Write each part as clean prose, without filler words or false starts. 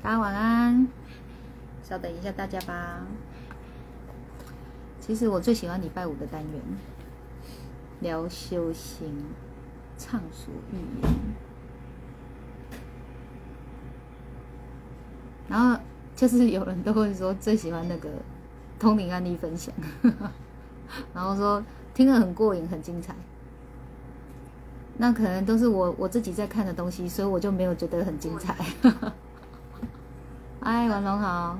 大家晚安。稍等一下大家吧。其实我最喜欢礼拜五的单元，聊修行，畅所欲言。然后就是有人都会说最喜欢那个通灵案例分享，然后说听了很过瘾，很精彩。那可能都是我自己在看的东西，所以我就没有觉得很精彩。嗨，婉龙好。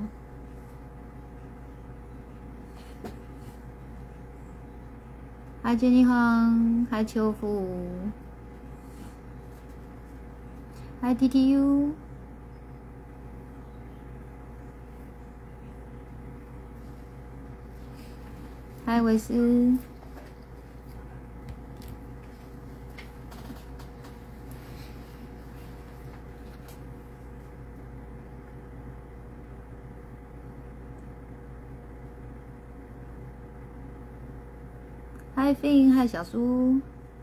嗨，建立芳，嗨，秋富，嗨 ，TTU， 嗨，维斯。嗨 Fin， 嗨小苏，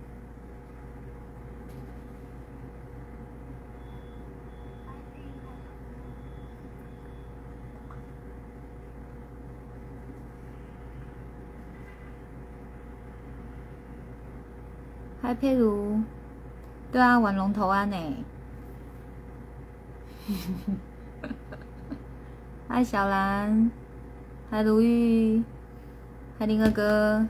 嗨佩如，对啊，玩龙头安呢。嗨小兰，嗨如玉，嗨林哥哥。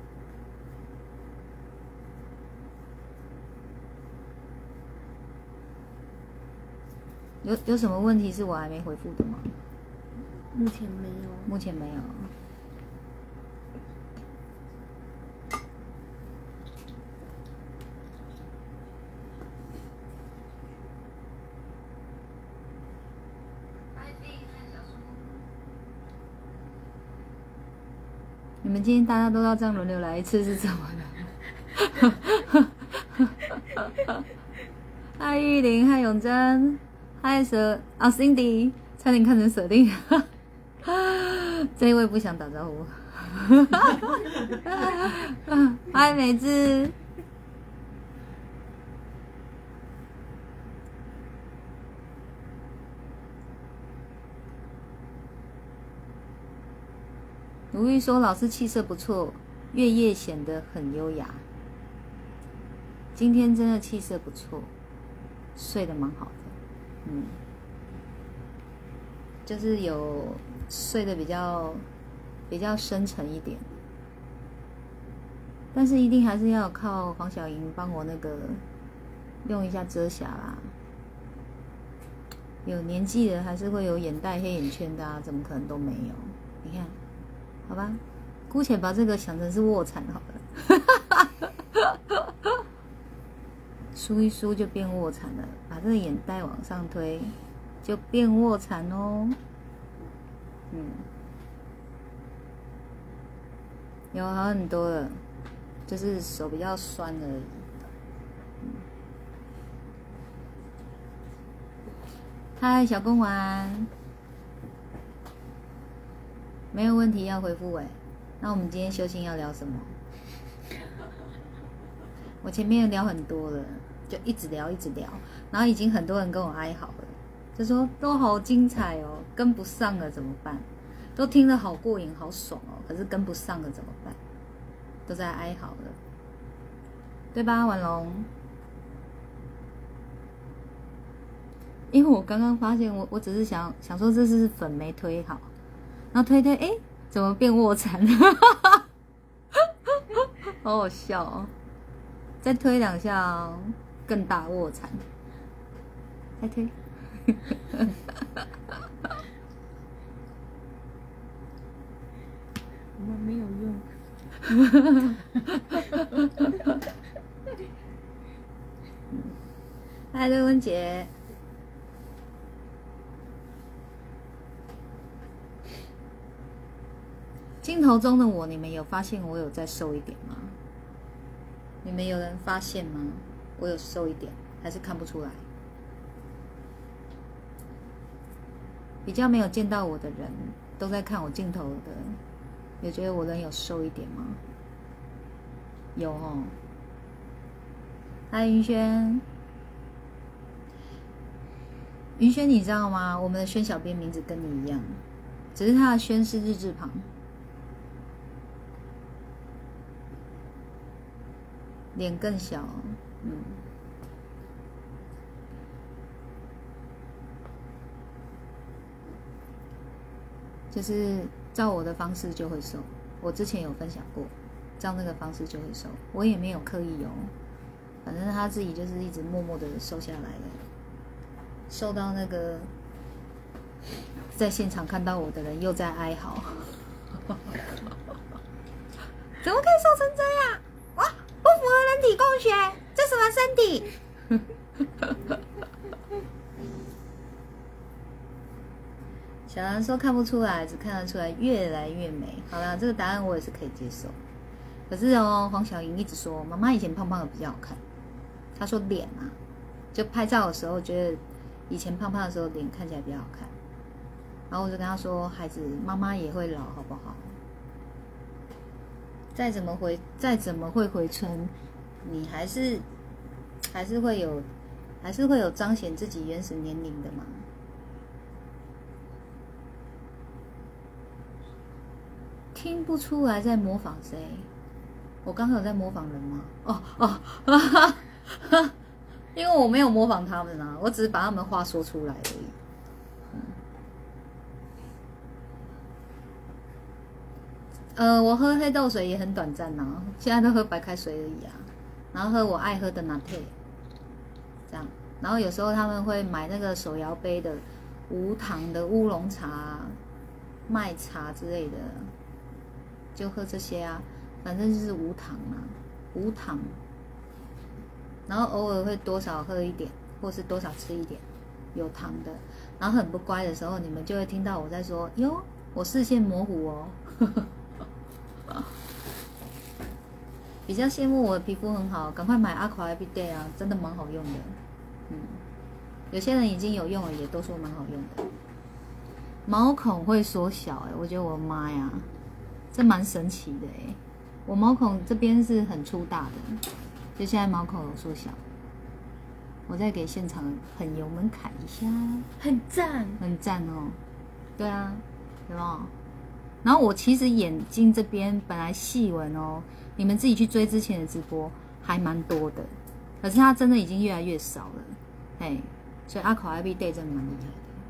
有什么问题是我还没回复的吗？ 目前没有。 目前没有。你们今天大家都要这样轮流来一次是怎么的？嗨玉玲，嗨永贞，嗨蛇啊 Cindy， 差点看成舍令。这一位不想打招呼。嗨美智。如玉说老师气色不错，月夜显得很优雅。今天真的气色不错，睡得蛮好的。就是有睡得比较深沉一点，但是一定还是要靠黄小莹帮我那个用一下遮瑕啦。有年纪的还是会有眼袋、黑眼圈的啊，怎么可能都没有？你看，好吧，姑且把这个想成是卧蚕好了。梳一梳就变卧蚕了，把这个眼袋往上推，就变卧蚕哦。有好很多了，就是手比较酸而已。嗨，小公丸，没有问题要回复哎。那我们今天修行要聊什么？我前面聊很多了，就一直聊，然后已经很多人跟我哀嚎了，就说都好精彩哦，跟不上了怎么办？都听得好过瘾，好爽哦，可是跟不上了怎么办？都在哀嚎了，对吧，婉龙？因为我刚刚发现我只是想说这是粉没推好，然后推怎么变卧蚕了？好好笑哦！再推2下哦，更大卧蚕，再推。 我们没有用。 嗨，瑞文姐。镜头中的我，你们有发现我有再瘦一点吗？你们有人发现吗？我有瘦一点，还是看不出来？比较没有见到我的人，都在看我镜头的，有觉得我人有瘦一点吗？有哦。嗨，云轩。 云轩，你知道吗？我们的轩小编名字跟你一样，只是他的轩是日字旁。脸更小，就是照我的方式就会瘦。我之前有分享过，照那个方式就会瘦，我也没有刻意哦，反正他自己就是一直默默的瘦下来了，瘦到那个在现场看到我的人又在哀嚎，怎么可以瘦成这样？哇，不符合人体工学，这什么身体？小兰说看不出来，只看得出来越来越美。好啦，这个答案我也是可以接受。可是哦，黄小莹一直说妈妈以前胖胖的比较好看。她说脸啊，就拍照的时候觉得以前胖胖的时候脸看起来比较好看。然后我就跟她说，孩子，妈妈也会老，好不好？再怎么会回春，你还是会有彰显自己原始年龄的嘛。听不出来在模仿谁？我刚刚有在模仿人吗？因为我没有模仿他们啊，我只是把他们话说出来而已。我喝黑豆水也很短暂啊，现在都喝白开水而已啊，然后喝我爱喝的拿铁，这样。然后有时候他们会买那个手摇杯的无糖的乌龙茶、麦茶之类的。就喝这些啊，反正就是无糖啊，无糖。然后偶尔会多少喝一点，或是多少吃一点有糖的。然后很不乖的时候，你们就会听到我在说：“哟，我视线模糊哦。”比较羡慕我的皮肤很好，赶快买 Aqua Everyday 啊，真的蛮好用的。有些人已经有用了，也都说蛮好用的。毛孔会缩小，我觉得我的妈呀！这蛮神奇的哎，我毛孔这边是很粗大的，就现在毛孔有缩小。我再给现场朋友们看一下， 很赞， 很赞哦。对啊，有没有？然后我其实眼睛这边本来细纹哦，你们自己去追之前的直播还蛮多的，可是它真的已经越来越少了，哎，所以Aqua Everyday真的蛮厉害的。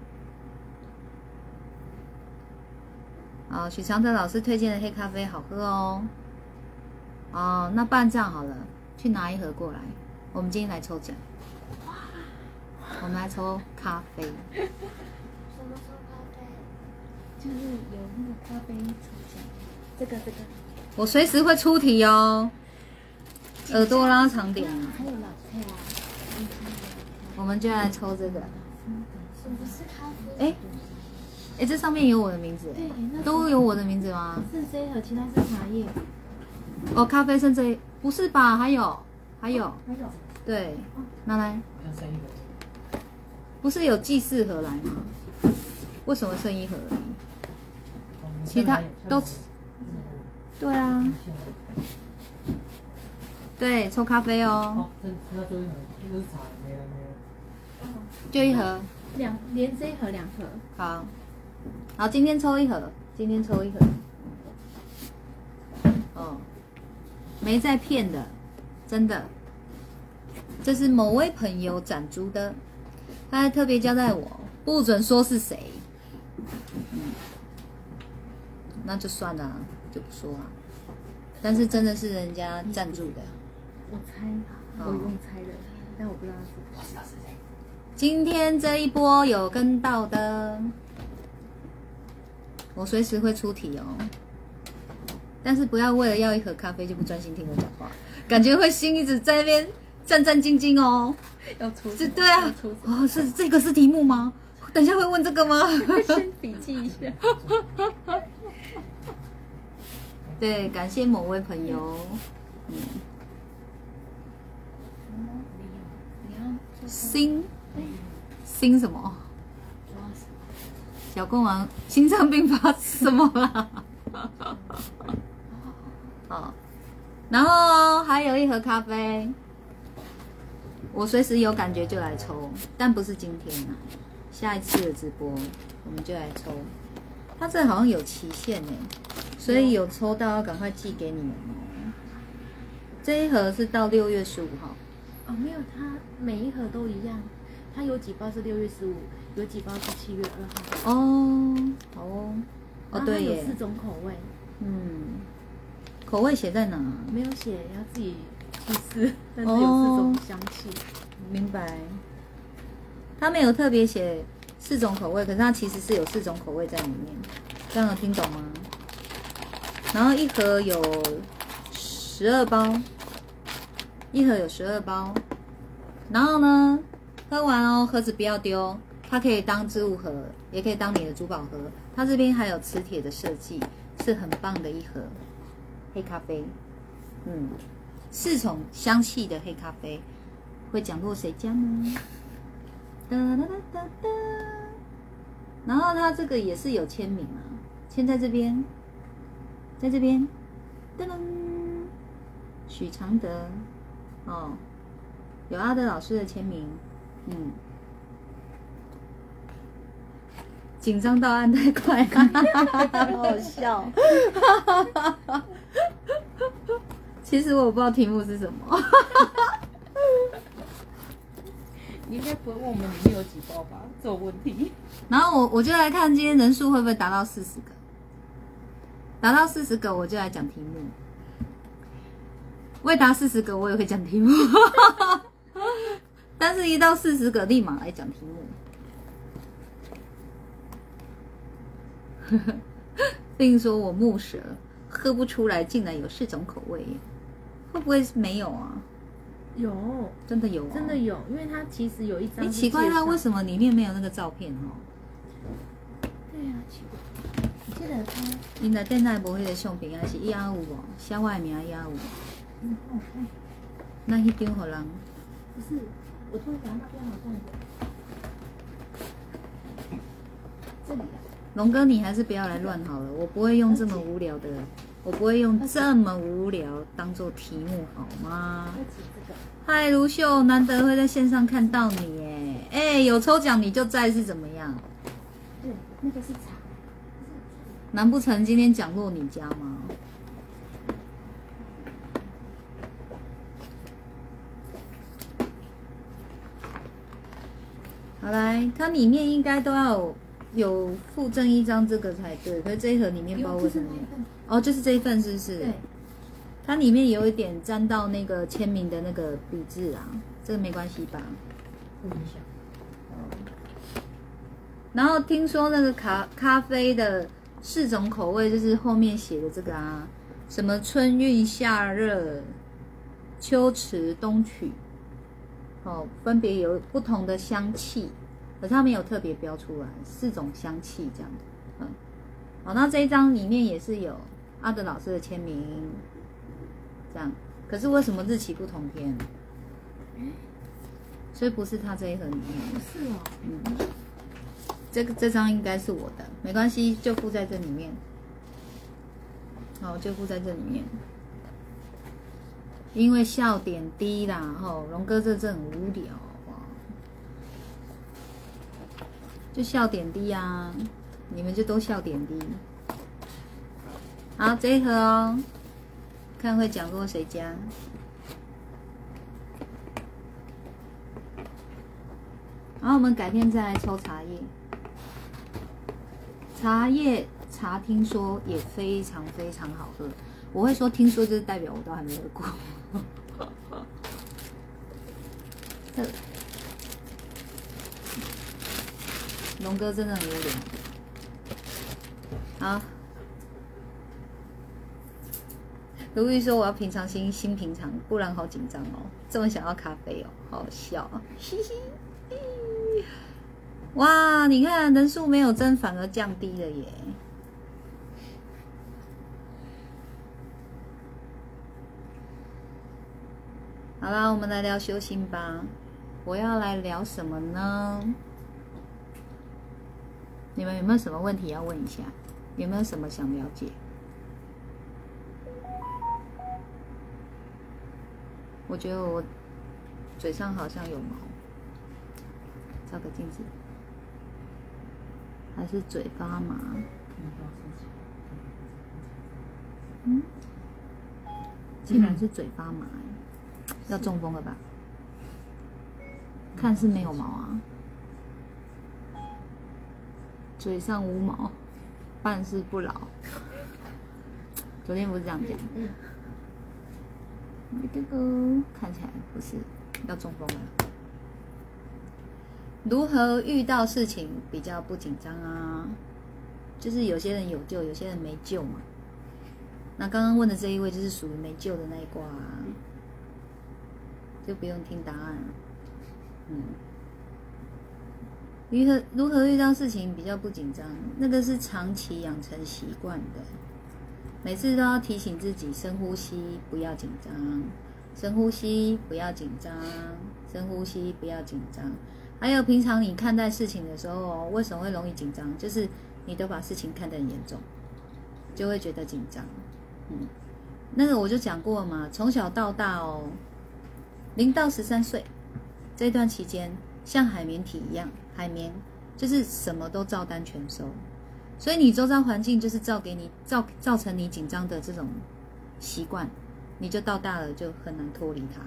许长德老师推荐的黑咖啡好喝哦。那不然这样好了，去拿一盒过来，我们今天来抽奖。我们来抽咖啡。什么抽咖啡？就是有那个咖啡抽奖。这个。 我随时会出题哦。耳朵拉长点。 还有老菜啊。 我们就来抽这个。 什么是咖啡？ 这上面有我的名字，都有我的名字吗？ 是这一盒，其他是茶叶。 咖啡剩这不是吧？还有，对，拿来。不是有寄4盒来吗？为什么剩1盒而已？其他都，对啊，对，抽咖啡哦。就1盒。 连这一盒2盒。 好，今天抽1盒，没在骗的，真的。这是某位朋友展出的，他还特别交代我，不准说是谁。那就算了，就不说啊。但是真的是人家赞助的。 我猜，我用猜的，但我不知道是谁。 今天这一波有跟到的，我随时会出题哦。但是不要为了要1盒咖啡就不专心听我讲话，感觉会心一直在那边战战兢兢哦。 要出对啊，是这个是题目吗？等一下会问这个吗？ 先笔记一下。 对，感谢某位朋友。心什么？小贡王心脏病发什么啦？然后还有1盒咖啡，我随时有感觉就来抽，但不是今天啊。 下一次的直播我们就来抽。它这好像有期限呢，所以有抽到要赶快寄给你们哦。这一盒是到6月15号。 哦，没有，它每一盒都一样。它有几包是6月15，有几包是7月2号。 哦，好哦，哦对耶， 有4种口味。 口味写在哪？ 没有写，要自己去试。但是有4种香气。 明白。它没有特别写4种口味，可是它其实是有4种口味在里面，这样有听懂吗？然后一盒有12包，一盒有12包。然后呢，喝完哦，盒子不要丢，它可以当置物盒，也可以当你的珠宝盒。它这边还有磁铁的设计，是很棒的一盒黑咖啡。4种香气的黑咖啡，会讲落谁家呢？哒哒哒哒哒。然后它这个也是有签名啊，签在这边，在这边，噔噔，许常德，哦，有阿德老师的签名，紧张到按太快，好好笑。其实我不知道题目是什么。 你应该不会问我们里面有几包吧？这种问题。 然后我就来看今天人数会不会达到40个，达到40个我就来讲题目，未达40个我也会讲题目，但是一到40个立马来讲题目。并说我木蛇喝不出来，竟然有4种口味耶，会不会没有啊？ 有， 真的有、哦， 真的有，因为它其实有一张。 奇怪，它为什么里面没有那个照片哦？ 对啊，奇怪。我记得它。 因内底内无迄个相片，还是伊也有无？写我的名伊也有无？那迄张互人。 不是，我突然想到那边好像有。这里啊。 龙哥，你还是不要来乱好了，我不会用这么无聊的，我不会用这么无聊当做题目好吗？嗨，卢秀，难得会在线上看到你耶！哎，有抽奖你就在是怎么样？ 对，那个是茶。 难不成今天讲落你家吗？好来，它里面应该都要有附赠一张这个才对，可是这一盒里面不知道为什么哦，就是这一份是不是？ 对。 它里面有一点沾到那个签名的那个笔字啊，这个没关系吧？ 不影响。 然后听说那个咖啡的4种口味，就是后面写的这个啊，什么春韵、夏热、秋池、冬曲，哦，分别有不同的香气，可是它没有特别标出来4种香气这样的。好，那这一张里面也是有阿德老师的签名。这样，可是为什么日期不同天？所以不是他这一盒里面。 不是哦。 这张应该是我的，没关系，就附在这里面。好，就附在这里面。因为笑点低啦，龙哥这很无聊就笑点低啊，你们就都笑点低。好，这一盒哦。看会讲过谁家？然后我们改天再来抽茶叶。茶听说也非常非常好喝。我会说听说，就是代表我都还没喝过。龙哥真的很无聊。好。如意说：“我要平常心，心平常，不然好紧张哦。这么想要咖啡哦，好好笑啊！嘻嘻，哇，你看人数没有增，反而降低了耶。好啦，我们来聊修心吧。我要来聊什么呢？你们有没有什么问题要问一下？有没有什么想了解？”我觉得我嘴上好像有毛，照个镜子。 还是嘴发麻？竟然是嘴发麻，要中风了吧？看是没有毛啊，嘴上无毛，办事不牢。昨天不是这样讲？这个看起来不是要中风了。如何遇到事情比较不紧张啊？就是有些人有救，有些人没救嘛。那刚刚问的这一位就是属于没救的那一卦啊，就不用听答案了。如何遇到事情比较不紧张？那个是长期养成习惯的，每次都要提醒自己深呼吸，不要紧张，深呼吸，不要紧张，深呼吸，不要紧张。还有平常你看待事情的时候，为什么会容易紧张？就是你都把事情看得很严重，就会觉得紧张。那个我就讲过嘛，从小到大0到13岁这段期间，像海绵体一样，海绵就是什么都照单全收，所以你周遭环境就是造成你紧张的这种习惯，你就到大了就很难脱离它。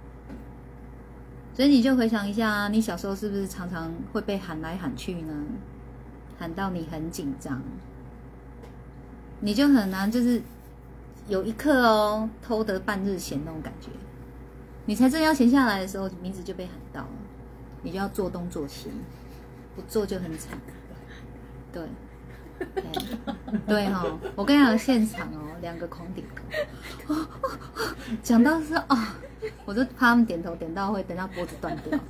所以你就回想一下，你小时候是不是常常会被喊来喊去呢？喊到你很紧张，你就很难就是有一刻偷得半日闲那种感觉。你才正要闲下来的时候，名字就被喊到了，你就要做东做西，不做就很惨。对，对齁，我跟你讲，现场2个狂点头，讲到是我就怕他们点头点到会等到脖子断掉。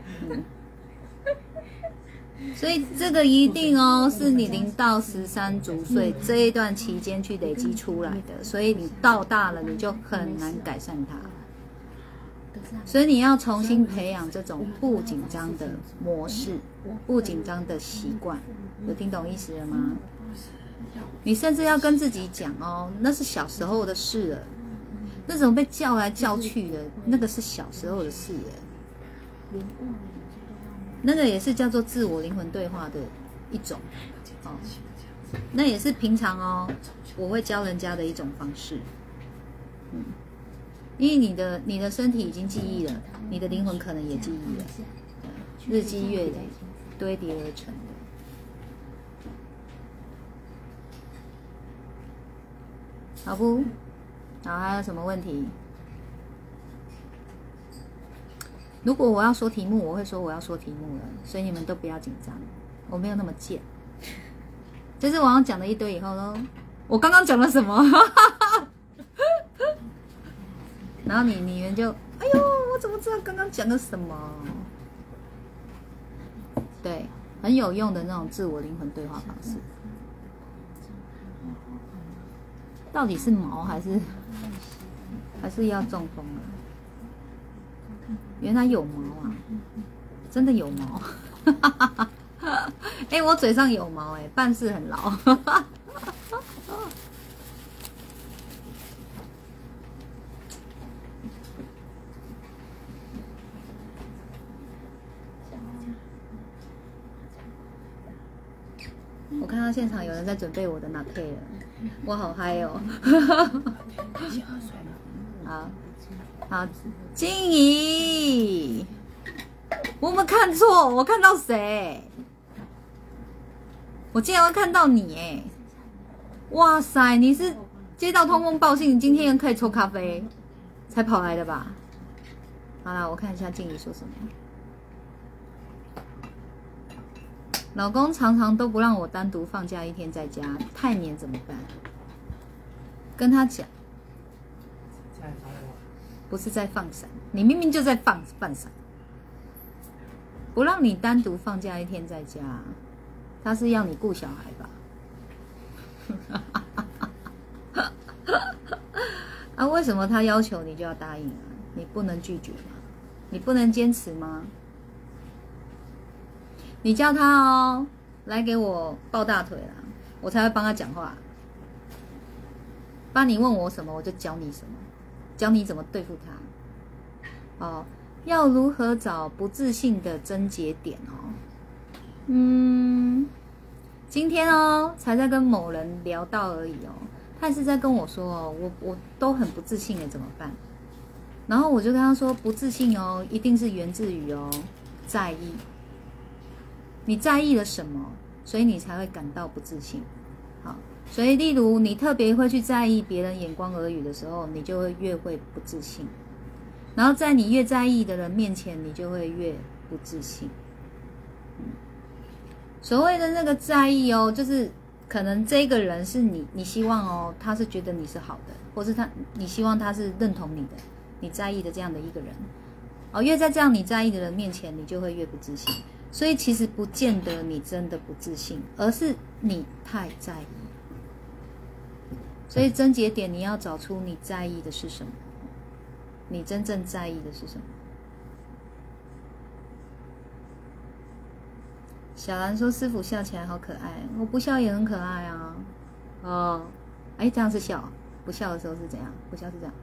所以这个一定是你0到13足岁这一段期间去累积出来的，所以你到大了你就很难改善它。所以你要重新培养这种不紧张的模式，不紧张的习惯，有听懂意思了吗？你甚至要跟自己讲那是小时候的事了，那种被叫来叫去的，那个是小时候的事了。那个也是叫做自我灵魂对话的一种那也是平常我会教人家的一种方式。因为你的身体已经记忆了，你的灵魂可能也记忆了，日积月累堆叠而成的。好不？好，还有什么问题？如果我要说题目，我会说我要说题目了，所以你们都不要紧张，我没有那么贱。就是我要讲了一堆以后呢，我刚刚讲了什么？然后你们就，哎呦，我怎么知道刚刚讲了什么？对，很有用的那种自我灵魂对话方式。到底是毛还是要中风了？原来有毛啊，真的有毛。我嘴上有毛办事很牢。我看到现场有人在准备我的拿铁了，我好嗨哦！好，静怡，我没看错，我看到谁？我竟然会看到你哇塞，你是接到通风报信，今天可以抽咖啡才跑来的吧？好啦，我看一下静怡说什么。老公常常都不让我单独放假1天在家，太黏怎么办？跟他讲，不是在放闪，你明明就在放闪，不让你单独放假1天在家，他是要你顾小孩吧？为什么他要求你就要答应啊？你不能拒绝吗？你不能坚持吗？你叫他来给我抱大腿啦，我才会帮他讲话。帮你问我什么，我就教你什么，教你怎么对付他。要如何找不自信的症结点今天哦，才在跟某人聊到而已哦，他也是在跟我说哦，我都很不自信的，怎么办？然后我就跟他说，不自信哦，一定是源自于哦在意。你在意了什么，所以你才会感到不自信。好，所以例如你特别会去在意别人眼光耳语的时候，你就会越会不自信。然后在你越在意的人面前，你就会越不自信。所谓的那个在意哦，就是可能这个人是你希望哦，他是觉得你是好的，或是你希望他是认同你的，你在意的这样的一个人。哦，越在这样你在意的人面前，你就会越不自信。所以其实不见得你真的不自信，而是你太在意。所以症结点你要找出你在意的是什么，你真正在意的是什么。小兰说师父笑起来好可爱，我不笑也很可爱啊。哦，哎，这样是笑，不笑的时候是怎样？不笑是这样。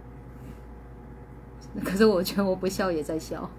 可是我觉得我不笑也在笑。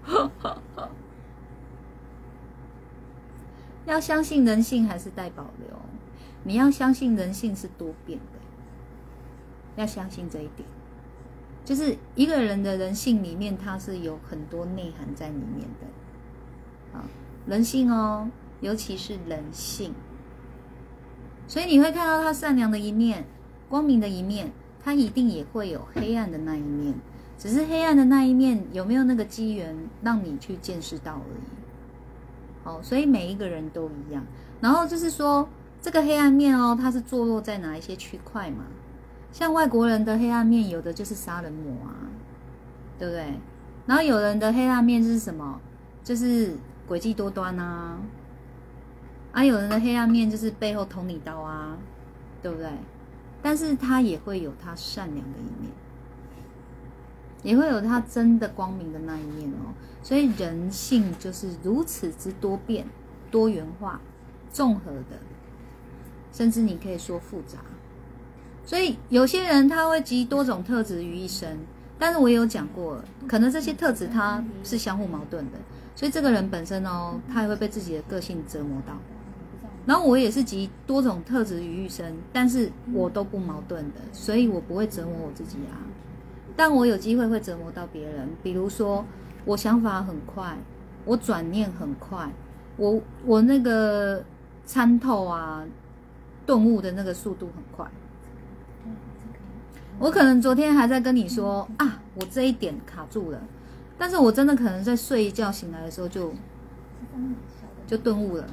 要相信人性还是待保留，你要相信人性是多变的，要相信这一点。就是一个人的人性里面，它是有很多内涵在里面的。啊，人性哦，尤其是人性，所以你会看到他善良的一面，光明的一面，他一定也会有黑暗的那一面，只是黑暗的那一面有没有那个机缘让你去见识到而已。哦，所以每一个人都一样。然后就是说，这个黑暗面哦，它是坐落在哪一些区块嘛？像外国人的黑暗面，有的就是杀人魔啊，对不对？然后有人的黑暗面是什么？就是诡计多端啊。啊，有人的黑暗面就是背后捅你刀啊，对不对？但是他也会有他善良的一面，也会有他真的光明的那一面哦。所以人性就是如此之多变、多元化、综合的，甚至你可以说复杂。所以有些人他会集多种特质于一身，但是我也有讲过，可能这些特质它是相互矛盾的，所以这个人本身哦，他也会被自己的个性折磨到。然后我也是集多种特质于一身，但是我都不矛盾的，所以我不会折磨我自己啊。但我有机会会折磨到别人，比如说我想法很快，我转念很快，我那个参透啊、顿悟的那个速度很快。我可能昨天还在跟你说啊，我这一点卡住了，但是我真的可能在睡一觉醒来的时候就顿悟了。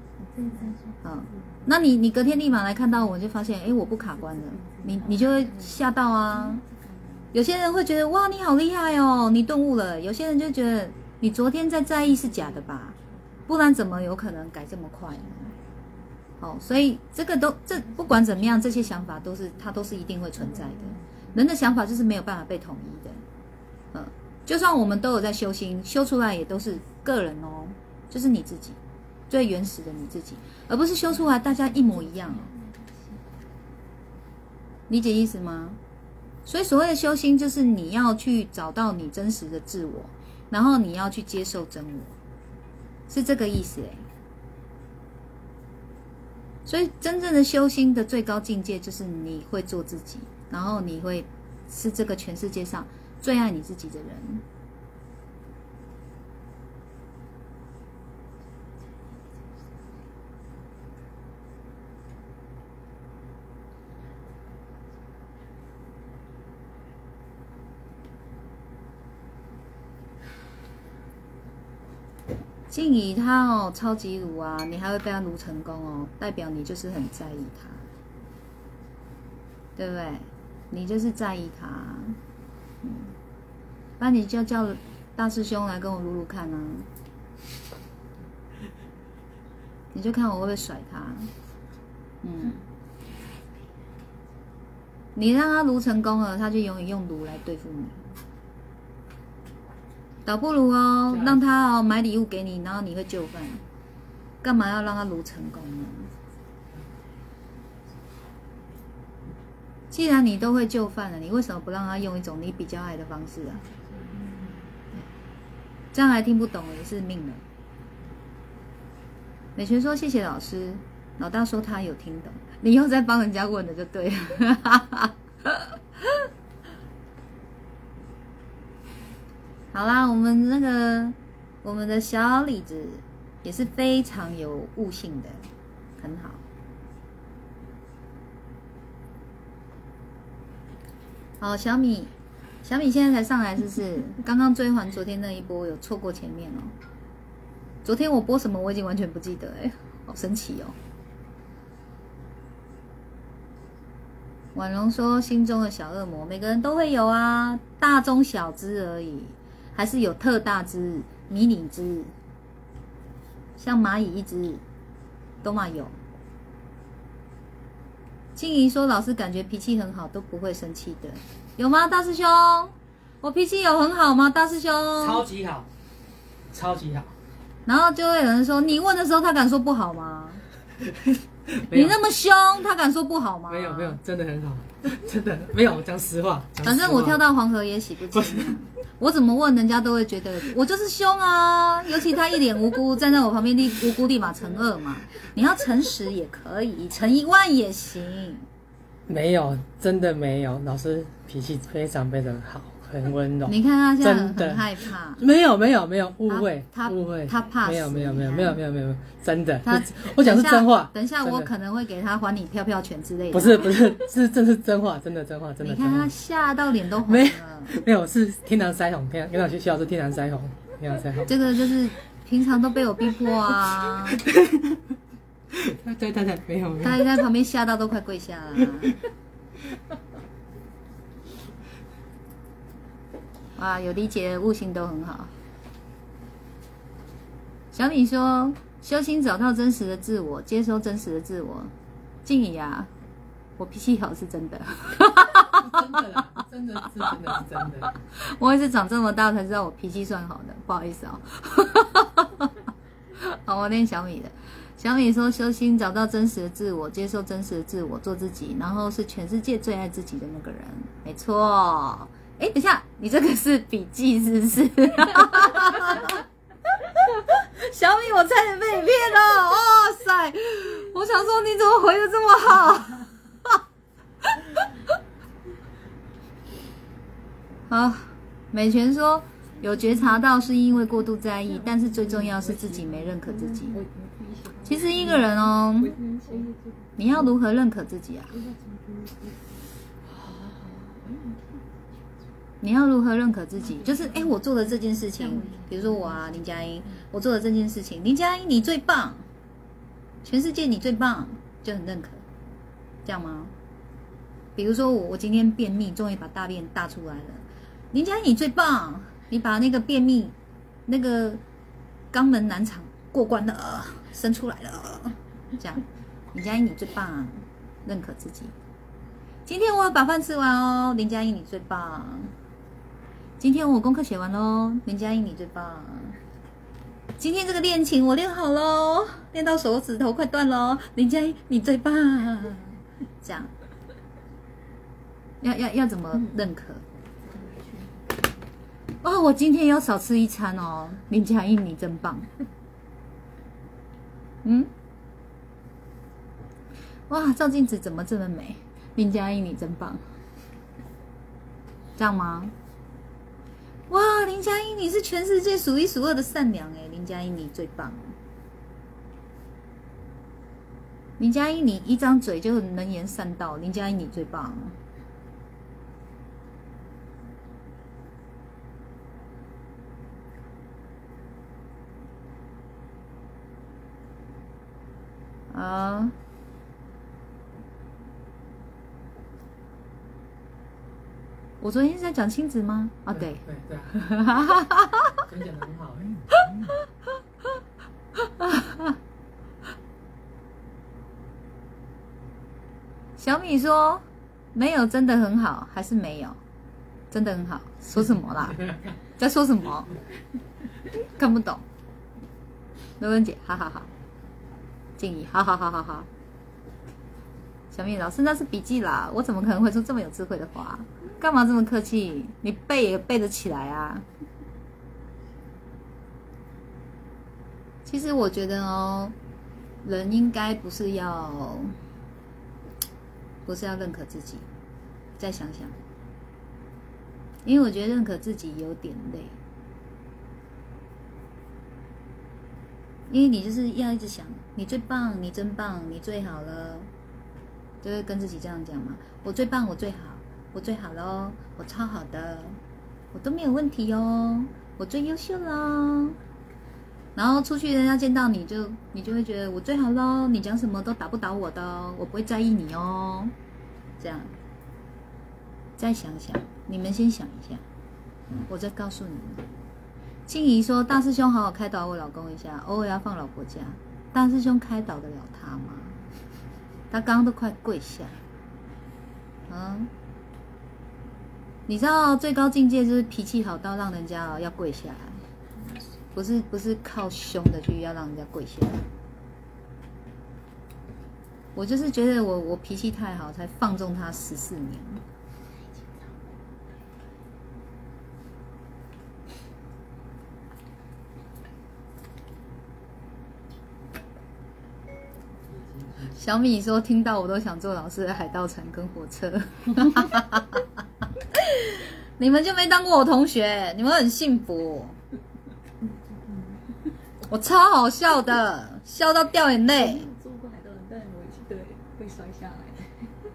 那你隔天立马来看到我，就发现，哎，我不卡关了，你就会吓到啊。有些人会觉得，哇，你好厉害哦，你顿悟了。有些人就觉得，你昨天在意是假的吧？不然怎么有可能改这么快呢？哦，所以这不管怎么样，这些想法它都是一定会存在的。人的想法就是没有办法被统一的。就算我们都有在修心，修出来也都是个人哦，就是你自己。最原始的你自己，而不是修出来大家一模一样哦。理解意思吗？所以所谓的修心，就是你要去找到你真实的自我，然后你要去接受真我，是这个意思诶。所以真正的修心的最高境界，就是你会做自己，然后你会是这个全世界上最爱你自己的人。静怡他哦超级撸啊，你还会被他撸成功哦，代表你就是很在意他，对不对？你就是在意他，不然你就叫大师兄来跟我撸撸看啊，你就看我会不会甩他，你让他撸成功了，他就永远用撸来对付你。倒不如哦，让他哦买礼物给你，然后你会就范，干嘛要让他撸成功呢？既然你都会就范了，你为什么不让他用一种你比较爱的方式啊？这样还听不懂也是命了。美璇说谢谢老师， 老大说他有听懂，你又在帮人家问的就对了。好啦，我们的小李子也是非常有悟性的，很好。好，小米现在才上来，是不是？刚刚追完昨天那一波，有错过前面哦。昨天我播什么，我已经完全不记得，好神奇哦。婉容说：“心中的小恶魔，每个人都会有啊，大中小只而已，还是有特大只、迷你只，像蚂蚁一只，都嘛有。”静怡说：“老师感觉脾气很好，都不会生气的，有吗？大师兄，我脾气有很好吗？大师兄， 超级好，超级好。” 然后就会有人说：“你问的时候，他敢说不好吗？你那么凶，他敢说不好吗？” 没有，真的很好，真的没有，我讲实话。 反正我跳到黄河也洗不清。我怎么问人家都会觉得我就是凶啊，尤其他一脸无辜站在我旁边，无辜立马乘2嘛。你要乘10也可以，乘10000也行。 没有，真的没有，老师脾气非常非常好，很温柔。 你看他现在很害怕。 没有，误会， 误会， 他怕死。 没有，真的。我讲是真话。 等一下我可能会给他还你票票权之类的。 不是，这是真话，真的。 你看他吓到脸都红了。 没有，是天然腮红，天然学校是天然腮红。 这个就是平常都被我逼迫啊。 对，没有。 他在旁边吓到都快跪下了。啊，有理解，悟性都很好。小米说：“修心找到真实的自我，接收真实的自我。”静怡啊，我脾气好是真的。 真的啦，真的是真的。 我也是长这么大才知道我脾气算好的，不好意思哦。好，我念小米的。小米说：“修心找到真实的自我，接受真实的自我，做自己，然后是全世界最爱自己的那个人。”没错。等一下，你这个是笔记是不是？小米，我差点被你骗了！哇塞，我想说你怎么回的这么好？好，美泉说有觉察到是因为过度在意，但是最重要是自己没认可自己。其实一个人哦，你要如何认可自己啊？你要如何认可自己？就是我做的这件事情，比如说我啊，林佳音，我做的这件事情，林佳音你最棒，全世界你最棒，就很认可，这样吗？比如说我今天便秘，终于把大便大出来了，林佳音你最棒，你把那个便秘那个肛门难产过关了，生出来了，这样，林佳音你最棒，认可自己。今天我把饭吃完哦，林佳音你最棒。今天我功课写完喽，林佳音你最棒。今天这个练琴我练好喽，练到手指头快断喽，林佳音你最棒。这样，要怎么认可？哦，我今天要少吃一餐哦，林佳音你真棒。哇，照镜子怎么这么美？林佳音你真棒。这样吗？哇，林佳音你是全世界数1数2的善良林佳音你最棒。林佳音你一张嘴就能言善道，林佳音你最棒。啊。我昨天是在讲亲子吗？啊，对， 对，真讲得很好小米说没有真的很好，还是没有真的很好？说什么啦？在说什么？看不懂。罗文姐，哈哈哈。静怡，哈哈哈哈哈。小米老师那是笔记啦，我怎么可能会说这么有智慧的话？干嘛这么客气？你背也背得起来啊。其实我觉得哦， 人应该不是要认可自己，再想想，因为我觉得认可自己有点累，因为你就是要一直想你最棒，你真棒，你最好了，就会跟自己这样讲嘛，我最棒，我最好，我最好咯，我超好的，我都没有问题哦，我最优秀咯。然后出去人家见到你就会觉得我最好咯，你讲什么都打不倒我的哦，我不会在意你哦，这样。再想想，你们先想一下，我再告诉你们。静怡说：“大师兄好好开导我老公一下，偶尔要放老婆假。”大师兄开导得了他吗？他刚刚都快跪下。你知道最高境界就是脾气好到让人家要跪下来，不是靠凶的去要让人家跪下来。我就是觉得我脾气太好，才放纵他14年。小米说：“听到我都想坐老师的海盗船跟火车。”你们就没当过我同学，你们很幸福。我超好笑的，笑到掉眼泪。 坐过海盗船，但我对会摔下来。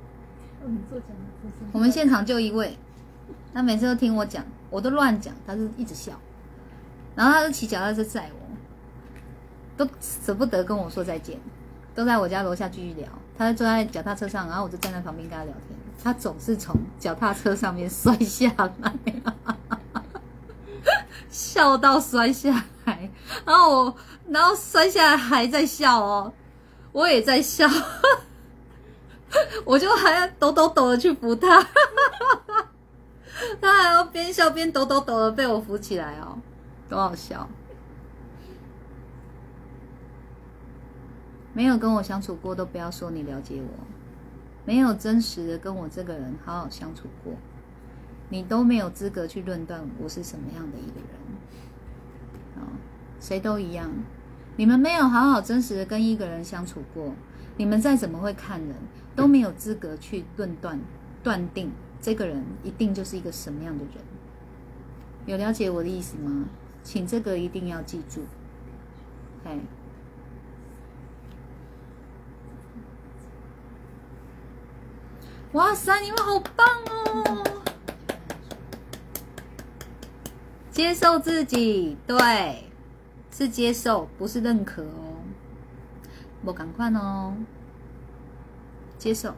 我们现场就一位，他每次都听我讲，我都乱讲，他是一直笑。然后他就骑脚踏车载我，都舍不得跟我说再见。都在我家楼下继续聊，他就坐在脚踏车上，然后我就站在旁边跟他聊天。他总是从脚踏车上面摔下来，笑到摔下来，然后摔下来还在笑哦，我也在笑，我就还要抖抖抖的去扶他，他还要边笑边抖抖抖的被我扶起来哦，多好笑。没有跟我相处过都不要说你了解我，没有真实的跟我这个人好好相处过，你都没有资格去论断我是什么样的一个人。谁都一样，你们没有好好真实的跟一个人相处过，你们再怎么会看人，都没有资格去断定这个人一定就是一个什么样的人。有了解我的意思吗？请这个一定要记住。哇塞，你们好棒哦！接受自己，对，是接受，不是认可哦。不赶快哦，接受。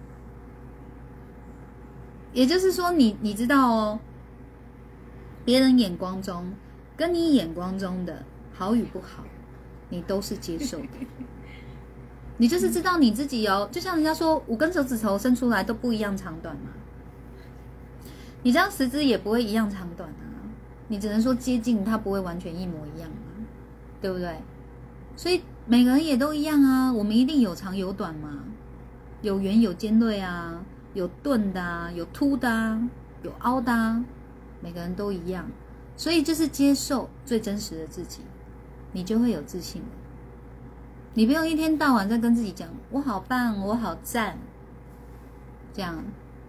也就是说你知道哦，别人眼光中跟你眼光中的好与不好，你都是接受的。你就是知道你自己哦，就像人家说5根手指头伸出来都不一样长短嘛，你这样10指也不会一样长短啊，你只能说接近，它不会完全一模一样嘛，对不对？所以每个人也都一样啊，我们一定有长有短嘛，有圆有尖锐啊，有钝的啊，有凸的啊，有凹的啊，每个人都一样，所以就是接受最真实的自己，你就会有自信了。你不用一天到晚在跟自己讲我好棒，我好赞，这样，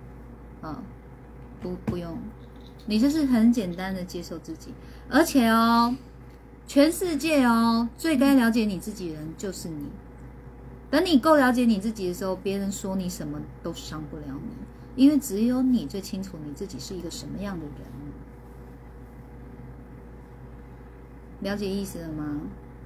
不用，你就是很简单的接受自己，而且哦，全世界哦最该了解你自己的人就是你。等你够了解你自己的时候，别人说你什么都伤不了你，因为只有你最清楚你自己是一个什么样的人。了解意思了吗？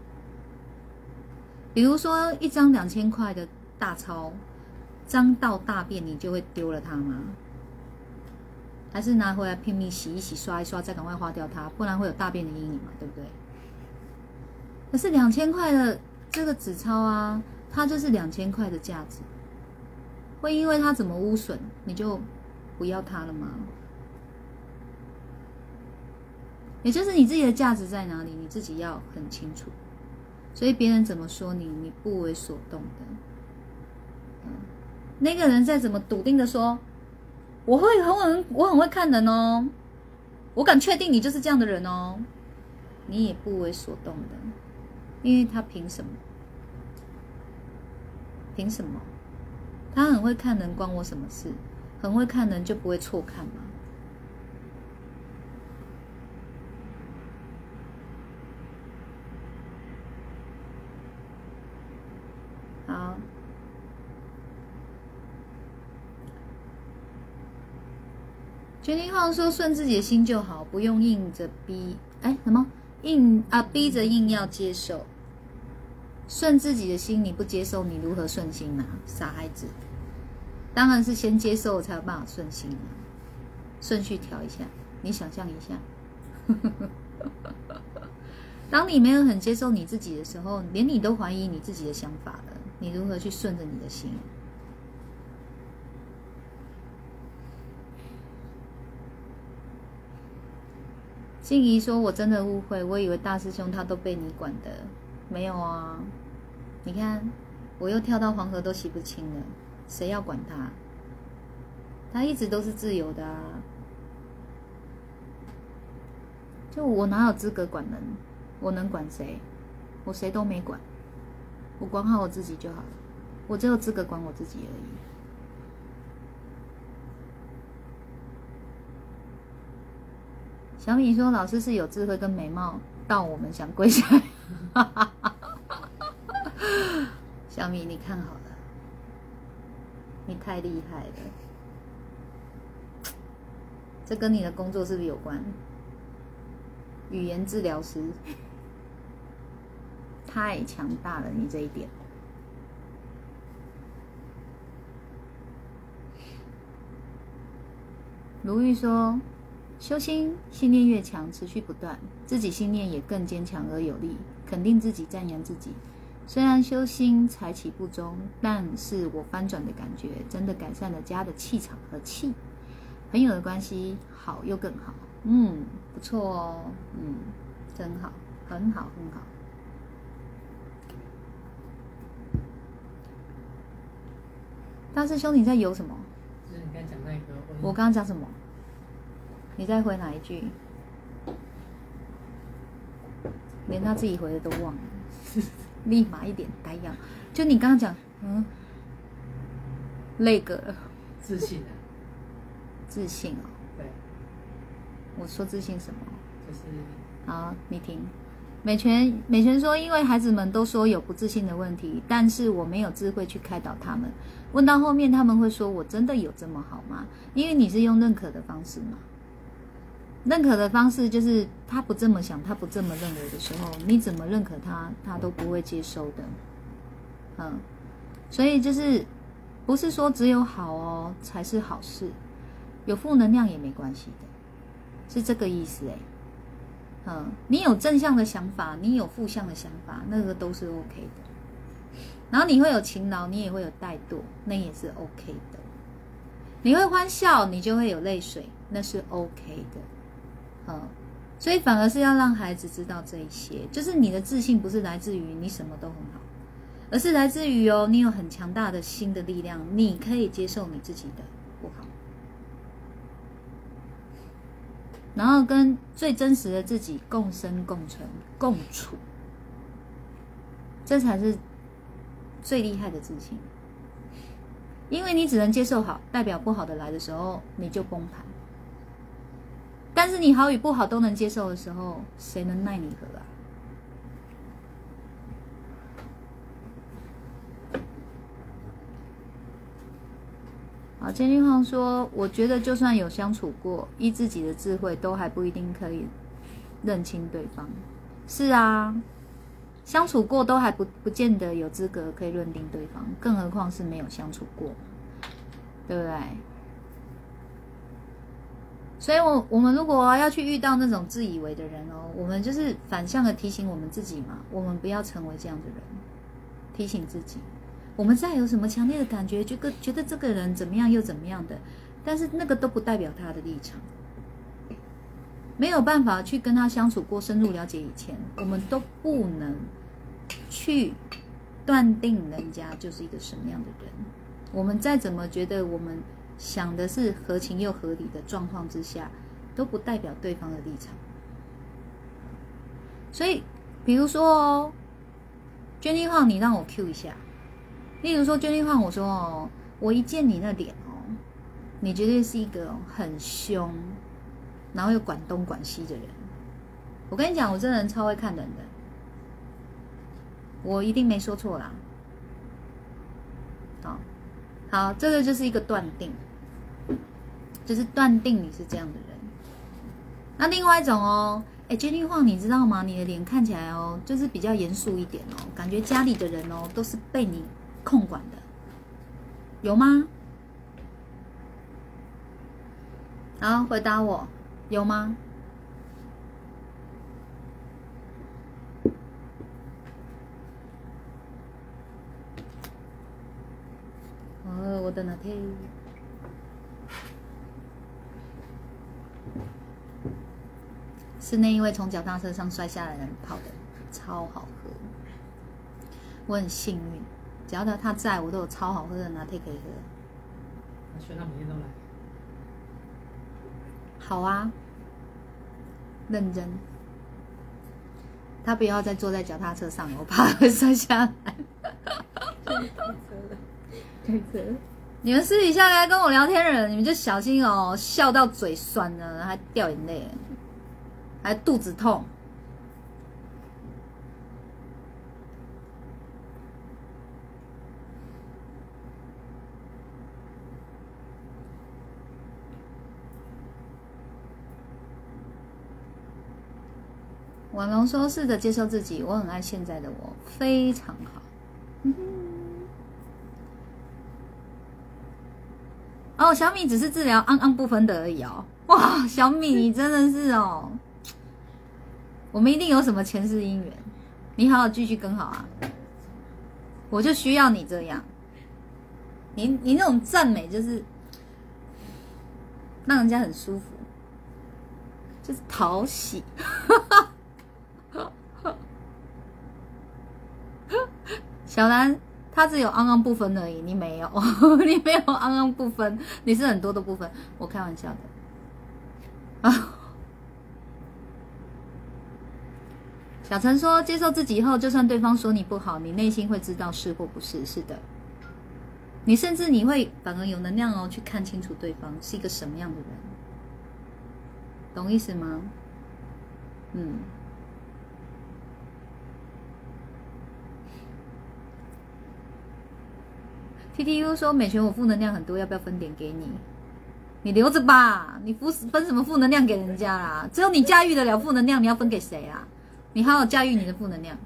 比如说一张2000块的大钞，脏到大便，你就会丢了它吗？还是拿回来拼命洗一洗、刷一刷，再赶快花掉它，不然会有大便的阴影嘛，对不对？可是2000块的这个纸钞啊，它就是2000块的价值，会因为它怎么污损，你就不要它了吗？也就是你自己的价值在哪里，你自己要很清楚。所以别人怎么说你，你不为所动的。那个人再怎么笃定的说，我很会看人哦，我敢确定你就是这样的人哦，你也不为所动的，因为他凭什么？ 凭什么？他很会看人，关我什么事？很会看人就不会错看吗？好，决定好说顺自己的心就好，不用硬着逼。什么逼着硬要接受？顺自己的心，你不接受，你如何顺心啊？傻孩子，当然是先接受才有办法顺心啊。顺序调一下，你想象一下，当你没有很接受你自己的时候，连你都怀疑你自己的想法了，你如何去顺着你的心？静怡说：“我真的误会，我以为大师兄他都被你管的，没有啊。你看，我又跳到黄河都洗不清了，谁要管他？他一直都是自由的啊。就我哪有资格管人？我能管谁？我谁都没管，我管好我自己就好了。我只有资格管我自己而已。”小米说：“老师是有智慧跟美貌到我们想跪下来。”小米，你看好了，你太厉害了，这跟你的工作是不是有关？语言治疗师太强大了，你这一点。卢玉说：“修心，信念越强，持续不断，自己信念也更坚强而有力。肯定自己，赞扬自己。虽然修心才起步中，但是我翻转的感觉真的改善了家的气场和气，朋友的关系好又更好。不错哦，真好，很好，很好。”大师兄，你在游什么？ 就是你刚才讲那个， 我刚刚讲什么？你再回哪一句？连他自己回的都忘了，立马一脸呆样。就你刚刚讲，那个自信啊， 自信哦。 对， 我说自信什么？ 就是好，你听。美泉说，因为孩子们都说有不自信的问题，但是我没有智慧去开导他们。问到后面他们会说，我真的有这么好吗？因为你是用认可的方式嘛。认可的方式就是他不这么想，他不这么认为的时候，你怎么认可他，他都不会接收的。所以就是不是说只有好哦才是好事，有负能量也没关系的，是这个意思你有正向的想法，你有负向的想法，那个都是 OK 的。然后你会有勤劳，你也会有怠惰，那也是 OK 的。你会欢笑，你就会有泪水，那是 OK 的。所以反而是要让孩子知道这一些，就是你的自信不是来自于你什么都很好，而是来自于你有很强大的心的力量，你可以接受你自己的不好，然后跟最真实的自己共生共存共处，这才是最厉害的自信。因为你只能接受好，代表不好的来的时候你就崩盘，但是你好与不好都能接受的时候，谁能奈你何啊？好，千金黄说，我觉得就算有相处过，依自己的智慧，都还不一定可以认清对方。是啊，相处过都还不见得有资格可以认定对方，更何况是没有相处过，对不对？所以我们如果要去遇到那种自以为的人我们就是反向的提醒我们自己嘛，我们不要成为这样的人，提醒自己。我们再有什么强烈的感觉，觉得这个人怎么样又怎么样的，但是那个都不代表他的立场。没有办法去跟他相处过、深入了解以前，我们都不能去断定人家就是一个什么样的人。我们再怎么觉得我们想的是合情又合理的状况之下，都不代表对方的立场。所以比如说娟妮号，你让我 Q 一下， 例如说，娟丽换我说哦，我一见你那脸哦，你绝对是一个很凶，然后又管东管西的人。我跟你讲，我这人超会看人的，我一定没说错啦。好，这个就是一个断定，就是断定你是这样的人。那另外一种哦，娟丽晃，你知道吗？你的脸看起来哦，就是比较严肃一点哦，感觉家里的人哦都是被你控管的，有吗？好，回答我，有吗？我的哪天？是那一位从脚踏车上摔下来的人泡的，超好喝。我很幸运，只要他在我都有超好喝的拿铁可以喝。 我希望他每天都来。 好啊，认真。他不要再坐在脚踏车上了，我怕会摔下来。开车。你们私底下来跟我聊天的人，你们就小心哦，笑到嘴酸了，还掉眼泪，还肚子痛。婉容说：“试着接受自己，我很爱现在的我，非常好。”哦，小米只是治疗昂不分的而已哦。哇，小米你真的是哦，我们一定有什么前世姻缘。你好好继续跟好啊，我就需要你这样。你那种赞美就是让人家很舒服，就是讨喜。小兰，他只有昂不分而已，你没有，你没有昂不分，你是很多的部分，我开玩笑的。啊，小陈说，接受自己以后，就算对方说你不好，你内心会知道是或不是。是的，你甚至你会反而有能量哦，去看清楚对方是一个什么样的人，懂意思吗？TTU 说美璇我负能量很多，要不要分点给你？你留着吧，你分什么负能量给人家啦？只有你驾驭得了负能量，你要分给谁啊？你好好驾驭你的负能量。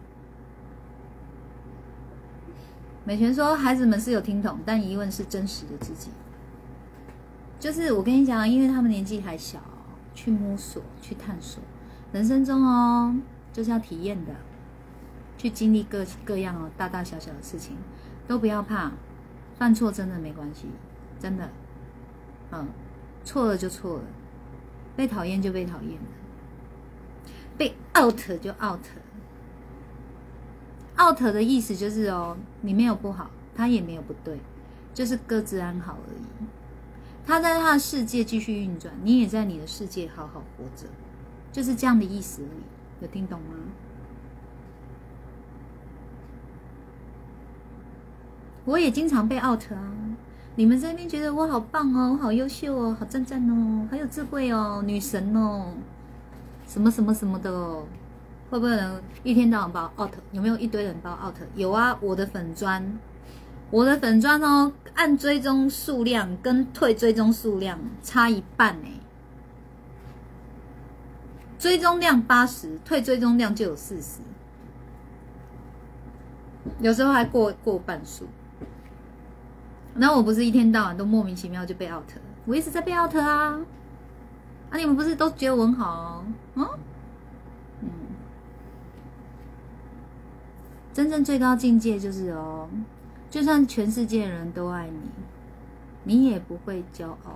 美璇说孩子们是有听懂，但疑问是真实的自己。就是我跟你讲，因为他们年纪还小，去摸索，去探索，人生中哦就是要体验的，去经历各样哦大大小小的事情，都不要怕。犯错真的没关系，真的，错了就错了，被讨厌就被讨厌了，被 out 就 out 的意思就是哦，你没有不好，他也没有不对，就是各自安好而已。他在他的世界继续运转，你也在你的世界好好活着，就是这样的意思而已，有听懂吗？我也经常被 out 啊！你们在那边觉得我好棒哦，我好优秀哦，好赞赞哦，好有智慧哦，女神哦，什么什么什么的哦，会不会有人一天到晚把我 out？ 有没有一堆人把我 out？ 有啊，我的粉专哦，按追踪数量跟退追踪数量差一半哎，追踪量80，退追踪量就有40，有时候还过半数。然后我不是一天到晚都莫名其妙就被 out， 我一直在被 out 啊！你们不是都觉得我很好哦？真正最高境界就是哦，就算全世界的人都爱你，你也不会骄傲，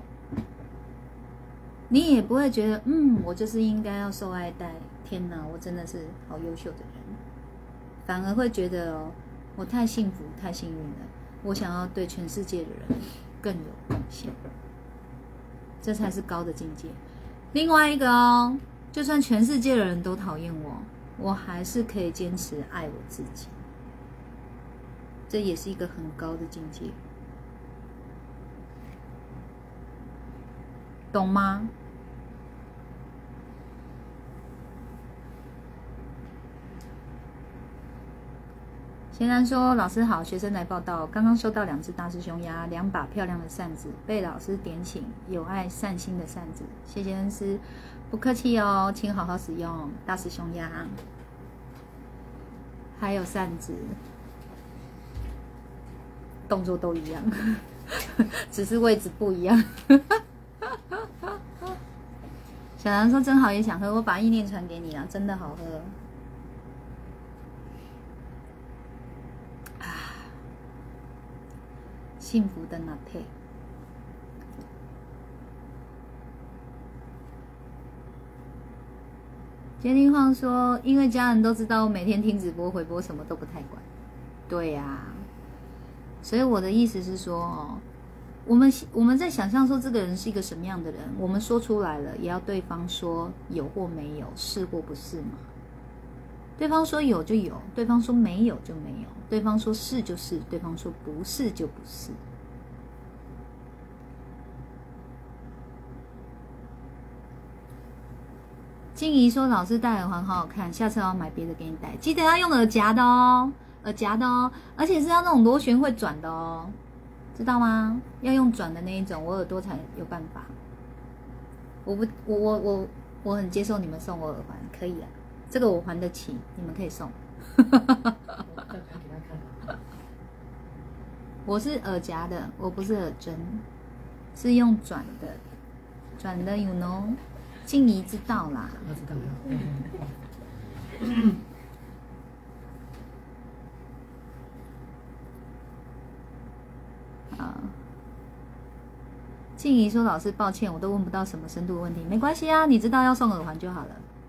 你也不会觉得我就是应该要受爱戴，天哪，我真的是好优秀的人，反而会觉得哦，我太幸福太幸运了。我想要对全世界的人更有贡献，这才是高的境界。另外一个哦，就算全世界的人都讨厌我，我还是可以坚持爱我自己。 这也是一个很高的境界，懂吗？贤然说：“老师好，学生来报道，刚刚收到2只大师兄鸭，2把漂亮的扇子，被老师点醒，有爱善心的扇子，谢谢恩师，不客气哦，请好好使用大师兄鸭，还有扇子，动作都一样，只是位置不一样。”小兰说：“真好，也想喝，我把意念传给你了，真的好喝。”幸福的拿铁。杰林晃说：“因为家人都知道我每天听直播回播，什么都不太管。”对呀，所以我的意思是说，哦，我们在想象说这个人是一个什么样的人，我们说出来了，也要对方说有或没有，是或不是嘛。对方说有就有，对方说没有就没有，对方说是就是，对方说不是就不是。静怡说：“老师戴耳环好好看，下次要买别的给你戴，记得要用耳夹的哦，耳夹的哦，而且是要那种螺旋会转的哦，知道吗？要用转的那一种，我耳朵才有办法。我很接受你们送我耳环，可以啊。”这个我还得起，你们可以送。我是耳夹的，我不是耳针，是用转的，转的 you know， 静怡知道啦。 我知道了。静怡说：“老师，抱歉，我都问不到什么深度的问题，没关系啊，你知道要送耳环就好了。”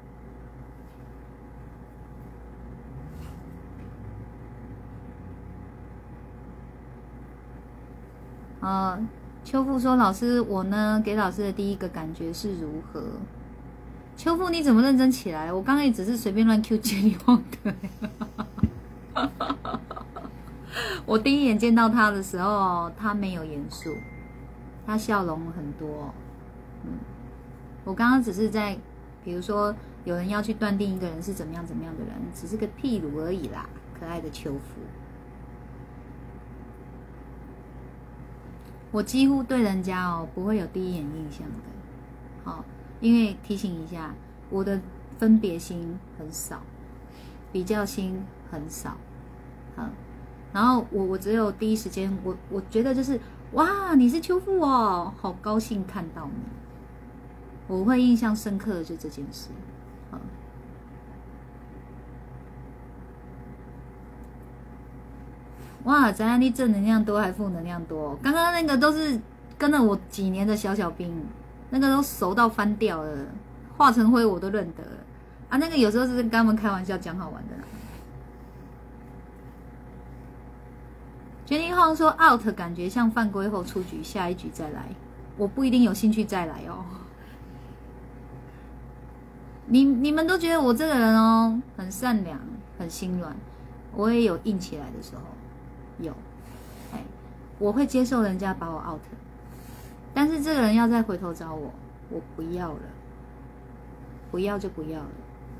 秋富说：“老师，我呢给老师的第一个感觉是如何？”秋富，你怎么认真起来？我刚刚也只是随便乱 Q 接你忘的。我第一眼见到他的时候，他没有严肃，他笑容很多。我刚刚只是在，比如说有人要去断定一个人是怎么样的人，只是个譬如而已啦。可爱的秋富。我几乎对人家不会有第一眼印象的，因为提醒一下，我的分别心很少，比较心很少，然后我只有第一时间，我觉得就是哇，你是秋富哦，好高兴看到你，我会印象深刻的就这件事，哇，咱安利正能量多还负能量多？刚刚那个都是跟了我几年的小兵，那个都熟到翻掉了，化成灰我都认得了啊。那个有时候是跟他们开玩笑讲好玩的啦。决定晃说 out 感觉像犯规后出局，下一局再来，我不一定有兴趣再来哦。你们都觉得我这个人哦很善良，很心软，我也有硬起来的时候。有，我会接受人家把我 out， 但是这个人要再回头找我，我不要了，不要就不要了，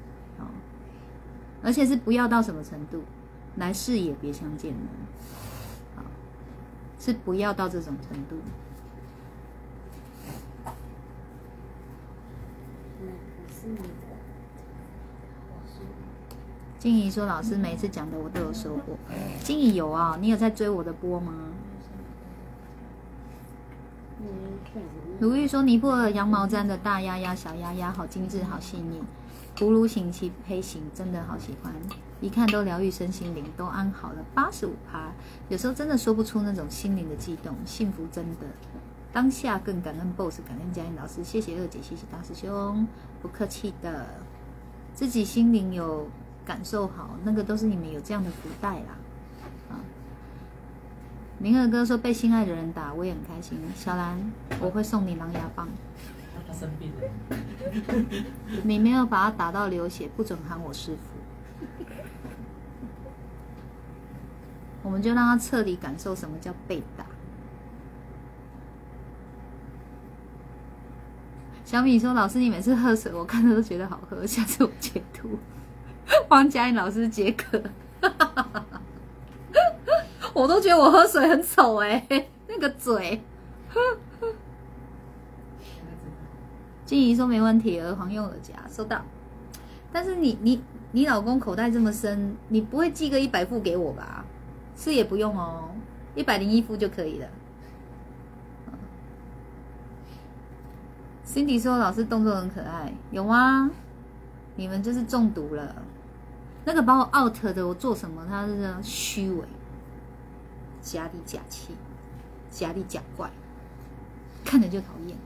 而且是不要到什么程度，来世也别相见了，是不要到这种程度。静怡说：“老师每一次讲的我都有收获。”静怡有啊，你有在追我的播吗？如玉说：“尼泊尔羊毛毡的大鸭鸭、小鸭鸭，好精致，好细腻，葫芦形、漆胚形，真的好喜欢，一看都疗愈身心灵，都安好了85%。有时候真的说不出那种心灵的悸动，幸福真的。当下更感恩 BOSS， 感恩嘉音老师，谢谢二姐，谢谢大师兄，不客气的。自己心灵有感受好，那个都是你们有这样的福袋啦。”明儿哥说被心爱的人打，我也很开心。小兰，我会送你狼牙棒。 他生病了。 你没有把他打到流血，不准喊我师父。 我们就让他彻底感受什么叫被打。小米说：“老师，你每次喝水，我看着都觉得好喝，下次我截图。”黄嘉颖老师解渴，我都觉得我喝水很丑那个嘴。静怡说没问题，耳环用耳夹，收到。但是你老公口袋这么深，你不会寄个100副给我吧？是也不用哦，101副就可以了。Cindy 说老师动作很可爱，有吗？你们就是中毒了。那个把我 out 的，我做什么？他是虚伪、假里假气、假里假怪，看着就讨厌。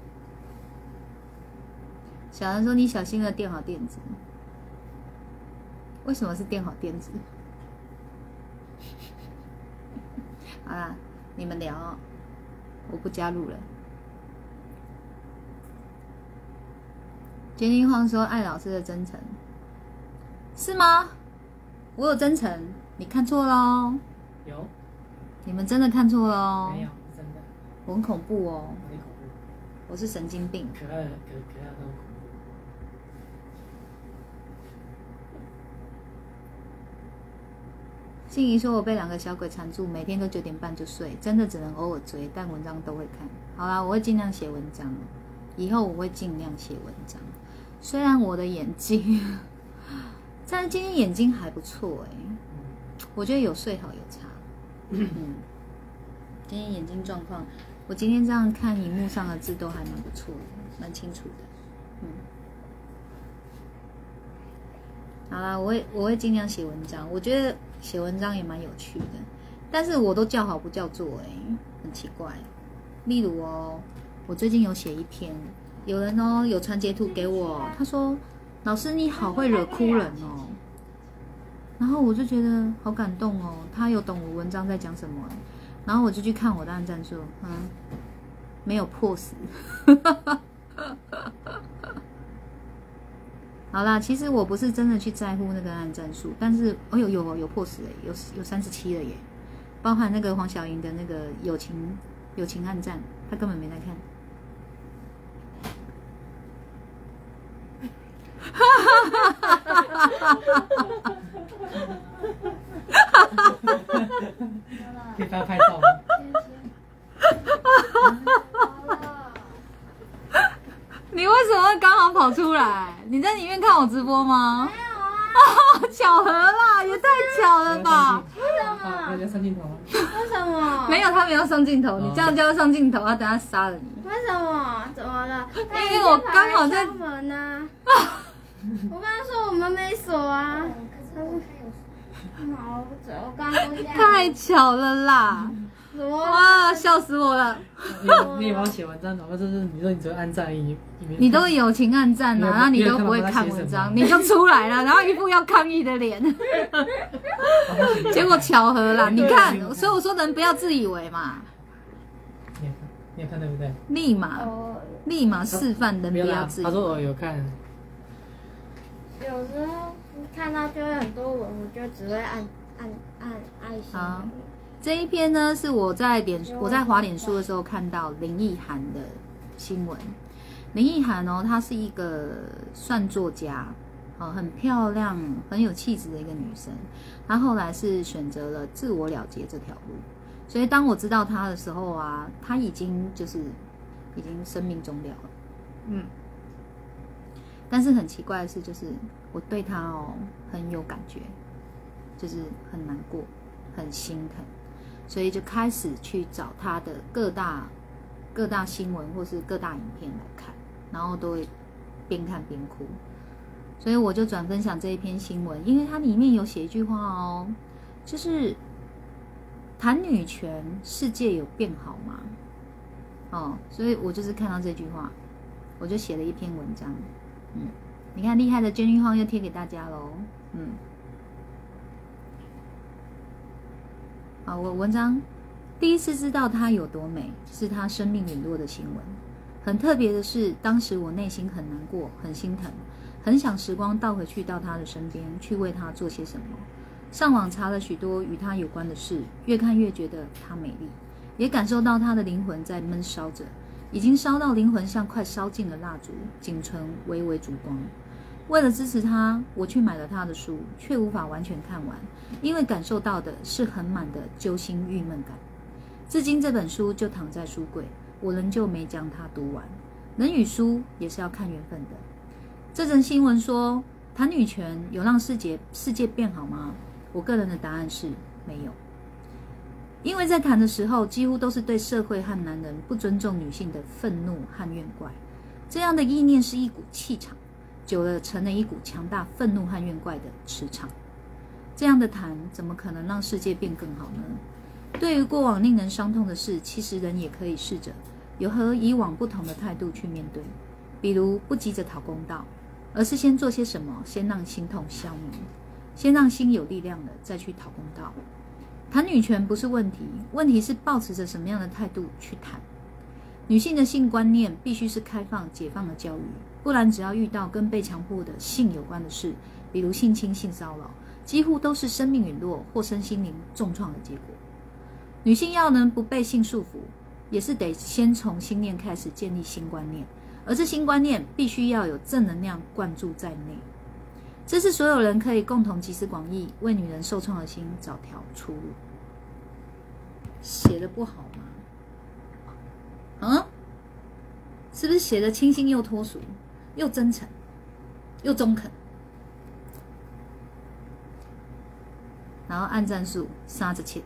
小兰说：“你小心了，垫好垫子。”为什么是垫好垫子？好啦，你们聊哦，我不加入了。杰尼晃说：“爱老师的真诚，是吗？我有真诚，你看错喽。 有， 你们真的看错喽。 没有，真的， 我很恐怖哦， 很恐怖， 我是神经病。 可爱的可爱的恐怖。 心怡说：“我被2个小鬼缠住，每天都9点半就睡，真的只能偶尔追，但文章都会看。好啦，我会尽量写文章，以后我会尽量写文章。虽然我的眼睛，但是今天眼睛还不错我觉得有睡好有差。今天眼睛状况，我今天这样看荧幕上的字都还蛮不错的，蛮清楚的。好啦，我会尽量写文章。我觉得写文章也蛮有趣的，但是我都叫好不叫座很奇怪。例如我最近有写一篇，有人有传截图给我，他说：“老师你好会惹哭人哦。”然后我就觉得好感动哦，他有懂我文章在讲什么然后我就去看我的按赞数，没有破10。好啦，其实我不是真的去在乎那个按赞数，但是有破10有37了耶，包含那个黄小莹的那个友情按赞，他根本没在看。 可以帮他拍照吗？ 你为什么刚好跑出来？你在里面看我直播吗？ 没有啊， 巧合啦，也太巧了吧！ 为什么？ 要上镜头吗？ 为什么？ 没有，他没有上镜头，你这样就要上镜头，他等下杀了你。 为什么？怎么了？ 因为我刚好在敲门呢。我刚刚说我们没锁啊。好，我刚刚都这样。 太巧了啦！ 怎么？ 哇，笑死我了！ 你有没有写文章？哪怕就是你说你只会按赞， 你都友情按赞啊，然后你都不会看文章，你就出来了，然后一副要抗议的脸。结果巧合啦，你看，所以我说人不要自以为嘛。 你有看对不对？ 立马示范人不要自以为。 他说我有看。 有时候看到就会很多文，我就只会按爱心。 好，这一篇呢是我在滑脸书的时候看到林奕含的新闻。林奕含她是一个算作家，很漂亮、很有气质的一个女生。她后来是选择了自我了结这条路，所以当我知道她的时候啊，她已经生命终了了。但是很奇怪的是，就是我对她很有感觉，就是很难过、很心疼，所以就开始去找她的各大新闻或是各大影片来看，然后都会边看边哭。所以我就转分享这一篇新闻，因为它里面有写一句话就是谈女权，世界有变好吗？所以我就是看到这句话，我就写了一篇文章。你看厉害的娟玉晃又贴给大家喽。好，我文章第一次知道她有多美，是她生命陨落的新闻。很特别的是，当时我内心很难过，很心疼，很想时光倒回去到她的身边，去为她做些什么。 上网查了许多与她有关的事，越看越觉得她美丽，也感受到她的灵魂在闷烧着，已经烧到灵魂像快烧尽了蜡烛，仅存微微烛光。为了支持她，我去买了她的书，却无法完全看完，因为感受到的是很满的揪心郁闷感。至今这本书就躺在书柜，我仍旧没将它读完。人与书也是要看缘分的。这则新闻说，谈女权有让世界变好吗？我个人的答案是没有。因为在谈的时候，几乎都是对社会和男人不尊重女性的愤怒和怨怪。这样的意念是一股气场，久了成了一股强大愤怒和怨怪的磁场。这样的谈怎么可能让世界变更好呢？对于过往令人伤痛的事，其实人也可以试着有和以往不同的态度去面对，比如不急着讨公道，而是先做些什么，先让心痛消弭，先让心有力量了，再去讨公道。谈女权不是问题，问题是抱持着什么样的态度去谈。女性的性观念必须是开放、解放的教育，不然只要遇到跟被强迫的性有关的事，比如性侵、性骚扰，几乎都是生命陨落或身心灵重创的结果。女性要能不被性束缚，也是得先从心念开始建立新观念，而这新观念必须要有正能量灌注在内。这是所有人可以共同集思广益，为女人受创的心找条出路。写得不好吗？是不是写得清新又脱俗，又真诚，又中肯？然后按赞数37，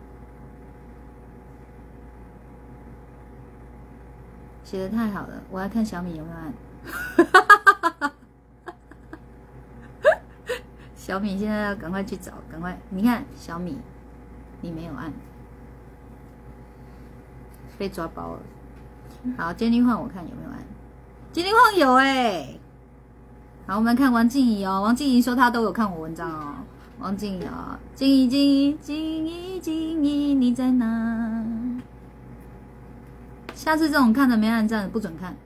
写得太好了，我要看小米有没有按。小米现在要赶快去找，赶快！你看小米，你没有按，被抓包了。好，今天换我看有没有按。今天换有好，我们看王静怡哦。王静怡说她都有看我文章哦。王静怡啊，静怡静怡静怡静怡，你在哪？下次这种看的没按赞的不准看。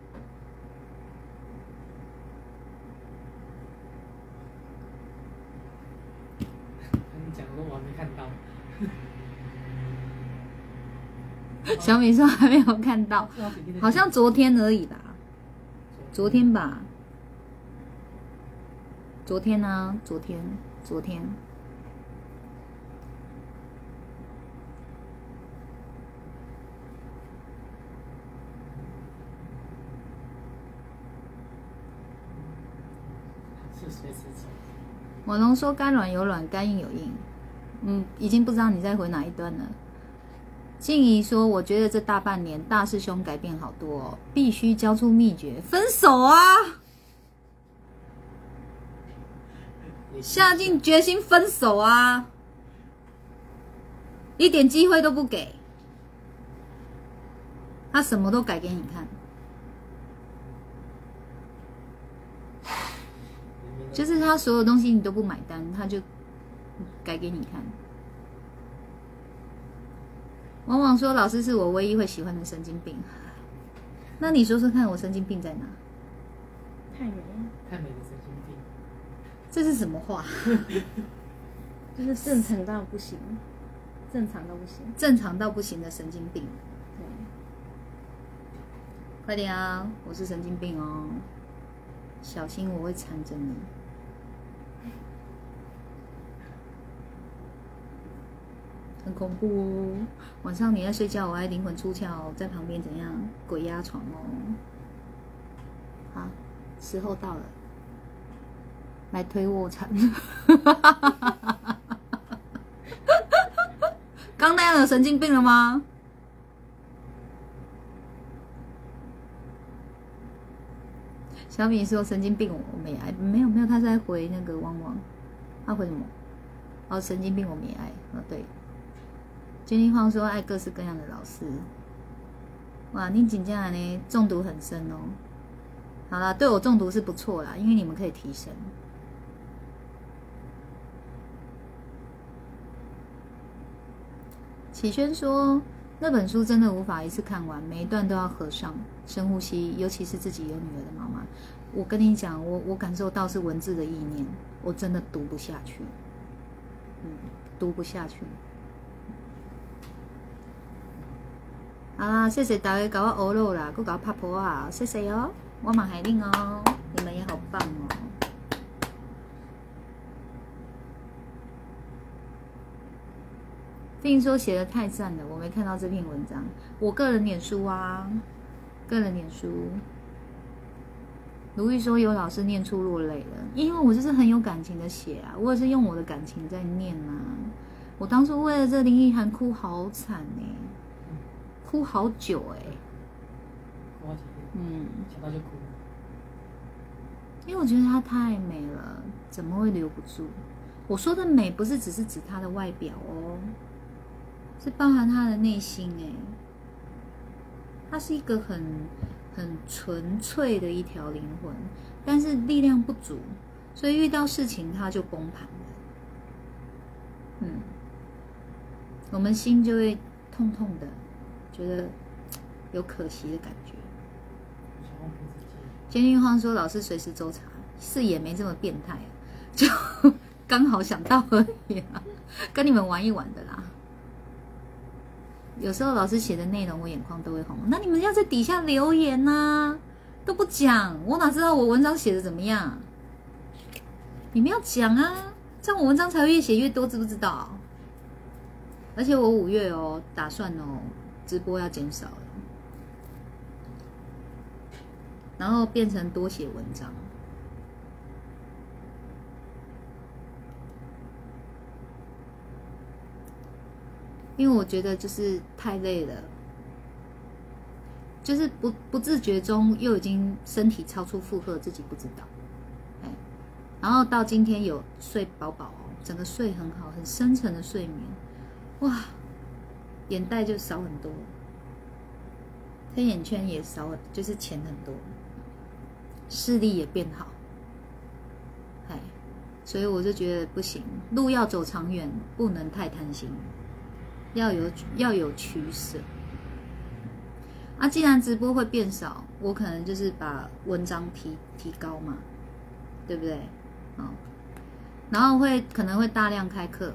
你讲过我还没看到。 小米说还没有看到，好像昨天而已啦。昨天吧。昨天啊，昨天。我能说该软有软，该硬有硬。已经不知道你在回哪一段了。静怡说：“我觉得这大半年大师兄改变好多哦，必须交出秘诀，分手啊！下定决心分手啊！一点机会都不给，他什么都改给你看，就是他所有东西你都不买单，他就改给你看。”往往说老师是我唯一会喜欢的神经病，那你说说看，我神经病在哪？ 太美， 太美的神经病， 这是什么话？ 就是正常到不行，正常到不行， 正常到不行的神经病。 对， 快点啊！我是神经病哦，小心我会缠着你。很恐怖哦！晚上你在睡觉，我还灵魂出窍，在旁边怎样鬼压床哦？好，时候到了，来推卧蚕。刚那样有神经病了吗？小米说神经病，我没爱，没有，他在回那个汪汪，他回什么？哦，神经病我没爱，对。金立晃说爱各式各样的老师，哇，你真正呢中毒很深哦。好啦，对我中毒是不错啦，因为你们可以提升。启轩说那本书真的无法一次看完，每一段都要合上，深呼吸，尤其是自己有女儿的妈妈。我跟你讲，我感受到是文字的意念，我真的读不下去。 读不下去。好啦，谢谢大家给我欧肉啦，给我拍婆啊，谢谢哦，我马海令哦，你们也好棒哦。听说写的太赞了，我没看到这篇文章。我个人脸书啊，个人脸书。如玉说有老师念出落泪了，因为我就是很有感情的写啊，我也是用我的感情在念啊。我当初为了这林奕涵哭好惨哭好久想到就哭。 因为我觉得她太美了，怎么会留不住？我说的美不是只是指她的外表哦，是包含她的内心她是一个很纯粹的一条灵魂，但是力量不足，所以遇到事情她就崩盘了。我们心就会痛痛的，觉得有可惜的感觉。监狱荒说老师随时搜查，是也没这么变态就刚好想到而已跟你们玩一玩的啦。有时候老师写的内容我眼眶都会红，那你们要在底下留言啊，都不讲，我哪知道我文章写的怎么样？你们要讲啊，这样我文章才会越写越多，知不知道？而且我5月打算直播要减少了，然后变成多写文章。因为我觉得就是太累了，就是不自觉中又已经身体超出负荷，自己不知道。然后到今天有睡饱饱整个睡很好，很深沉的睡眠，哇，眼袋就少很多，黑眼圈也少，就是浅很多，视力也变好。所以我就觉得不行，路要走长远，不能太贪心。要有取舍既然直播会变少，我可能就是把文章提高嘛，对不对？然后可能会大量开课，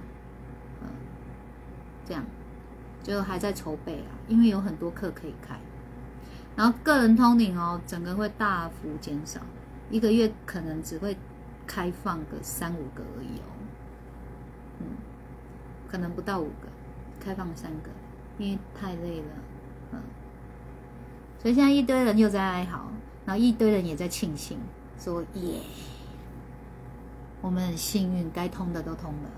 这样就还在筹备因为有很多课可以开。然后个人通灵整个会大幅减少，一个月可能只会开放个3-5个而已可能不到5个。开放3个，因为太累了，所以现在一堆人又在哀嚎，然后一堆人也在庆幸，说耶，我们很幸运，该通的都通了。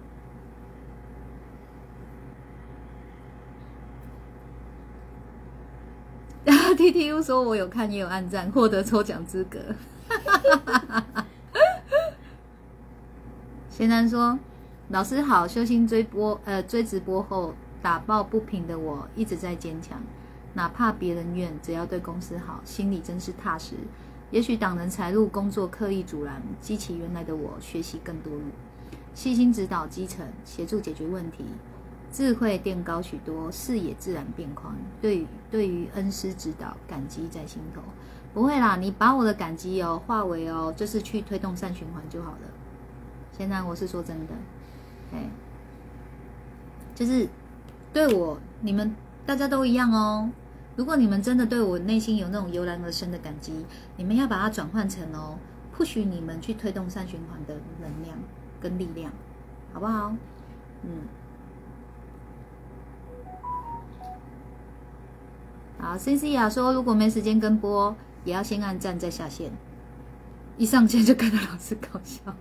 然后 TTU 说我有看也有按赞，获得抽奖资格。贤男说。老师好，修心追直播后打抱不平的我一直在坚强，哪怕别人怨，只要对公司好，心里真是踏实。也许挡人财路工作刻意阻拦，激起原来的我学习更多路，细心指导基层，协助解决问题，智慧垫高许多，视野自然变宽。对于恩师指导，感激在心头。不会啦，你把我的感激化为就是去推动善循环就好了。现在我是说真的。就是对我，你们大家都一样如果你们真的对我内心有那种油然而生的感激，你们要把它转换成push你们去推动善循环的能量跟力量，好不好？好 ，CC 啊说，如果没时间跟播，也要先按赞再下线，一上线就看到老师搞笑。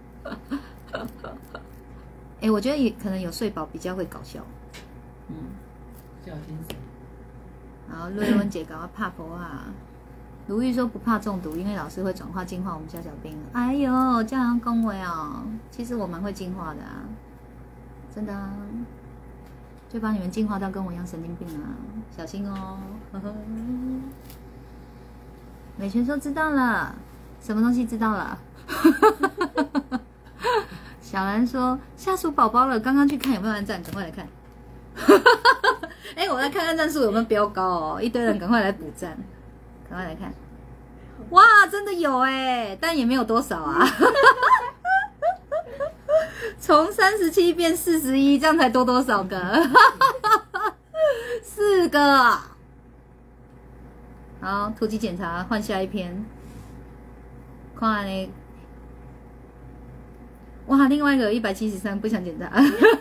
我觉得也可能有睡饱比较会搞笑。 较精神。 然后瑞文姐赶快怕婆如玉说不怕中毒，因为老师会转化净化我们小小兵。哎呦，这样恭维其实我蛮会净化的真的就把你们净化到跟我一样神经病小心美璇说知道了，什么东西知道了？小兰说下属宝宝了，刚刚去看有没有按赞，赶快来看。我来看按赞数有没有飙高一堆人赶快来补赞，赶快来看。哇，真的有但也没有多少从37变41，这样才多少个？4个。好，突击检查，换下一篇。看呢，哇，另外一个有173，不想检查。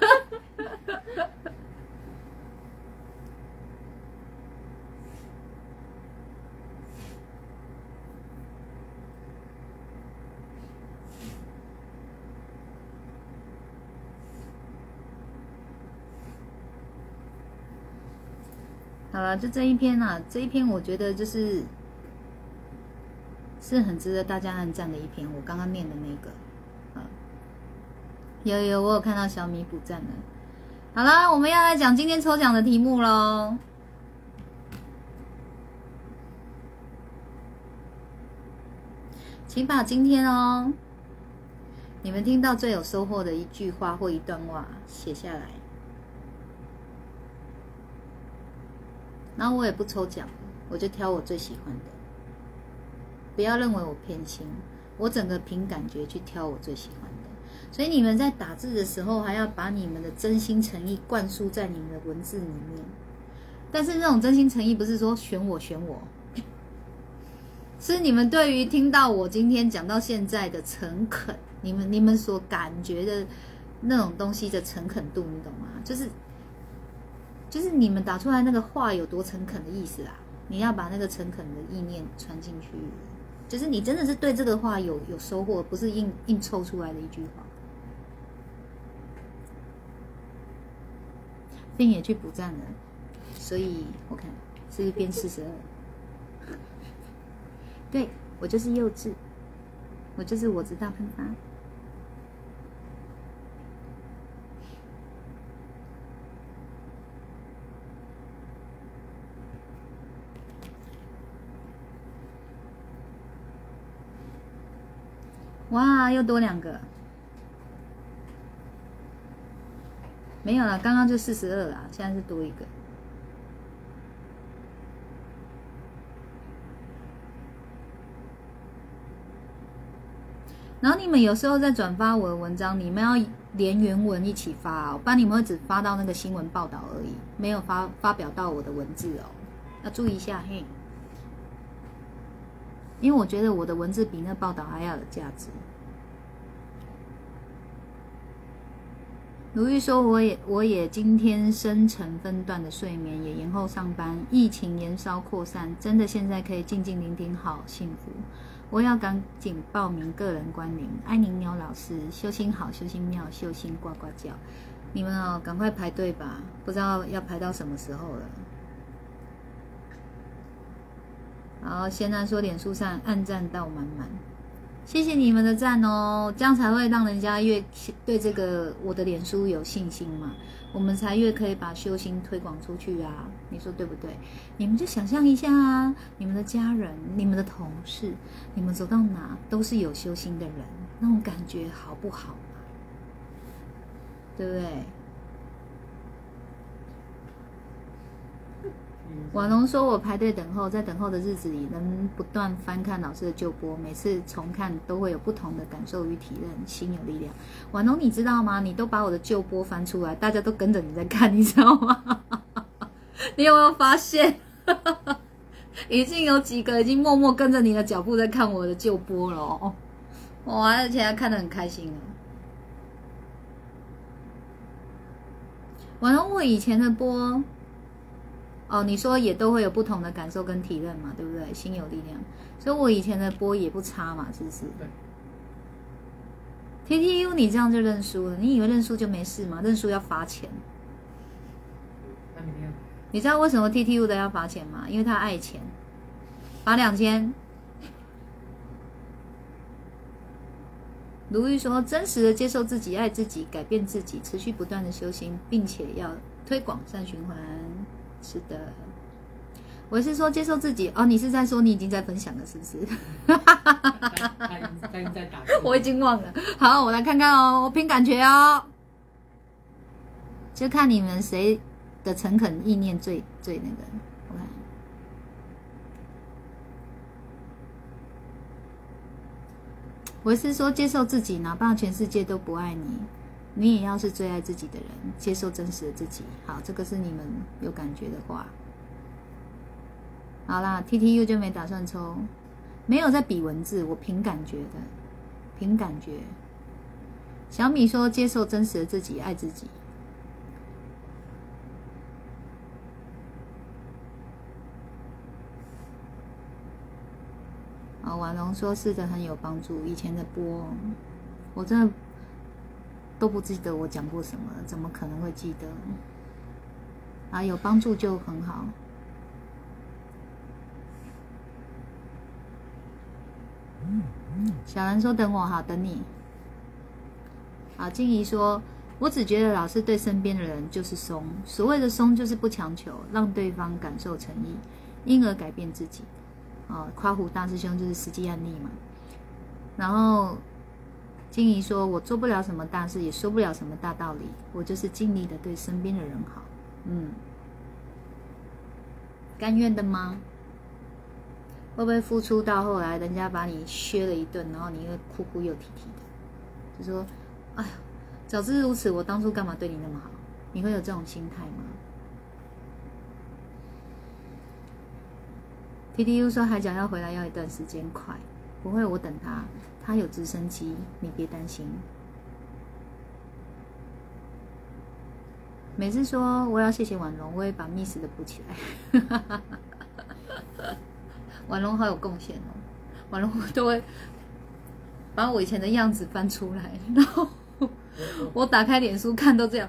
好了，就这一篇啊，这一篇我觉得是很值得大家按赞的一篇。我刚刚念的那个，有，我有看到小米补赞了。好了，我们要来讲今天抽奖的题目咯。请把今天你们听到最有收获的一句话或一段话写下来。然后我也不抽奖，我就挑我最喜欢的。不要认为我偏心，我整个凭感觉去挑我最喜欢的。所以你们在打字的时候，还要把你们的真心诚意灌输在你们的文字里面。但是那种真心诚意不是说选我，是你们对于听到我今天讲到现在的诚恳，你们所感觉的那种东西的诚恳度，你懂吗？就是你们打出来那个话有多诚恳的意思啊！你要把那个诚恳的意念传进去，就是你真的是对这个话有收获，不是硬抽出来的一句话。并也去补赞了，所以我看是变42。对，我就是幼稚，我就是我知道喷发。哇，又多2个，没有了，刚刚就42啦，现在是多1个。然后你们有时候在转发我的文章，你们要连原文一起发不然你们会只发到那个新闻报道而已，没有发表到我的文字要注意一下嘿。因为我觉得我的文字比那报道还要有价值。如玉说我也今天深层分段的睡眠，也延后上班，疫情延烧扩散，真的现在可以静静聆听，好幸福。我要赶紧报名个人关联，爱宁鸟老师，修心好，修心妙，修心呱呱叫。你们赶快排队吧，不知道要排到什么时候了。好，贤男说脸书上按赞到满满，谢谢你们的赞哦，这样才会让人家越对这个我的脸书有信心嘛，我们才越可以把修心推广出去啊，你说对不对？你们就想象一下啊，你们的家人、你们的同事，你们走到哪都是有修心的人，那种感觉好不好嘛？对不对？婉龙说：“我排队等候，在等候的日子里，能不断翻看老师的旧播，每次重看都会有不同的感受与体认，心有力量。”婉龙，你知道吗？你都把我的旧播翻出来，大家都跟着你在看，你知道吗？你有没有发现？已经有几个已经默默跟着你的脚步在看我的旧播了哦，哇，而且还看得很开心了。婉龙，我以前的播。你说也都会有不同的感受跟体认嘛，对不对？心有力量，所以我以前的播也不差嘛，是不是？对。TTU 你这样就认输了，你以为认输就没事吗？认输要罚钱。你知道为什么 TTU 的要罚钱吗？因为他爱钱，罚2000。卢玉说：“真实的接受自己，爱自己，改变自己，持续不断的修行，并且要推广善循环。”是的，我是说接受自己哦。你是在说你已经在分享了，是不是？ 在打我已经忘了。好，我来看看哦，我凭感觉哦，就看你们谁的诚恳意念最那个。我看，我是说接受自己，哪怕全世界都不爱你， 你也要是最爱自己的人，接受真实的自己。好，这个是你们有感觉的话。好啦 ，TTU 就没打算抽，没有在比文字，我凭感觉的，凭感觉。小米说接受真实的自己，爱自己。婉容说是的，很有帮助。以前的播，我真的都不记得我讲过什么，怎么可能会记得？啊，有帮助就很好。小兰说等我，好，等你。好，静怡说，我只觉得老是对身边的人就是松，所谓的松就是不强求，让对方感受诚意，因而改变自己。夸胡大师兄就是实际案例嘛。然后静怡说，我做不了什么大事，也说不了什么大道理，我就是尽力的对身边的人好。甘愿的吗？会不会付出到后来人家把你削了一顿，然后你又哭哭又啼啼的，就说哎呀，早知如此，我当初干嘛对你那么好？你会有这种心态吗？TTU 说海角要回来要一段时间，快，不会，我等他，他有直升机，你别担心。每次说我要谢谢婉容，我也把 miss 的补起来。婉容好有贡献哦，婉容都会把我以前的样子翻出来，然后我打开脸书看都这样，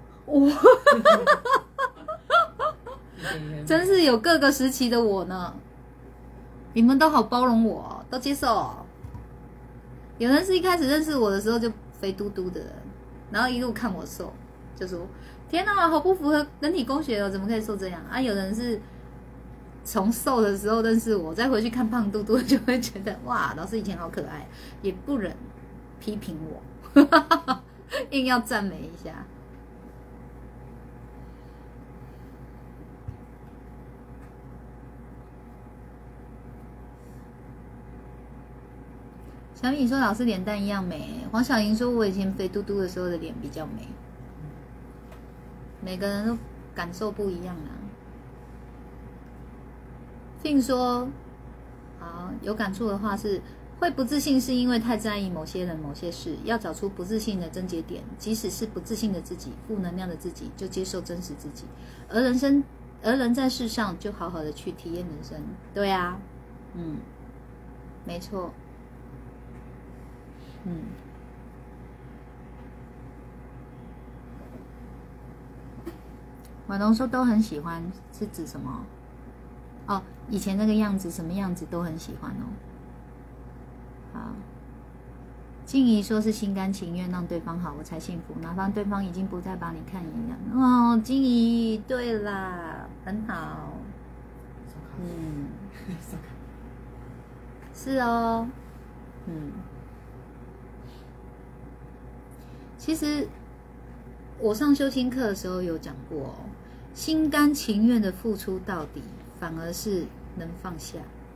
真是有各个时期的我呢。你们都好包容我哦，都接受哦。有人是一开始认识我的时候就肥嘟嘟的人，然后一路看我瘦，就说天哪，好不符合人体工学哦，怎么可以瘦这样啊？有人是从瘦的时候认识我，再回去看胖嘟嘟，就会觉得哇，老师以前好可爱，也不忍批评我，硬要赞美一下。小米说老师脸蛋一样美，黄小莹说我以前肥嘟嘟的时候的脸比较美，每个人都感受不一样啊。Fin 说好，有感触的话是会不自信是因为太在意某些人某些事，要找出不自信的症结点，即使是不自信的自己，负能量的自己，就接受真实自己，而人在世上就好好的去体验人生。对啊，没错。婉容说都很喜欢，是指什么？哦，以前那个样子，什么样子都很喜欢哦。好，静怡说是心甘情愿让对方好，我才幸福，哪怕对方已经不再把你看一样。哦，静怡，对啦，很好。是哦，其实我上修心课的时候有讲过哦，心甘情愿的付出到底，反而是能放下。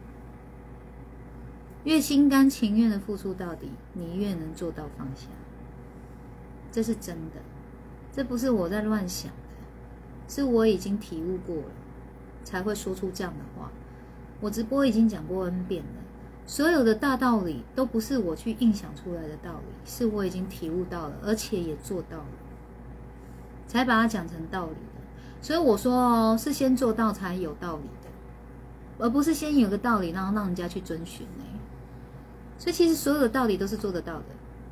越心甘情愿的付出到底，你越能做到放下。这是真的，这不是我在乱想的，是我已经体悟过了，才会说出这样的话。我直播已经讲过 N 遍了，所有的大道理都不是我去硬想出来的道理，是我已经体悟到了，而且也做到了，才把它讲成道理的。所以我说哦，是先做到才有道理的，而不是先有个道理然后让人家去遵循呢。所以其实所有的道理都是做得到的，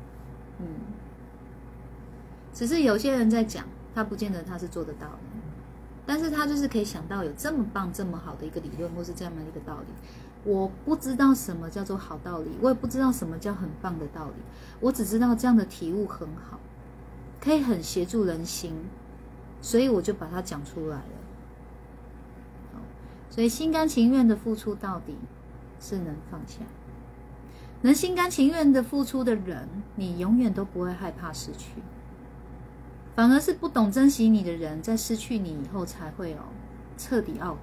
只是有些人在讲，他不见得他是做得到的，但是他就是可以想到有这么棒这么好的一个理论或是这样的一个道理。我不知道什么叫做好道理，我也不知道什么叫很棒的道理，我只知道这样的体悟很好，可以很协助人心，所以我就把它讲出来了。所以心甘情愿的付出到底是能放下，能心甘情愿的付出的人，你永远都不会害怕失去，反而是不懂珍惜你的人，在失去你以后才会彻底懊悔。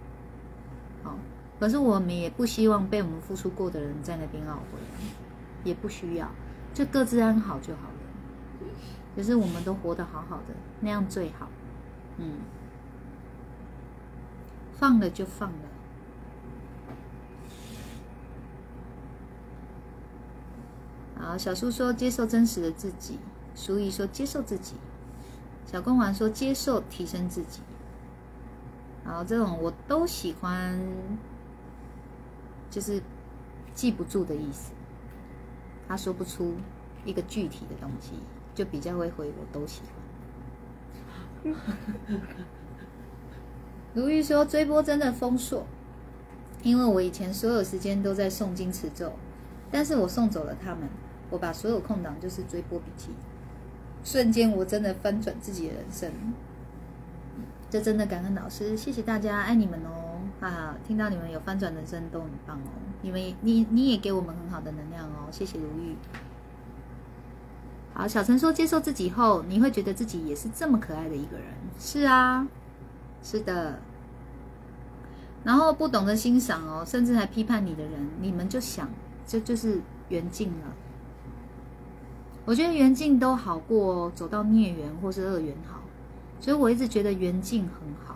可是我们也不希望被我们付出过的人在那边懊悔，也不需要，就各自安好就好了。 就是我们都活得好好的，那样最好。放了就放了。好，小叔说接受真实的自己，淑仪说接受自己，小公丸说接受提升自己。好，这种我都喜欢，就是记不住的意思，他说不出一个具体的东西，就比较会回我都喜欢。如玉说追波真的丰硕，因为我以前所有时间都在诵经持咒，但是我送走了他们，我把所有空档就是追波笔记，瞬间我真的翻转自己的人生。这真的感恩老师，谢谢大家，爱你们哦！啊，听到你们有翻转人生都很棒哦，你也给我们很好的能量哦，谢谢如玉。好，小陈说接受自己后，你会觉得自己也是这么可爱的一个人。是啊，是的。然后不懂得欣赏哦，甚至还批判你的人，你们就想，就是缘尽了。我觉得缘尽都好过走到孽缘或是恶缘好，所以我一直觉得缘尽很好。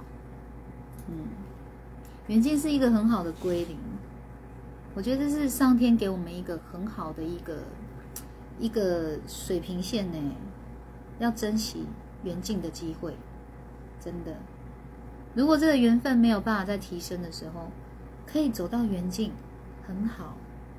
缘尽是一个很好的归零，我觉得这是上天给我们一个很好的一个水平线呢，要珍惜缘尽的机会，真的。如果这个缘分没有办法再提升的时候，可以走到缘尽，很好。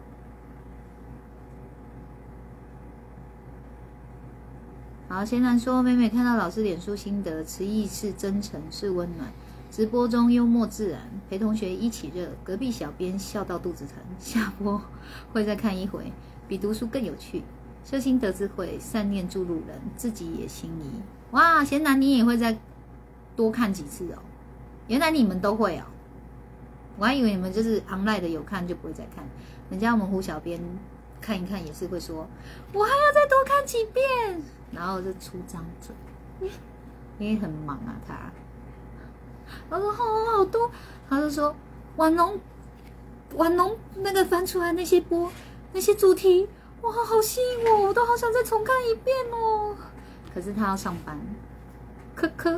好，贤男说，每每看到老师脸书心得，词意是真诚，是温暖。直播中幽默自然，陪同学一起热，隔壁小编笑到肚子疼。下播会再看一回，比读书更有趣。修心得智慧，善念助路人，自己也心仪。哇，贤男你也会再多看几次哦？原来你们都会哦，我还以为你们就是 online 的有看就不会再看。人家我们胡小编看一看也是会说，我还要再多看几遍，然后就出张嘴，因为很忙啊他。我说好多，他就说婉农那个翻出来那些波那些主题，哇，好吸引我，我都好想再重看一遍哦。可是他要上班，科科。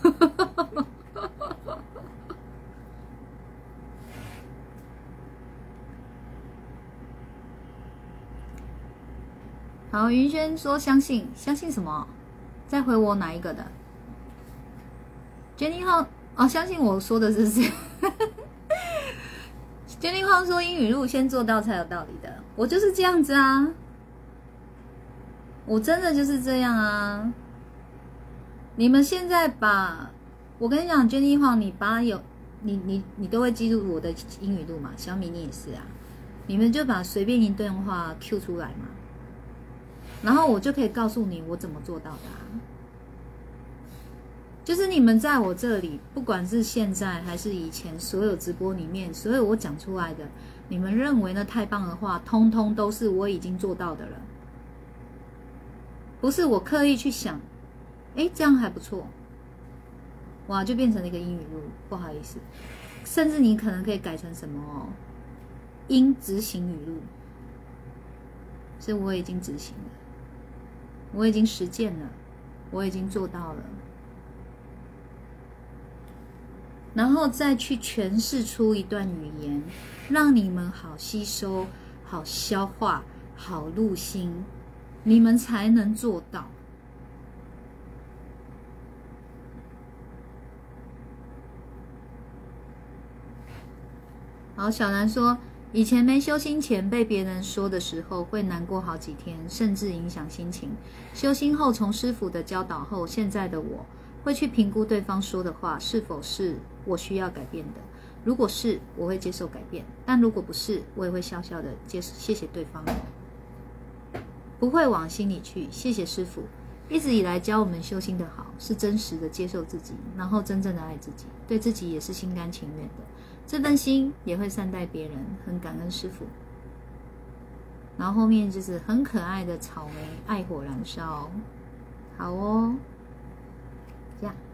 好，云轩说相信什么？再回我哪一个的 ？Jenny 号哦，相信我说的是谁？Jenny 号说英语录先做到才有道理的，我就是这样子啊，我真的就是这样啊。你们现在我跟你讲 ，Jenny 号，你都会记录我的英语录嘛？小米你也是啊，你们就把随便一段话 Q 出来嘛。然后我就可以告诉你我怎么做到的就是你们在我这里，不管是现在还是以前，所有直播里面，所有我讲出来的，你们认为那太棒的话，通通都是我已经做到的了，不是我刻意去想，这样还不错，哇，就变成了一个英语录，不好意思，甚至你可能可以改成什么应执行语录，是我已经执行了。我已经实践了，我已经做到了，然后再去诠释出一段语言，让你们好吸收、好消化、好入心，你们才能做到。好，小南说，以前没修心前被别人说的时候会难过好几天，甚至影响心情。修心后，从师父的教导后，现在的我会去评估对方说的话是否是我需要改变的。如果是，我会接受改变；但如果不是，我也会笑笑的谢谢对方，不会往心里去。谢谢师父一直以来教我们修心的好，是真实的接受自己，然后真正的爱自己，对自己也是心甘情愿的。这份心也会善待别人，很感恩师父。然后后面就是很可爱的草莓爱火燃烧，好哦，这样，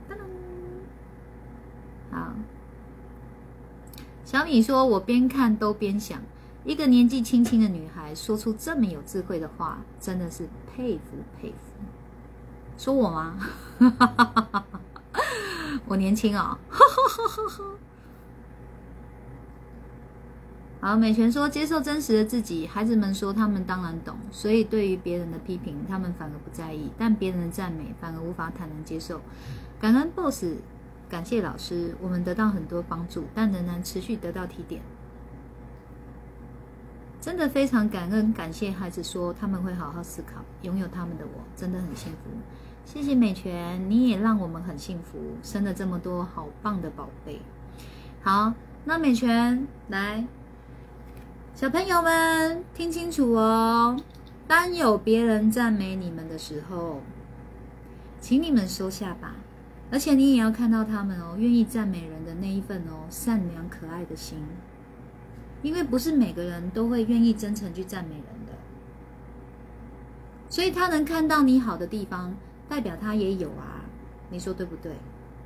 好。小米说：“我边看都边想，一个年纪轻轻的女孩说出这么有智慧的话，真的是佩服佩服。” 说我吗？我年轻哦。好，美泉说接受真实的自己。孩子们说他们当然懂，所以对于别人的批评，他们反而不在意，但别人的赞美反而无法坦然接受。感恩 BOSS， 感谢老师，我们得到很多帮助，但仍然持续得到提点。真的非常感恩感谢孩子说他们会好好思考，拥有他们的我真的很幸福。谢谢美泉，你也让我们很幸福，生了这么多好棒的宝贝。好，那美泉来，小朋友们听清楚哦，当有别人赞美你们的时候，请你们收下吧，而且你也要看到他们哦，愿意赞美人的那一份哦善良可爱的心，因为不是每个人都会愿意真诚去赞美人的，所以他能看到你好的地方，代表他也有啊，你说对不对？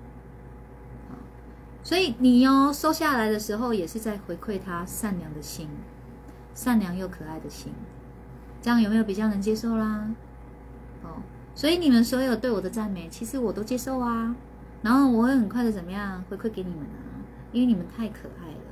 所以你哦收下来的时候，也是在回馈他善良的心，善良又可爱的心，这样有没有比较能接受啦？哦，所以你们所有对我的赞美，其实我都接受啊，然后我会很快的怎么样回馈给你们啊，因为你们太可爱了，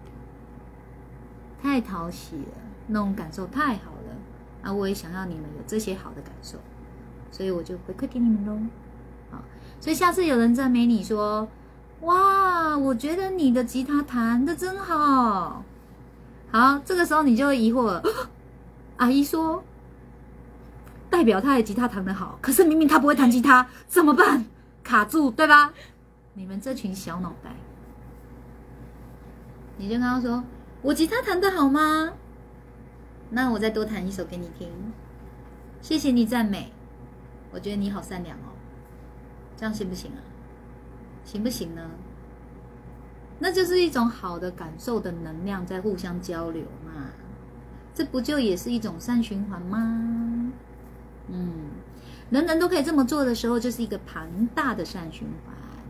太讨喜了，那种感受太好了啊！我也想要你们有这些好的感受，所以我就回馈给你们咯。好，所以下次有人赞美你说，哇，我觉得你的吉他弹得真好。好，这个时候你就会疑惑了，阿姨说，代表他的吉他弹得好，可是明明他不会弹吉他，怎么办？卡住，对吧？你们这群小脑袋，你就跟他说，我吉他弹得好吗？那我再多弹一首给你听。谢谢你赞美，我觉得你好善良哦，这样行不行啊？行不行呢？那就是一种好的感受的能量在互相交流嘛，这不就也是一种善循环吗？人人都可以这么做的时候，就是一个庞大的善循环。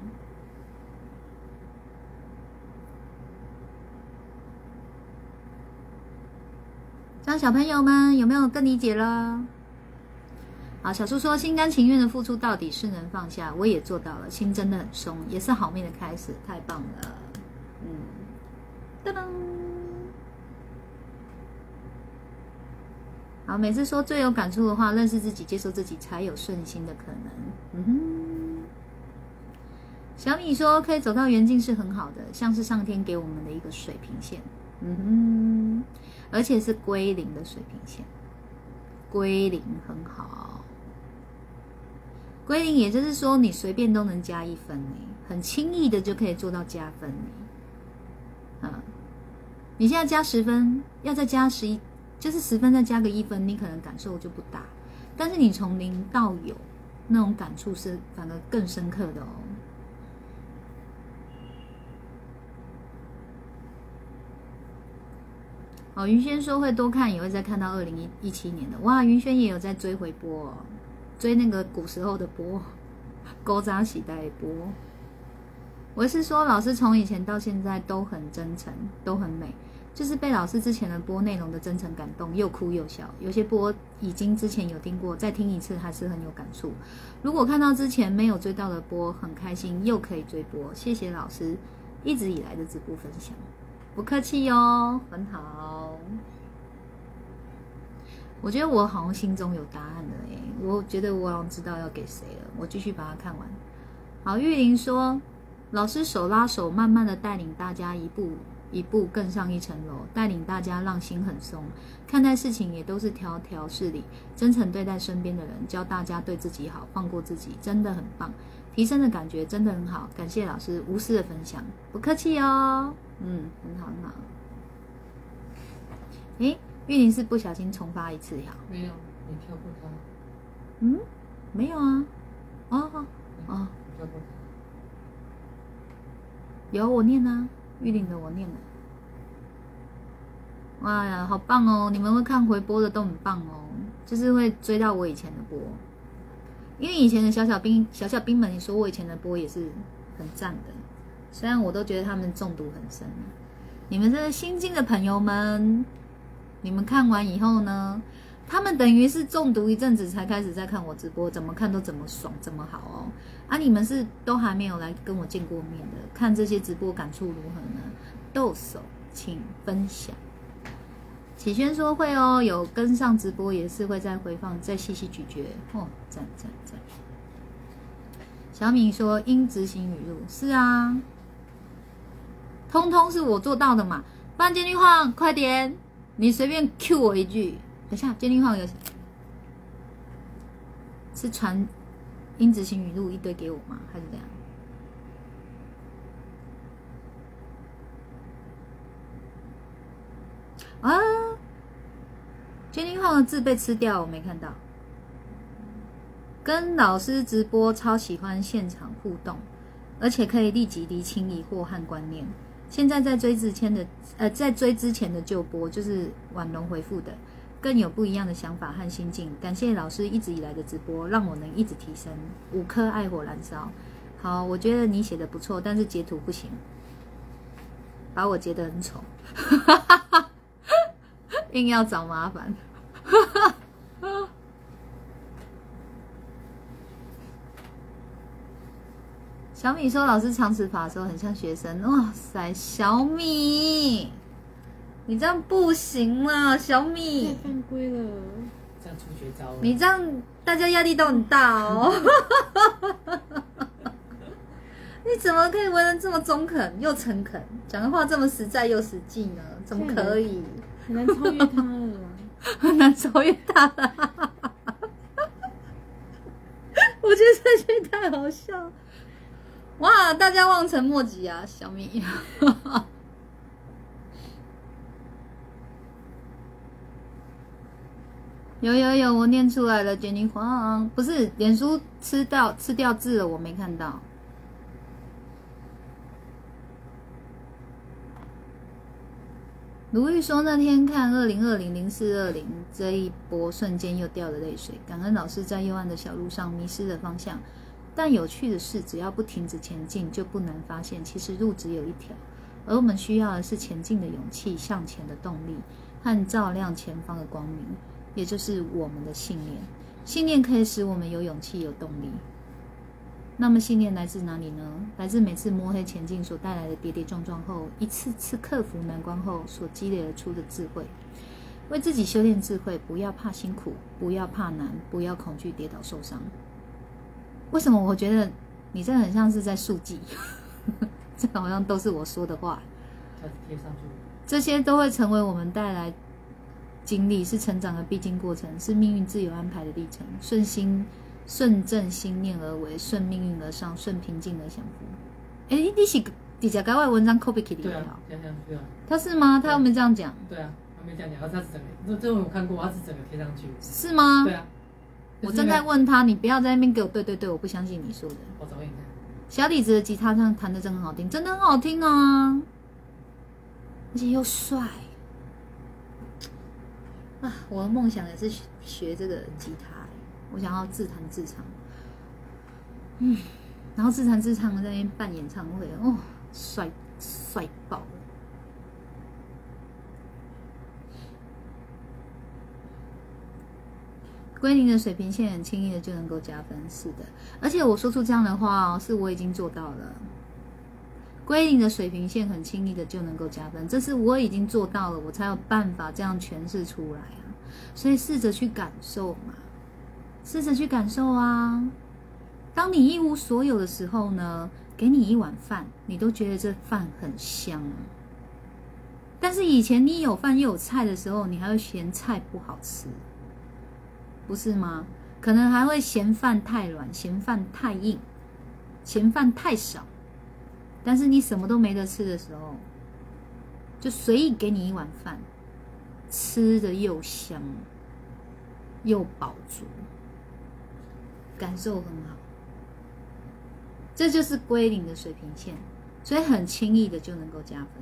这样小朋友们有没有更理解了？好，小树说心甘情愿的付出到底是能放下，我也做到了，心真的很松，也是好命的开始，太棒了。噔噔。好，每次说最有感触的话，认识自己，接受自己，才有顺心的可能。小米说可以走到圆境是很好的，像是上天给我们的一个水平线。而且是归零的水平线，归零很好。归零也就是说，你随便都能加1分很轻易的就可以做到加分你现在加10分，要再加11，就是10分再加个1分，你可能感受就不大。但是你从0到有，那种感触是反而更深刻的哦。云轩说会多看，也会再看到2017年的。哇，云轩也有在追回播追那个古时候的播，勾扎时代的播。我是说，老师从以前到现在都很真诚，都很美，就是被老师之前的播内容的真诚感动，又哭又笑。有些播已经之前有听过，再听一次还是很有感触。如果看到之前没有追到的播，很开心又可以追播。谢谢老师一直以来的直播分享。不客气哟，很好。我觉得我好像心中有答案了我觉得我好像知道要给谁了。我继续把它看完。好，玉玲说，老师手拉手，慢慢的带领大家一步一步更上一层楼，带领大家让心很松，看待事情也都是条条是理，真诚对待身边的人，教大家对自己好，放过自己，真的很棒，提升的感觉真的很好。感谢老师无私的分享，不客气哦。很好很好。玉玲是不小心重发一次呀？ 没有，你跳过它。没有啊。跳过它。有我念啊，玉玲的我念了。哇呀，好棒哦！你们会看回播的都很棒哦，就是会追到我以前的播。因为以前的小小兵们，你说我以前的播也是很赞的。虽然我都觉得他们中毒很深，你们这些新进的朋友们，你们看完以后呢， 他们等于是中毒一阵子才开始在看我直播，怎么看都怎么爽，怎么好哦。啊，你们是都还没有来跟我见过面的，看这些直播感触如何呢？动手请分享。启轩说会哦，有跟上直播也是会再回放，再细细咀嚼哦，赞赞赞。小米说应执行语录，是啊，通通是我做到的嘛。不然监狱晃，快点，你随便 Q 我一句。等一下，监狱晃是传应执行语录一堆给我吗？还是怎样？啊，监狱晃的字被吃掉，我没看到。跟老师直播超喜欢现场互动，而且可以立即厘清疑惑和观念。现在在追之前的旧播，就是婉容回复的，更有不一样的想法和心境。感谢老师一直以来的直播，让我能一直提升5颗爱火燃烧。好，我觉得你写的不错，但是截图不行，把我截得很丑，硬要找麻烦。小米说：“老师长持法的时候很像学生。”哇塞，小米，你这样不行啦，小米， 太犯规了， 这样出绝招了。 你这样大家压力都很大哦。你怎么可以为人这么中肯又诚恳，讲的话这么实在又实际呢？怎么可以？ 很难超越他了啦。 很难超越他了。我觉得这句太好笑了。哇，大家望尘莫及啊，小米。有，我念出来了，杰尼黄不是脸书吃掉字了，我没看到。卢玉说那天看20200420这一波，瞬间又掉了泪水，感恩老师在幽暗的小路上迷失了方向。但有趣的是，只要不停止前进，就不难发现其实路只有一条，而我们需要的是前进的勇气、向前的动力和照亮前方的光明，也就是我们的信念。信念可以使我们有勇气、有动力。那么信念来自哪里呢？来自每次摸黑前进所带来的跌跌撞撞后，一次次克服难关后所积累而出的智慧。为自己修炼智慧，不要怕辛苦，不要怕难，不要恐惧跌倒受伤。为什么我觉得你这很像是在速记？这好像都是我说的话。 贴上去， 这些都会成为我们带来经历，是成长的必经过程，是命运自有安排的历程。顺正心念而为，顺命运而上，顺平静而享福。哎，你是底下该外文章 copy 对啊，贴上去啊。 他是吗？他有没有这样讲？ 对啊，他没这样讲，他是整个，这我有看过，他是整个贴上去。 是吗？ 对啊。 我正在问他，你不要在那边给我对，我不相信你说的。 我找给你看。 小李子的吉他上弹的真很好听，真的很好听啊，而且又帅啊！我的梦想也是学这个吉他，我想要自弹自唱，然后自弹自唱在那边办演唱会，哦，帅爆了！归零的水平线很轻易的就能够加分，是的，而且我说出这样的话哦，是我已经做到了。归零的水平线很轻易的就能够加分，这是我已经做到了，我才有办法这样诠释出来啊。所以试着去感受嘛，试着去感受啊。当你一无所有的时候呢，给你一碗饭，你都觉得这饭很香啊。但是以前你有饭又有菜的时候，你还会嫌菜不好吃。不是吗？可能还会嫌饭太软，嫌饭太硬，嫌饭太少。但是你什么都没得吃的时候，就随意给你一碗饭，吃的又香又饱足，感受很好。这就是归零的水平线，所以很轻易的就能够加分。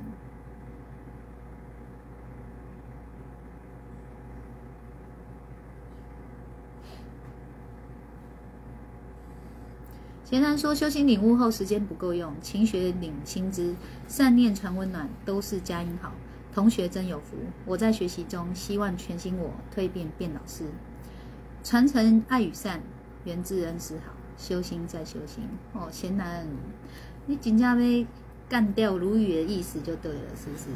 贤男说，修行领悟后时间不够用，勤学领薪资，善念传温暖，都是佳音好。 同学真有福，我在学习中，希望全新我蜕变变老师，传承爱与善，源自恩师好，修心再修心。哦，贤男，你真正要干掉如语的意思就对了，是不是？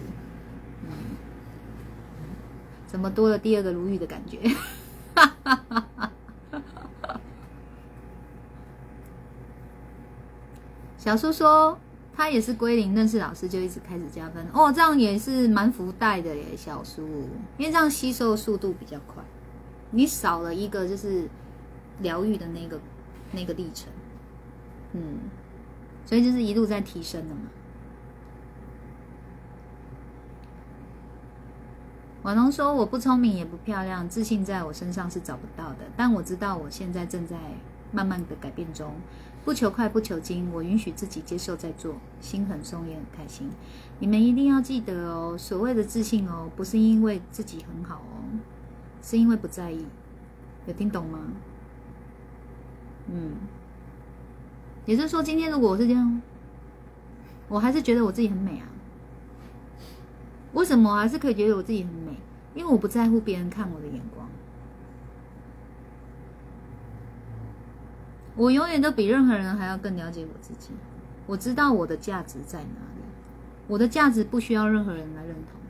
怎么多了第二个如语的感觉？小叔说他也是归零认识老师就一直开始加分哦，这样也是蛮福袋的耶，小叔，因为这样吸收的速度比较快，你少了一个就是疗愈的那个历程，所以就是一路在提升的嘛。婉龙说我不聪明也不漂亮，自信在我身上是找不到的，但我知道我现在正在慢慢的改变中，不求快不求精，我允许自己接受在做，心很松也很开心。你们一定要记得哦，所谓的自信哦，不是因为自己很好哦，是因为不在意，有听懂吗？也就是说今天如果我是这样，我还是觉得我自己很美啊。为什么我还是可以觉得我自己很美？因为我不在乎别人看我的眼光，我永远都比任何人还要更了解我自己。我知道我的价值在哪里，我的价值不需要任何人来认同。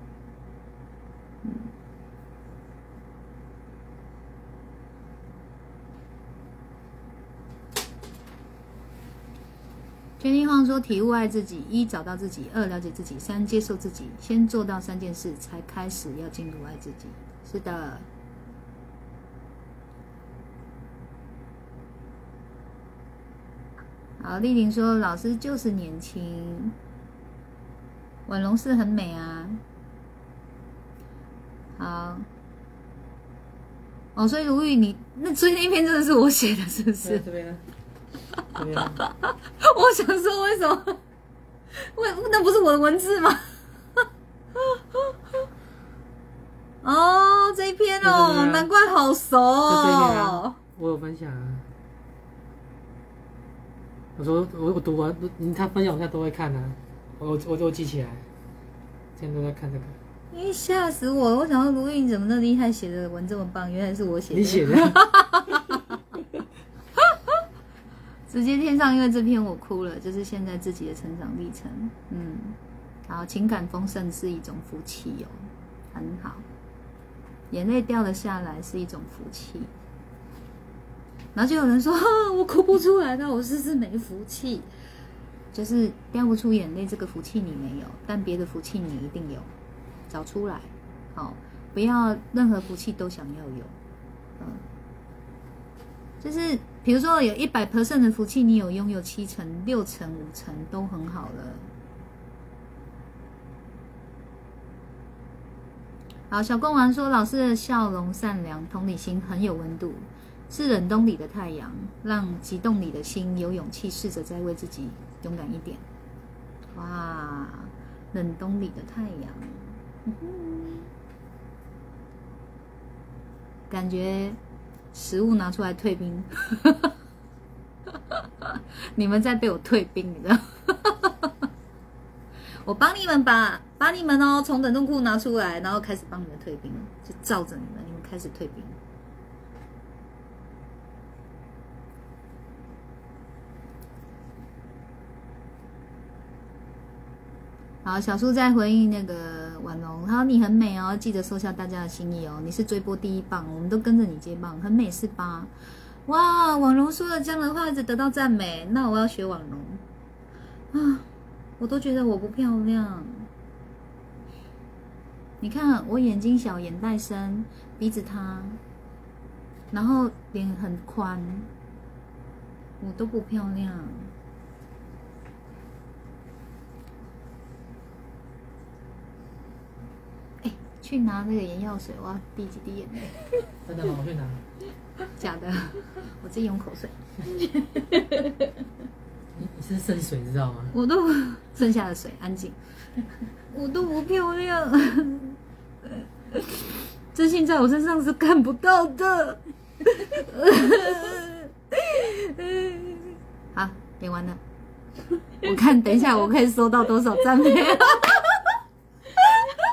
全天晃说：体悟爱自己，一找到自己，二了解自己，三接受自己。先做到3件事，才开始要进入爱自己。是的。好，丽玲说：老师就是年轻。婉容是很美啊。好。哦，所以如玉你所以那篇真的是我写的，是不是？ 这边呢？ 我想说，为什么？那不是我的文字吗？哦，这一篇哦，难怪好熟哦。 我有分享啊。我说我读完，他分享我现在都会看啊，我都记起来，现在都在看这个。 因为吓死我！我想到卢韵怎么那么厉害，写的文这么棒，原来是我写的。 你写的。 直接贴上，因为这篇我哭了，就是现在自己的成长历程。好，情感丰盛是一种福气哦，很好，眼泪掉了下来是一种福气。然后就有人说，我哭不出来的，我是不是没福气？就是掉不出眼泪，这个福气你没有，但别的福气你一定有，找出来。好，不要任何福气都想要有。就是比如说有100% 的福气，你有拥有7成、6成、5成都很好了。好，小贡丸说老师的笑容善良，同理心很有温度，是冷冬里的太阳，让激动里的心有勇气试着再为自己勇敢一点。哇，冷冬里的太阳，感觉食物拿出来退冰，你们在被我退冰，你知道？我帮你们把你们从冷冻库拿出来，然后开始帮你们退冰，就照着你们开始退冰。好，小叔在回应那个婉容，他说你很美哦，记得收下大家的心意哦，你是追播第一棒，我们都跟着你接棒，很美是吧？哇，婉容说的这样的话一直得到赞美，那我要学婉容啊！我都觉得我不漂亮，你看我眼睛小，眼袋深，鼻子塌，然后脸很宽，我都不漂亮。去拿那个眼药水，我要滴几滴眼泪。 真的吗？我去拿。 假的，我自己用口水。 你是剩水知道吗？ 我都剩下的水，安静。我都不漂亮，自信在我身上是看不到的。好，演完了。我看等一下我可以收到多少赞美。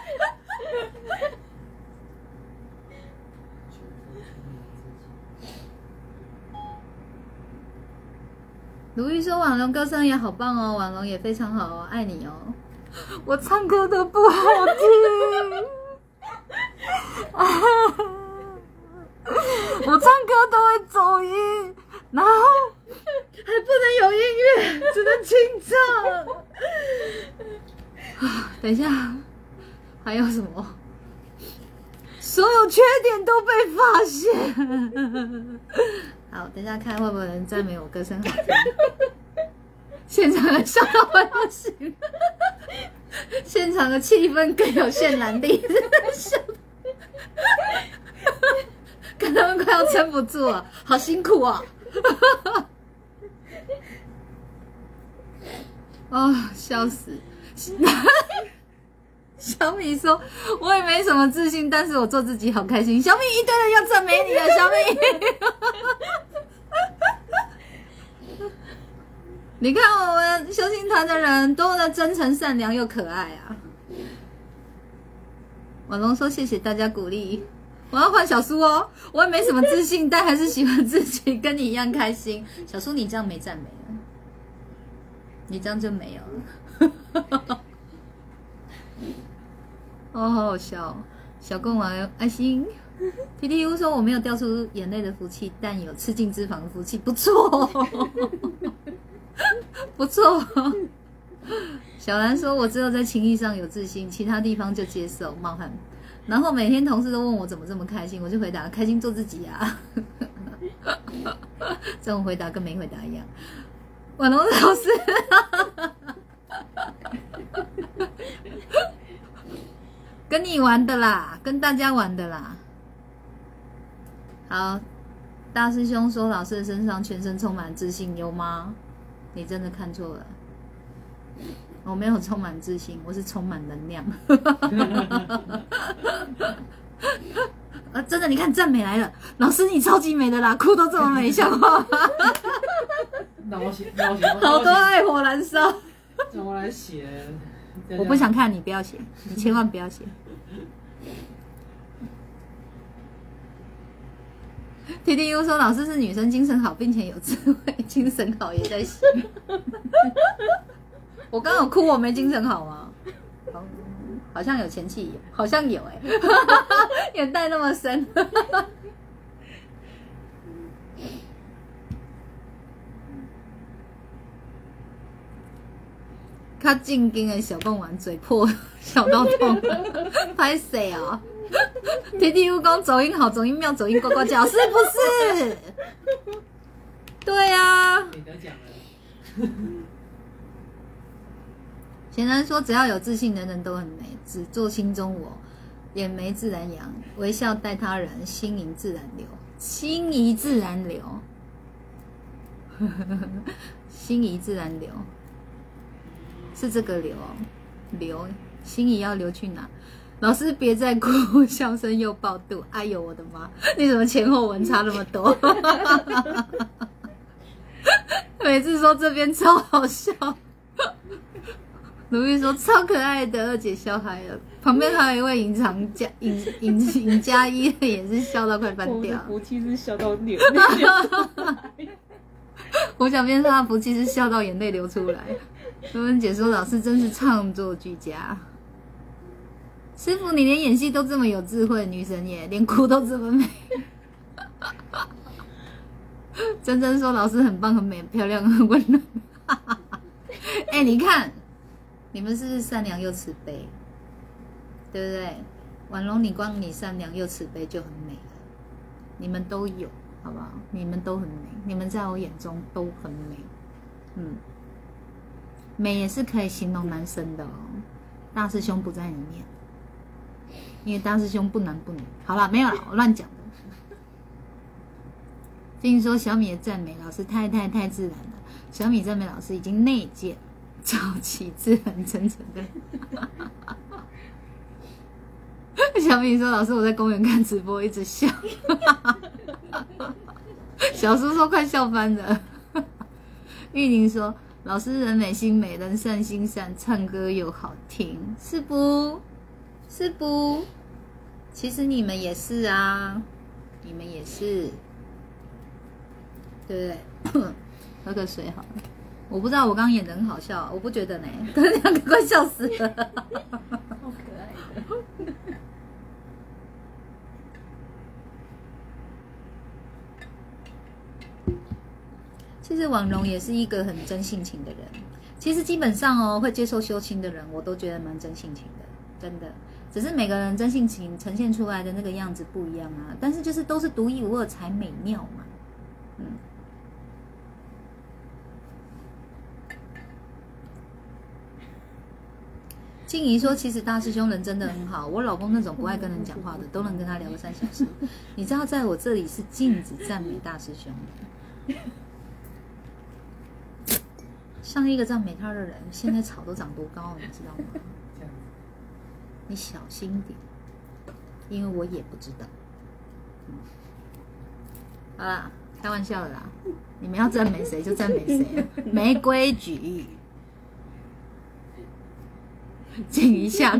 鲁豫说婉容歌声也好棒哦，婉容也非常好哦，爱你哦。我唱歌都不好听，我唱歌都会走音，然后还不能有音乐，只能清唱。等一下，还有什么？所有缺点都被发现。好，等一下看会不会有人赞美我歌声好听。现场人笑到快不行，现场的气氛更有渲染力，笑，看他们快要撑不住了，好辛苦啊！哦，笑死！小米说：“我也没什么自信，但是我做自己好开心。”小米一堆人要赞美你了，小米。你看我们修行团的人多么的真诚、善良又可爱啊！婉容说：“谢谢大家鼓励，我要换小苏哦。我也没什么自信，但还是喜欢自己，跟你一样开心。小苏，你这样没赞美了，你这样就没有了。”哦，好好笑哦！小贡丸爱心 ，TTU 说我没有掉出眼泪的福气，但有吃进脂肪的福气，不错。不错，小兰说：“我只有在情谊上有自信，其他地方就接受冒汗。”然后每天同事都问我怎么这么开心，我就回答：“开心做自己啊。”这种回答跟没回答一样。婉容老师，跟你玩的啦，跟大家玩的啦。好，大师兄说老师的身上全身充满自信，有吗？你真的看错了，我没有充满自信，我是充满能量。真的，你看赞美来了，老师你超级美的啦，哭都这么美，像话吗？ 那我写， 好多爱火燃烧。 让我来写。 我不想看，你不要写，你千万不要写。TTU 说老师是女生精神好，并且有智慧，精神好也在写。我刚有哭，我没精神好吗？好像有前妻，好像有哎、欸，眼袋那么深。较正经的小贡丸嘴破，笑到痛，拍谁啊？TTU 讲走音好，走音妙，走音呱呱叫，是不是？对啊。 你得奖了。 贤男说，只要有自信，人人都很美，只做心中我，眼眉自然扬，微笑待他人，心盈自然流，心怡自然流，心怡自然流。是这个流哦，流心怡要流去哪？老师别再哭，笑声又爆肚。哎呦我的妈！你怎么前后文差那么多？每次说这边超好笑。鲁豫说超可爱的，二姐笑嗨了。旁边还有一位隐加一的也是笑到快翻掉。 我的福气是笑到流。 我想变成他的福气是笑到眼泪流出来。罗文姐说：“老师真是创作俱佳，师傅你连演戏都这么有智慧，女神耶，连哭都这么美。”珍珍说：“老师很棒、很美、很漂亮、很温暖。”哎，你看，你们是不是善良又慈悲？对不对？婉容，你光你善良又慈悲就很美了，你们都有，好不好？你们都很美，你们在我眼中都很美，美也是可以形容男生的哦，大师兄不在里面，因为大师兄不男不女。好了，没有了，我乱讲的。听说小米的赞美老师太自然了，小米赞美老师已经内建，超级自然真诚的。小米说：“老师，我在公园看直播，一直笑。”小叔说：“快笑翻了。”玉宁说：“老师人美心美，人善心善，唱歌又好听，是不？是不？其实你们也是啊，你们也是，对不对？喝个水好了。” 我不知道我刚刚演的很好笑，我不觉得呢，可是两个快笑死了。 好可爱的。 其实婉容也是一个很真性情的人。其实基本上哦，会接受修亲的人，我都觉得蛮真性情的，真的。只是每个人真性情呈现出来的那个样子不一样啊，但是就是都是独一无二才美妙嘛。静怡说：“其实大师兄人真的很好，我老公那种不爱跟人讲话的，都能跟他聊个3小时。你知道，在我这里是禁止赞美大师兄的。上一个赞美他的人，现在草都长多高了，你知道吗？你小心点，因为我也不知道。好啦，开玩笑的啦，你们要赞美谁就赞美谁，没规矩。”静怡吓到，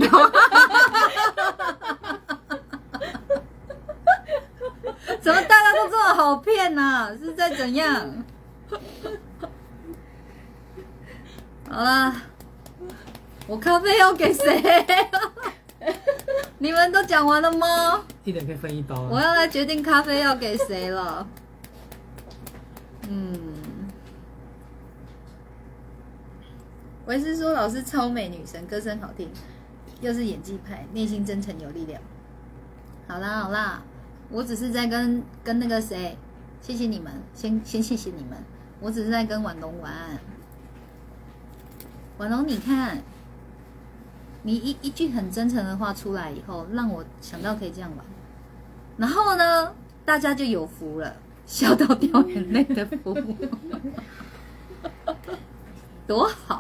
怎么大家都这么好骗啊？是在怎样？好啦，我咖啡要给谁？你们都讲完了吗？ 一人可以分1包。 我要来决定咖啡要给谁了。维斯说：“老师超美女神，歌声好听，又是演技派，内心真诚有力量。”好啦好啦，我只是在跟那个谁，谢谢你们，先谢谢你们，我只是在跟婉容玩。婉容，你看，你一句很真诚的话出来以后，让我想到可以这样玩，然后呢，大家就有福了，笑到掉眼泪的福，多好。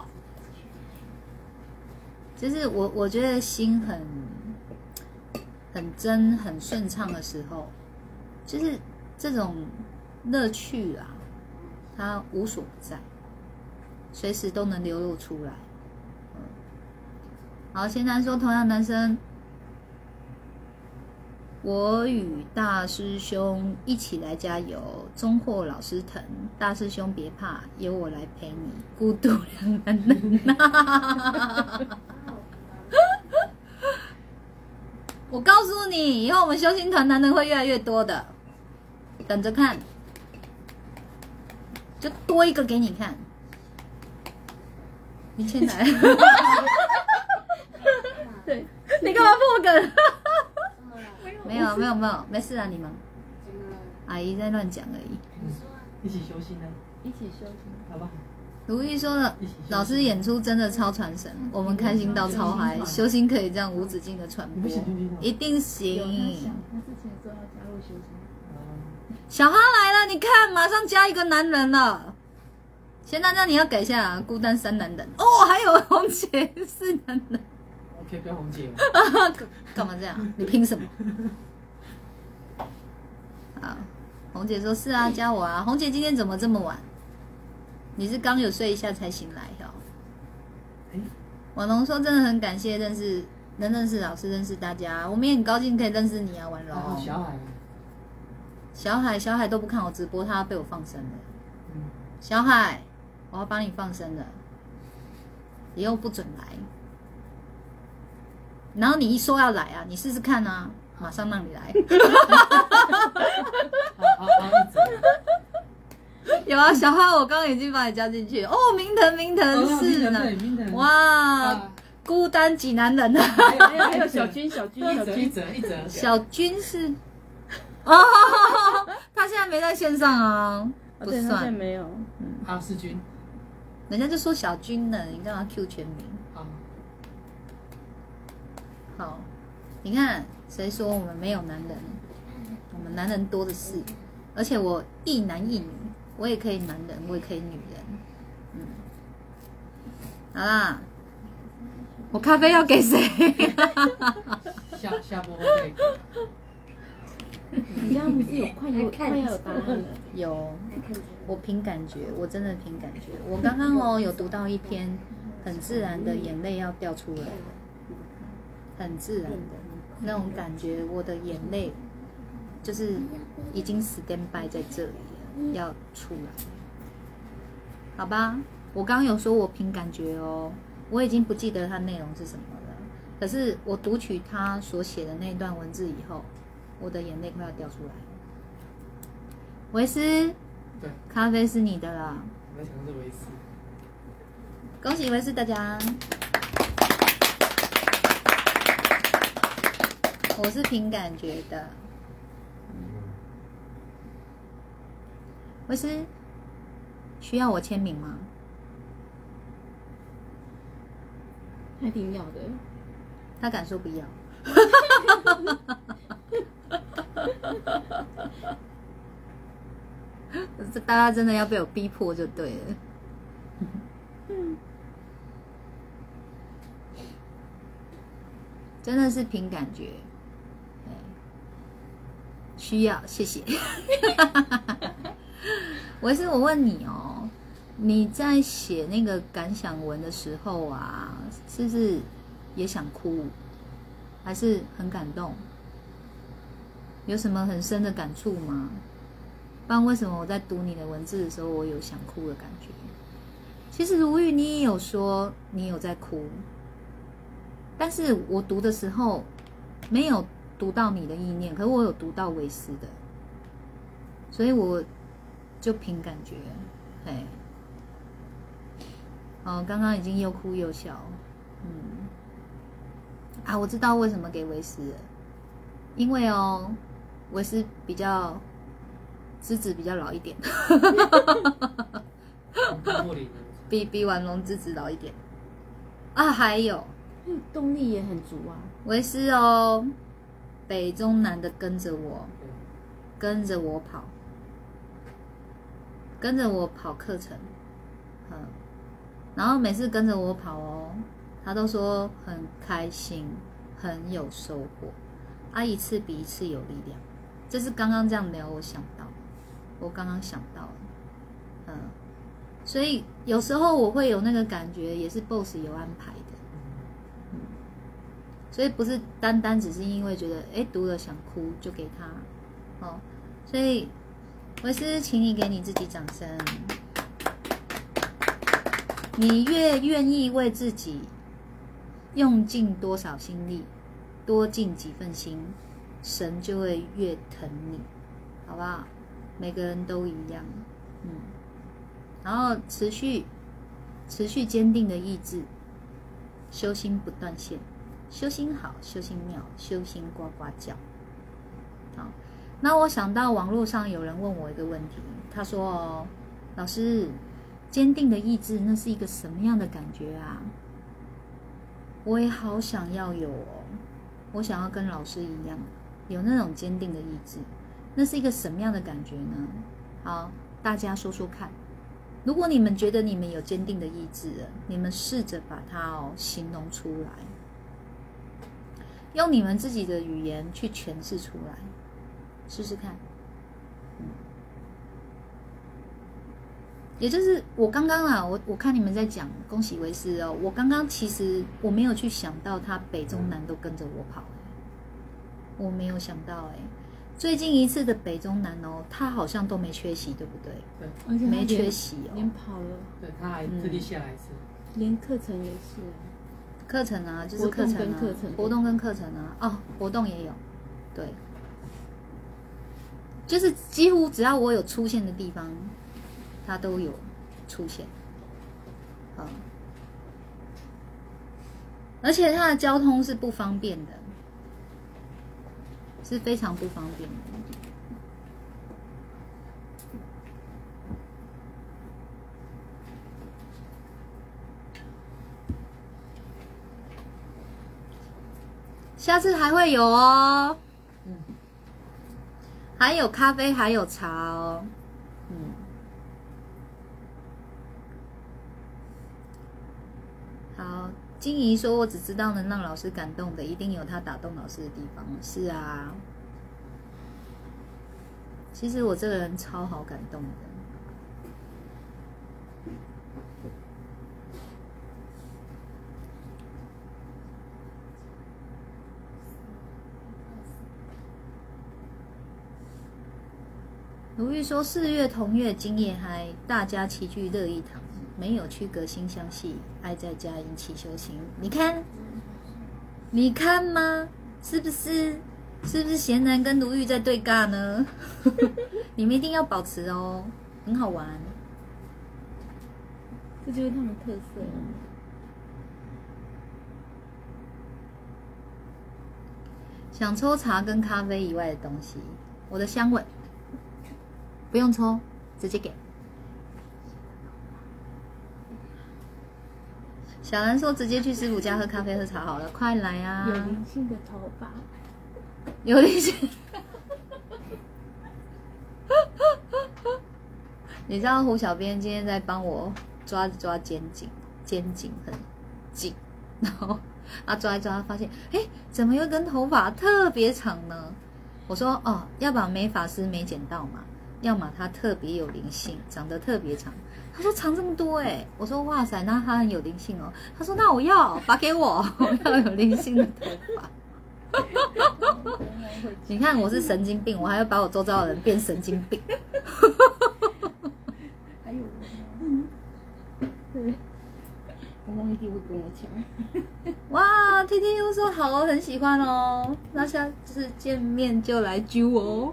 就是我觉得心很真很顺畅的时候，就是这种乐趣啊，它无所不在，随时都能流露出来。好，现在说同样男生，我与大师兄一起来加油，中获老师疼，大师兄别怕，有我来陪你，孤独两难忍啊。我告诉你，以后我们修心团男人会越来越多的，等着看，就多一个给你看。你欠来，对，你干嘛破梗？没有，没事啊，你们阿姨在乱讲而已。 一起修心呢？ 一起修心， 好不好？ 如意说了，老师演出真的超传神，我们开心到超嗨，修心可以这样无止境的传播，一定行。 他之前说要加入修心。 小哈来了，你看，马上加一个男人了。现在你要改一下，孤单3男人哦，还有红姐4男人。 OK， 不要红姐。 干嘛这样？你凭什么？好，红姐说是啊，加我啊。红姐今天怎么这么晚？你是刚有睡一下才醒来哦。婉容说真的很感谢能认识老师，认识大家，我们也很高兴可以认识你啊，婉容。小海都不看我直播，他要被我放生了。小海，我要帮你放生了，以后不准来。然后你一说要来啊，你试试看啊，马上让你来。有啊，小花，我刚刚已经把你加进去哦。明腾是呢，哇，孤单几男人啊！ 还有小军， 小军是哦，他现在没在线上啊，不算， 现在没有。 还有世军， 人家就说小军呢，你干嘛 Q 全名？好，你看谁说我们没有男人？我们男人多的是，而且我一男一女。我也可以男人，我也可以女人，好啦，我咖啡要给谁？ 下播会。 你刚刚不是快要有答案了？ 有，我凭感觉，我真的凭感觉。我刚刚有读到一篇很自然的眼泪要掉出来了，很自然的那种感觉，我的眼泪就是已经 stand by 在这里了。要出来，好吧， 我刚刚有说我凭感觉哦，我已经不记得它内容是什么了。可是我读取他所写的那段文字以后，我的眼泪快要掉出来了。维斯， 对， 咖啡是你的了。 我在想是维斯。 恭喜维斯大家！我是凭感觉的。维斯，需要我签名吗？ 他一定要的。 他敢说不要。大家真的要被我逼迫就对了。真的是凭感觉，需要，谢谢。我问你哦，你在写那个感想文的时候啊，是不是也想哭，还是很感动？有什么很深的感触吗？不然为什么我在读你的文字的时候，我有想哭的感觉？其实如玉你也有说你有在哭，但是我读的时候没有读到你的意念，可是我有读到维斯的，所以我就凭感觉，嘿，哦，刚刚已经又哭又笑，我知道为什么给维斯了，因为哦，维斯比较资质比较老一点，比婉龙资质老一点啊，还有动力也很足啊。 维斯哦，北中南的跟着我跑，跟着我跑课程，然后每次跟着我跑哦，他都说很开心，很有收获，一次比一次有力量。这是刚刚这样聊，我刚刚想到了，所以有时候我会有那个感觉，也是 boss 有安排的，所以不是单单只是因为觉得读了想哭就给他，所以维斯，请你给你自己掌声。你越愿意为自己用尽多少心力，多尽几份心，神就会越疼你，好不好？每个人都一样，然后持续坚定的意志，修心不断线，修心好，修心妙，修心呱呱叫。好，那我想到网络上有人问我一个问题，他说：“老师，坚定的意志那是一个什么样的感觉啊？”我也好想要有哦，我想要跟老师一样，有那种坚定的意志，那是一个什么样的感觉呢？好，大家说说看。如果你们觉得你们有坚定的意志了，你们试着把它形容出来，用你们自己的语言去诠释出来，试试看。也就是我刚刚我看你们在讲恭喜维斯哦，我刚刚其实我没有去想到他北中南都跟着我跑，我没有想到最近一次的北中南哦，他好像都没缺席，对不对？ 对， 而且没缺席哦， 连跑了， 对，他还特地下来一次， 连课程也是课程啊，就是课程啊，活动跟课程啊，活动也有，对，就是几乎只要我有出现的地方，他都有出现，而且他的交通是不方便的，是非常不方便的。下次还会有哦，还有咖啡，还有茶哦，好，金怡说：“我只知道能让老师感动的，一定有他打动老师的地方。”是啊，其实我这个人超好感动的。如玉说：“四月同月今夜嗨，大家齐聚热一堂。” 没有区隔心相系，爱在家引起修行。你看，你看吗？是不是？是不是贤男跟如玉在对尬呢？你们一定要保持哦，很好玩。 这就是他们特色。 想抽茶跟咖啡以外的东西，我的香吻不用抽，直接给。小兰说：“直接去师傅家喝咖啡喝茶好了，快来啊！” 有灵性的头发， 有灵性。你知道胡小编今天在帮我抓肩颈，肩颈很紧，然后他抓一抓，发现怎么有一根头发特别长呢？我说哦，要么美发师没剪到嘛，要么他特别有灵性，长得特别长。他说长这么多我说哇塞，那他很有灵性哦。他说那我要把给我，我要有灵性的头发。你看我是神经病，我还要把我周遭的人变神经病。 还有对，我忘记我跟我讲。 哇 ，TTU 说好，很喜欢哦，那下次见面就来揪哦。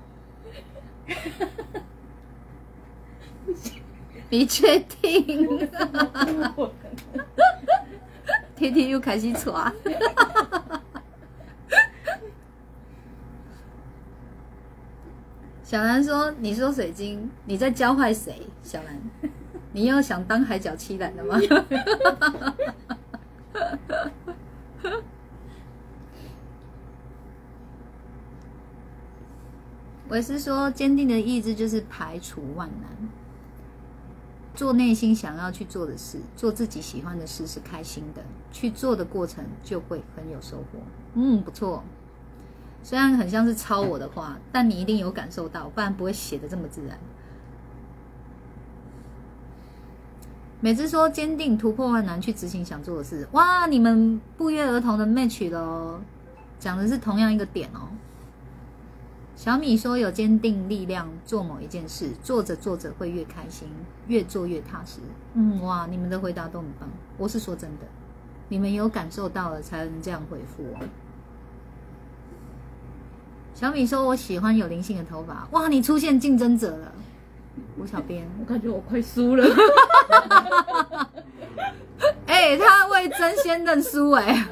你确定？TTU 开始抓。小兰说：“你说水晶，你在教坏谁？小兰，你要想当海角七兰的吗？”我是说，坚定的意志就是排除万难，做内心想要去做的事，做自己喜欢的事是开心的，去做的过程就会很有收获。不错。虽然很像是抄我的话，但你一定有感受到，不然不会写得这么自然。美芝说坚定突破万难去执行想做的事。哇，你们不约而同的 match 了哦，讲的是同样一个点哦。小米说有坚定力量做某一件事，做着做着会越开心，越做越踏实。哇，你们的回答都很棒，我是说真的，你们有感受到了才能这样回复哦。小米说我喜欢有灵性的头发。哇，你出现竞争者了，吴小编。 我感觉我快输了。 他为真先认输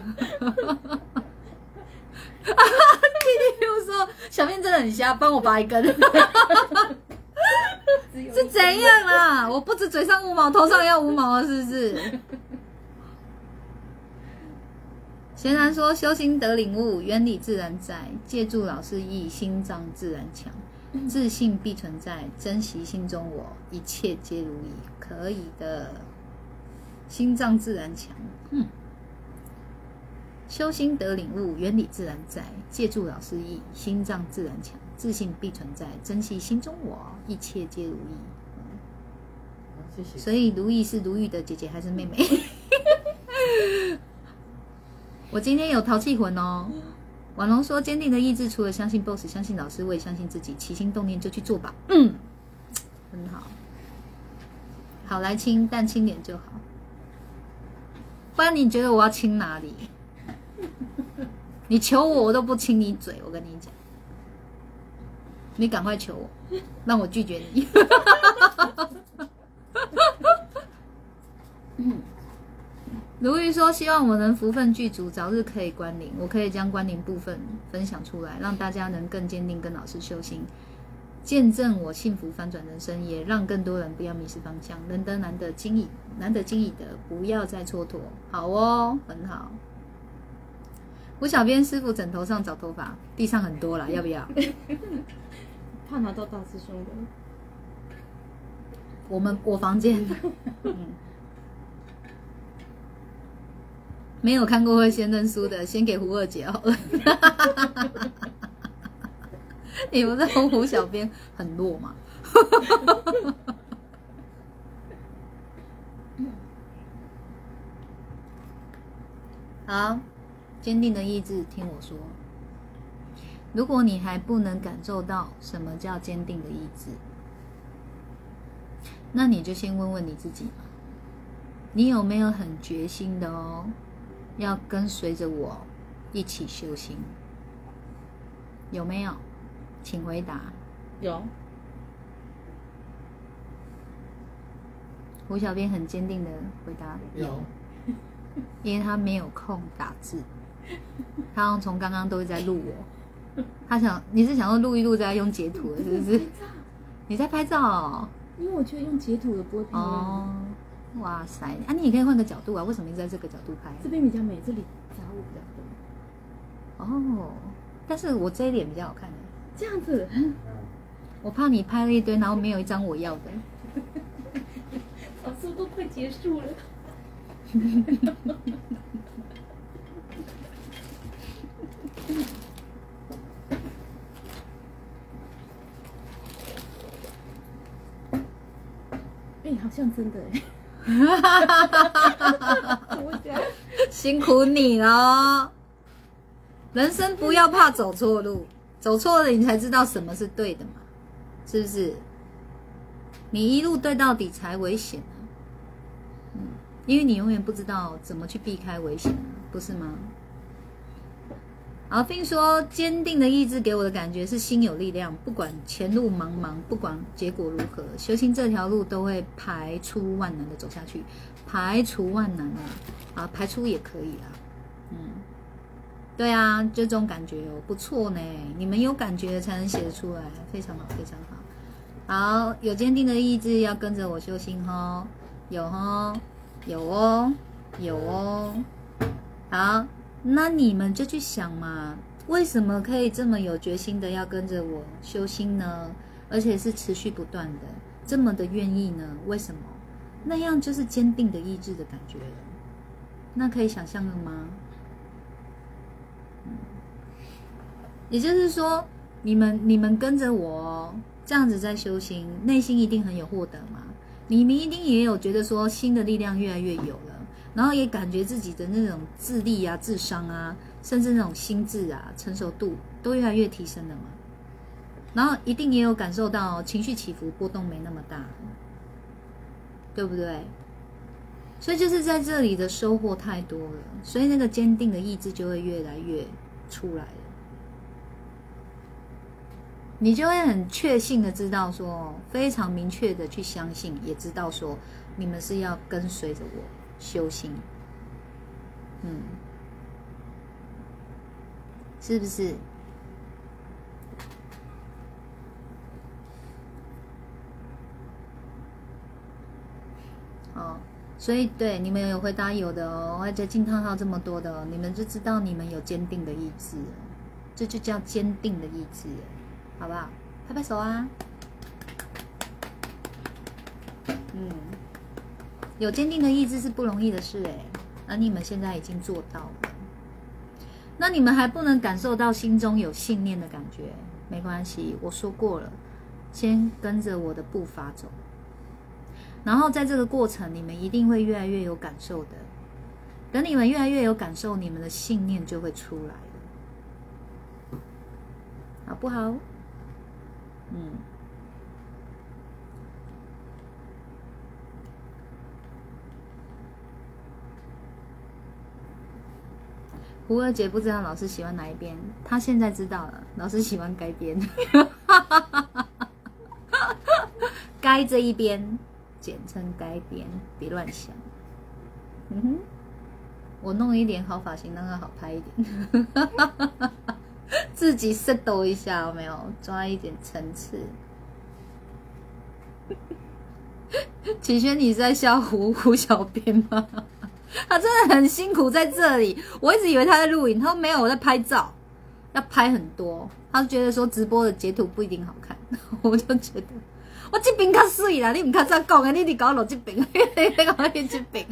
TTU 说小编真的很瞎，帮我拔一根。是怎样啦？我不止嘴上无毛，头上也要无毛了，是不是？贤然说修心得领悟，原理自然在，借助老师意，心脏自然强，自信必存在，珍惜心中我，一切皆如意。可以的，心脏自然强。修心得领悟，原理自然在，借助老师意，心脏自然强，自信必存在，珍惜心中我，一切皆如意。 谢谢。 所以如意是如玉的姐姐还是妹妹？我今天有淘气魂哦。婉龙说坚定的意志除了相信 boss 相信老师，我也相信自己，起心动念就去做吧。很好，好来亲，但亲脸就好，不然你觉得我要亲哪里？你求我，我都不亲你嘴。我跟你讲，你赶快求我，让我拒绝你。如玉说希望我能福分具足，早日可以关灵，我可以将关灵部分分享出来，让大家能更坚定跟老师修心，见证我幸福翻转人生，也让更多人不要迷失方向。人得难得经已得，不要再蹉跎。好哦，很好。吴小编师傅枕头上找头发，地上很多啦，要不要？ 怕拿到大师兄的。 我房间。没有看过会先认输的，先给胡二姐好了。你不是胡小编很弱吗？好，坚定的意志，听我说。如果你还不能感受到什么叫坚定的意志，那你就先问问你自己吧。 你有没有很决心的哦，要跟随着我一起修心？有没有？请回答。 有。 胡小编很坚定的回答有，因为他没有空打字，他好像从刚刚都在录我。他想，你是想要录一录再用截图的，是不是？你在拍照哦？ 因为我觉得用截图的不会漂亮。 哦，哇塞！啊，你也可以换个角度啊，为什么一直在这个角度拍？ 这边比较美，这里杂物比较多。 哦，但是我这一脸比较好看的。 这样子， 我怕你拍了一堆，然后没有一张我要的。 老师都快结束了。哎，好像真的哎。 辛苦你了。人生不要怕走错路，走错了你才知道什么是对的嘛，是不是？你一路对到底才危险啊。因为你永远不知道怎么去避开危险，不是吗？好，并说坚定的意志给我的感觉是心有力量，不管前路茫茫，不管结果如何，修行这条路都会排除万难的走下去，排除万难啊，排除也可以啦。对啊，就这种感觉哦，不错呢。你们有感觉才能写得出来，非常好，非常好。好，有坚定的意志要跟着我修行哦，有哦。有哦，有哦。好，那你们就去想嘛，为什么可以这么有决心的要跟着我修心呢？而且是持续不断的，这么的愿意呢？为什么？那样就是坚定的意志的感觉了。那可以想象了吗？也就是说，你们跟着我这样子在修行，内心一定很有获得嘛。你们一定也有觉得说心的力量越来越有了，然后也感觉自己的那种智力啊、智商啊，甚至那种心智啊、成熟度都越来越提升了嘛。然后一定也有感受到情绪起伏波动没那么大，对不对？所以就是在这里的收获太多了，所以那个坚定的意志就会越来越出来了。你就会很确信的知道说，非常明确的去相信，也知道说，你们是要跟随着我修行，是不是？哦，所以对你们有回答有的哦，而且惊叹号这么多的哦，你们就知道你们有坚定的意志了，这就叫坚定的意志了。好不好？拍拍手啊！有坚定的意志是不容易的事哎，而你们现在已经做到了。那你们还不能感受到心中有信念的感觉，没关系，我说过了，先跟着我的步伐走，然后在这个过程，你们一定会越来越有感受的。等你们越来越有感受，你们的信念就会出来了，好不好？胡二姐不知道老师喜欢哪一边，她现在知道了，老师喜欢该边，该这一边，简称该边，别乱想。我弄一点好发型，让它好拍一点，自己 settle 一下，有没有？抓一点层次。启轩，你在笑胡小编吗？他真的很辛苦在这里，我一直以为他在录影，他说没有，我在拍照，要拍很多。他觉得说直播的截图不一定好看，我就觉得我这边较水啦，你唔较早讲的，你得搞我录这边，你搞我录这边。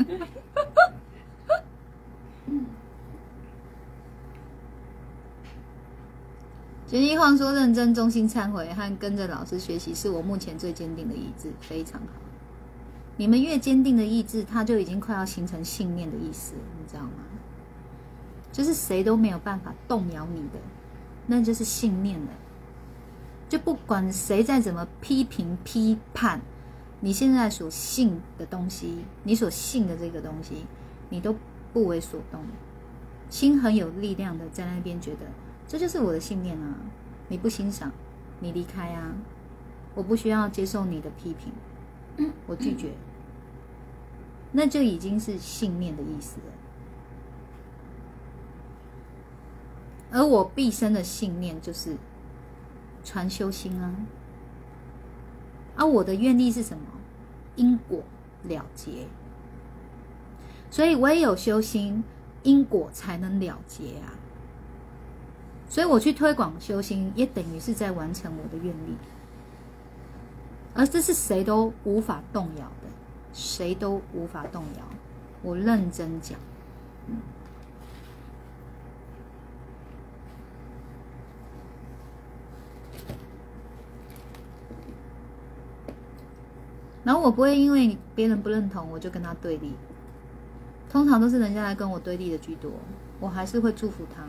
决定晃说认真、衷心忏悔和跟着老师学习是我目前最坚定的意志，非常好。你们越坚定的意志，它就已经快要形成信念的意思了，你知道吗？就是谁都没有办法动摇你的，那就是信念了。就不管谁再怎么批评、批判， 你现在所信的东西，你所信的这个东西，你都不为所动，心很有力量的在那边觉得这就是我的信念啊，你不欣赏，你离开啊，我不需要接受你的批评，我拒绝，那就已经是信念的意思了。而我毕生的信念就是传修心啊，我的愿力是什么？因果了结，所以唯有修心，因果才能了结啊。所以我去推广修心，也等于是在完成我的愿力，而这是谁都无法动摇的，谁都无法动摇。我认真讲，然后我不会因为别人不认同我就跟他对立，通常都是人家来跟我对立的居多，我还是会祝福他。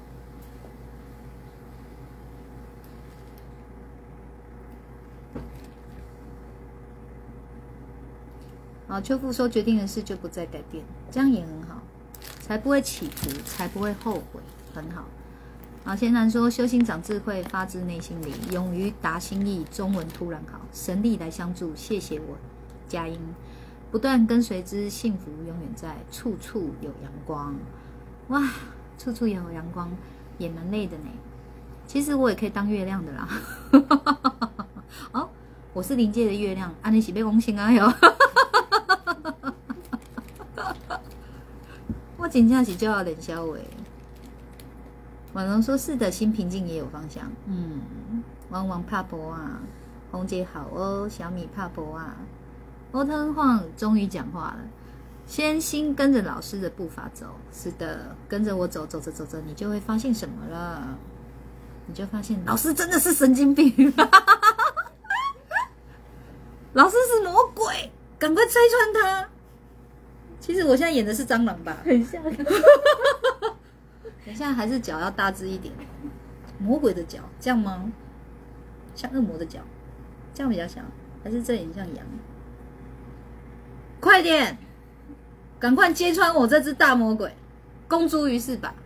好，邱富说决定的事就不再改变，这样也很好，才不会起伏，才不会后悔，很好。好，贤南说修心长智慧，发自内心里，勇于达心意，中文突然好，神力来相助，谢谢我佳音，不断跟随之，幸福永远在，处处有阳光。哇，处处有阳光也蛮累的呢。其实我也可以当月亮的啦。哦，我是临界的月亮，安尼是要讲心啊哟。我真正是就要冷笑话。婉容说是的，心平静也有方向。汪汪帕博啊，红姐好哦，小米帕博啊，欧特晃终于讲话了。先心跟着老师的步伐走，是的，跟着我走，走着走着，你就会发现什么了？你就发现老师真的是神经病，老师是魔鬼，赶快拆穿他。其实我现在演的是蟑螂吧， 很像。 等一下还是脚要大只一点，魔鬼的脚这样吗？像恶魔的脚，这样比较像，还是这很像羊？快点，赶快揭穿我这只大魔鬼，公诸于世吧！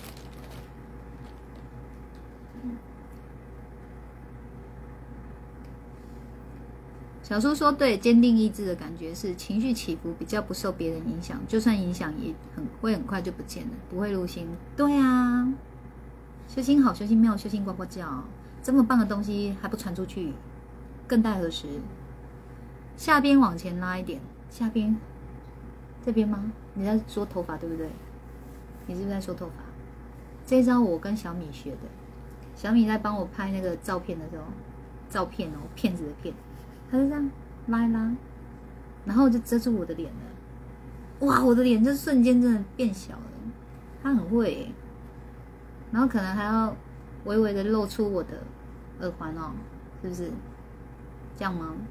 小叔说对，坚定意志的感觉是情绪起伏比较不受别人影响，就算影响也会很快就不见了，不会入心。对啊，修心好，修心妙，修心呱呱叫，这么棒的东西还不传出去，更待何时？下边往前拉一点，下边这边吗？你在说头发对不对？你是不是在说头发？这一招我跟小米学的，小米在帮我拍那个照片的时候，照片哦，骗子的骗。他就这样拉一拉，然后就遮住我的脸了。哇，我的脸就瞬间真的变小了。他很会耶，然后可能还要微微的露出我的耳环哦，是不是？这样吗？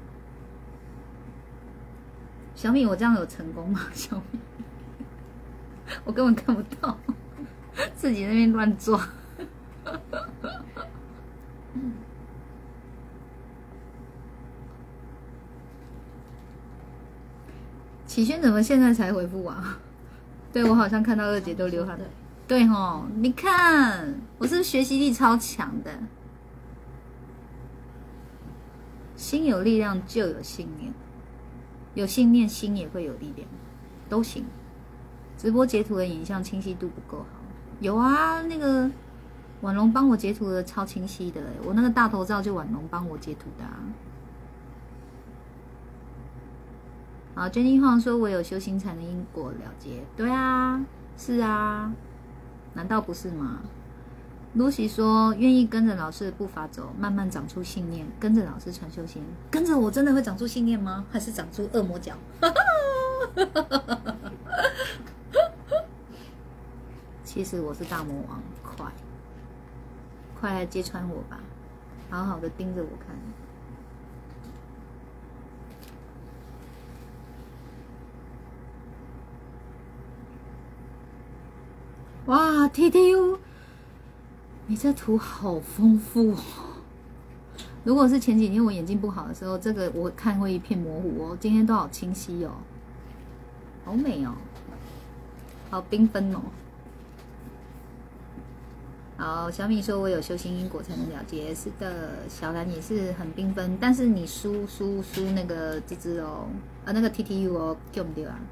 小米，我这样有成功吗？小米，我根本看不到，自己在那边乱抓。启轩怎么现在才回复啊？对，我好像看到二姐都流汗。对齁，你看我是不是学习力超强的？心有力量就有信念，有信念心也会有力量，都行。直播截图的影像清晰度不够好，有啊，那个婉容帮我截图的超清晰的，我那个大头照就婉容帮我截图的啊。好，娟妮晃说：“我有修行才能因果了结。”对啊，是啊，难道不是吗？Lucy 说：“愿意跟着老师的步伐走，慢慢长出信念，跟着老师传修行。跟着我真的会长出信念吗？还是长出恶魔角？”其实我是大魔王，快来揭穿我吧！好好的盯着我看。哇 ，TTU， 你这图好丰富哦！ 如果是前几天我眼睛不好的时候，这个我看会一片模糊哦。今天都好清晰哦，好美哦，好缤纷哦。好，小米说：“我有修行因果才能了解。”是的，小兰也是很缤纷，但是你输那个芝芝哦，那个 TTU 哦，对不对啊？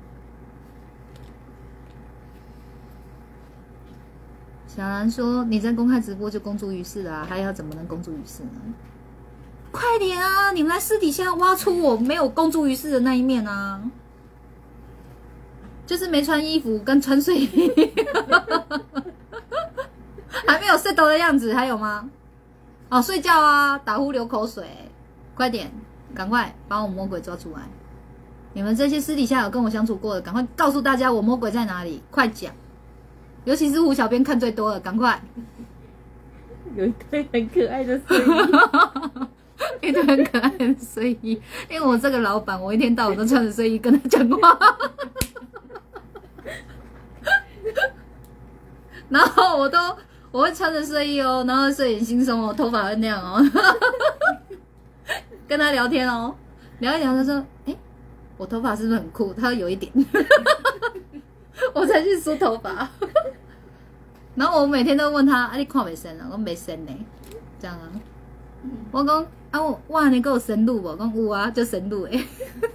小兰说：“你在公开直播就公诸于世了啊，还要怎么能公诸于世呢？快点啊！你们来私底下挖出我没有公诸于世的那一面啊！就是没穿衣服跟穿睡衣。”还没有 settle 的样子，还有吗？哦，睡觉啊，打呼流口水，快点，赶快把我魔鬼抓出来！你们这些私底下有跟我相处过的，赶快告诉大家我魔鬼在哪里，快讲！尤其是胡小编看最多了，赶快！ 有一堆很可爱的睡衣， 一堆很可爱的睡衣，因为我这个老板，我一天到晚都穿着睡衣跟他讲话。然后我会穿着睡衣哦，然后睡眼惺忪哦，头发会那样哦，跟他聊天哦，聊一聊他说：“我头发是不是很酷？”他说有一点，我才去梳头发。然后我每天都问他：“啊，你看没生啊？”我说没生呢，这样啊。我讲啊，哇，你给我深入不？我讲有啊，就深入诶。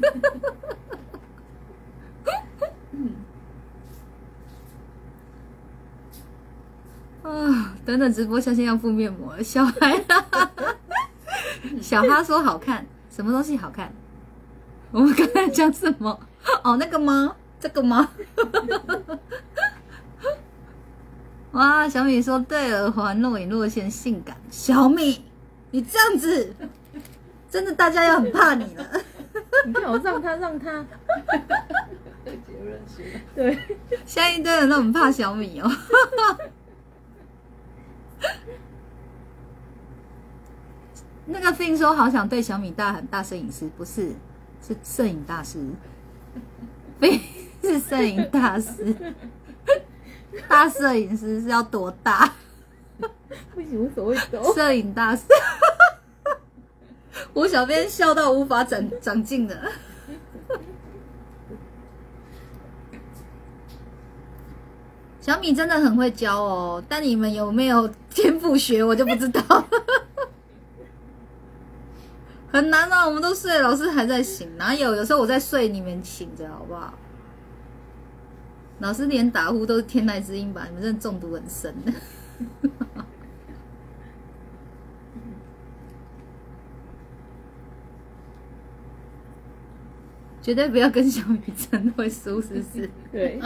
啊！等等直播下线要敷面膜了，小孩小哈说好看，什么东西好看？我们刚才讲什么？哦，那个吗？这个吗？哇！小米说对耳环若隐若现，性感。小米，你这样子，真的大家要很怕你了。 你看我让他，对， 现在一堆人都很怕小米哦。那个 Fin 说好想对小米大喊大摄影师，不是，是摄影大师。Fin 是摄影大师，大摄影师是要多大？ 不行，我手会抖。 摄影大师，我小编笑到无法长进了。小米真的很会教哦，但你们有没有天赋学我就不知道。很难啊，我们都睡了，老师还在醒，哪有？有时候我在睡，你们醒着好不好？老师连打呼都是天籁之音吧？你们真的中毒很深。绝对不要跟小米争，会输，是不是？ 对。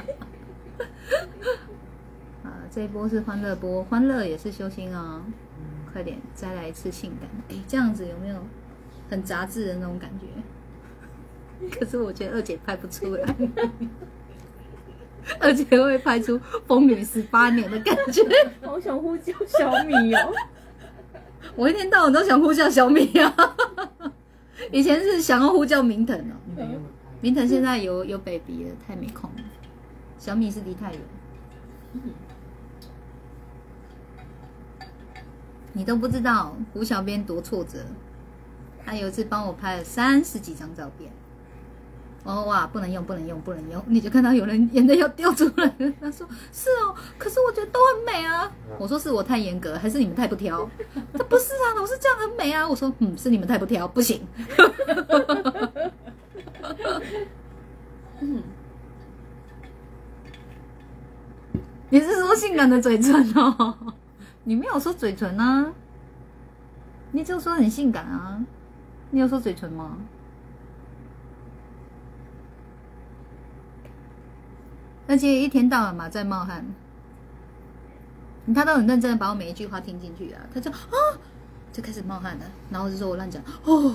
这一波是欢乐波，欢乐也是修心啊！快点，再来一次性感。这样子有没有很杂志的那种感觉？可是我觉得二姐拍不出来，二姐会拍出风女18年的感觉。 好想呼叫小米哦！ 我一天到晚都想呼叫小米啊！以前是想要呼叫明腾哦，明腾现在有 baby 了，太没空了。小米是离太远。你都不知道胡小编多挫折，他有一次帮我拍了30几张照片，哇，不能用，你就看到有人眼泪要掉出来了。他说是哦，可是我觉得都很美啊。我说是我太严格，还是你们太不挑？他不是啊，老师这样很美啊。我说是你们太不挑，不行。你是说性感的嘴唇哦？你没有说嘴唇啊，你就说很性感啊，你有说嘴唇吗？而且一天到晚嘛在冒汗，他都很认真的把我每一句话听进去啊，他就就开始冒汗了，然后就说我乱讲哦，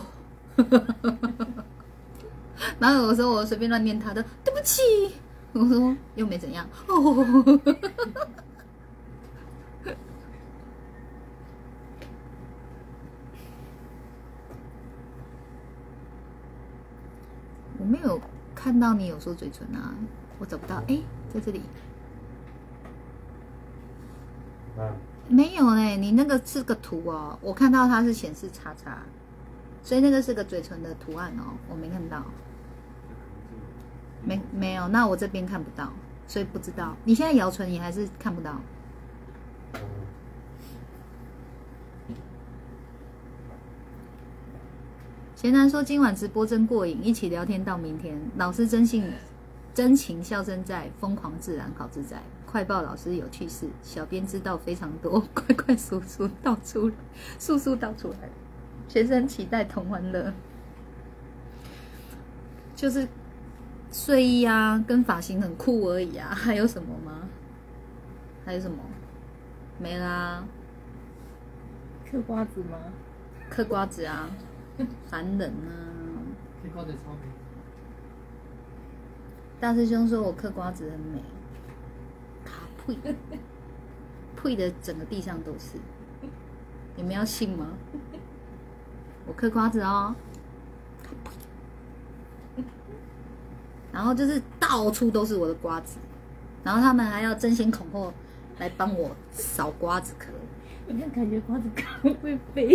然后有时候我随便乱念他的，对不起，我说又没怎样哦。我没有看到你有说嘴唇啊，我找不到，在这里。 没有嘞，你那个是个图哦，我看到它是显示叉叉，所以那个是个嘴唇的图案哦，我没看到。没有，那我这边看不到，所以不知道。你现在摇唇，你还是看不到。贤男说今晚直播真过瘾，一起聊天到明天。老师真情笑声在，疯狂自然好自在。快报老师有趣事，小编知道非常多，快速道出来，速道出来。学生期待同欢乐，就是睡衣啊，跟发型很酷而已啊，还有什么吗？还有什么？没啦。 嗑瓜子吗？ 嗑瓜子啊，烦人啊！ 嗑瓜子超美。 大师兄说我嗑瓜子很美，卡呸的整个地上都是，你们要信吗？我嗑瓜子哦，然后就是到处都是我的瓜子，然后他们还要争先恐后来帮我扫瓜子壳。 你看，感觉瓜子壳会飞。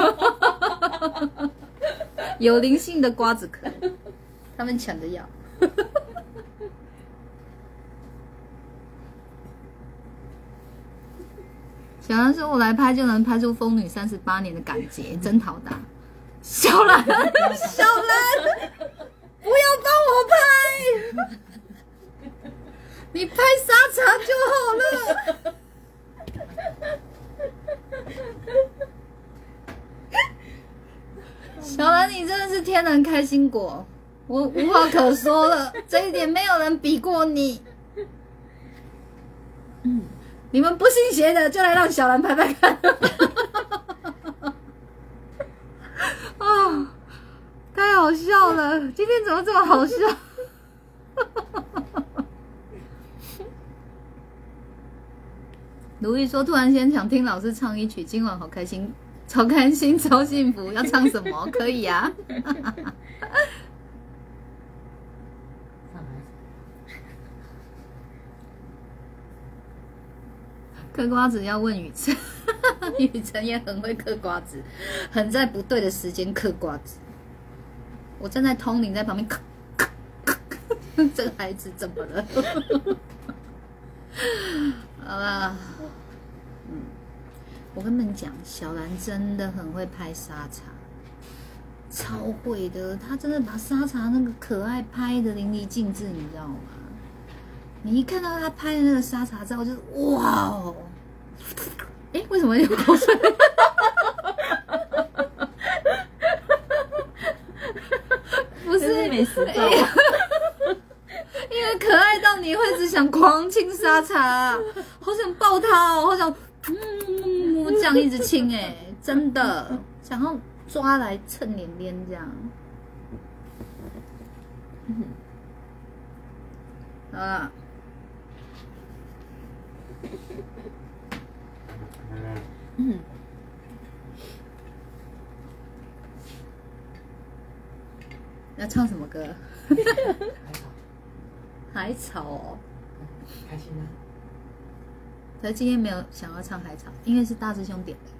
有灵性的瓜子壳，他们抢着要。小兰说：“我来拍就能拍出疯女38年的感觉，真好打。”小兰，不要帮我拍，你拍沙茶就好了。小兰，你真的是天然开心果，我无话可说了，这一点没有人比过你。你们不信邪的，就来让小兰拍拍看。啊，太好笑了！今天怎么这么好笑？卢毅说：“突然间想听老师唱一曲，今晚好开心，超开心，超幸福。要唱什么？可以啊。”嗑瓜子要问雨辰，雨辰也很会嗑瓜子，很在不对的时间嗑瓜子。我站在通灵在旁边，这个孩子怎么了？好啦，我跟你们讲，小兰真的很会拍沙茶，超会的。她真的把沙茶那个可爱拍的淋漓尽致，你知道吗？你一看到她拍的那个沙茶照，就是哇哦！哎，为什么有口水？不是美食照， 因为可爱到你会只想狂亲沙茶，好想抱它哦，好想这样一直亲哎，真的想要抓来蹭脸脸这样。好了。要唱什么歌？海草哦， 开心啊！ 可是今天没有想要唱海草，因为是大师兄点的。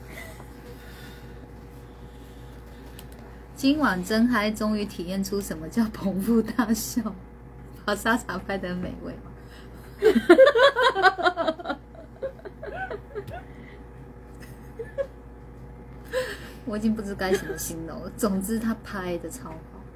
今晚真嗨，终于体验出什么叫捧腹大笑，把沙茶拍得很美味。我已经不知该怎么形容了。总之，他拍的超好，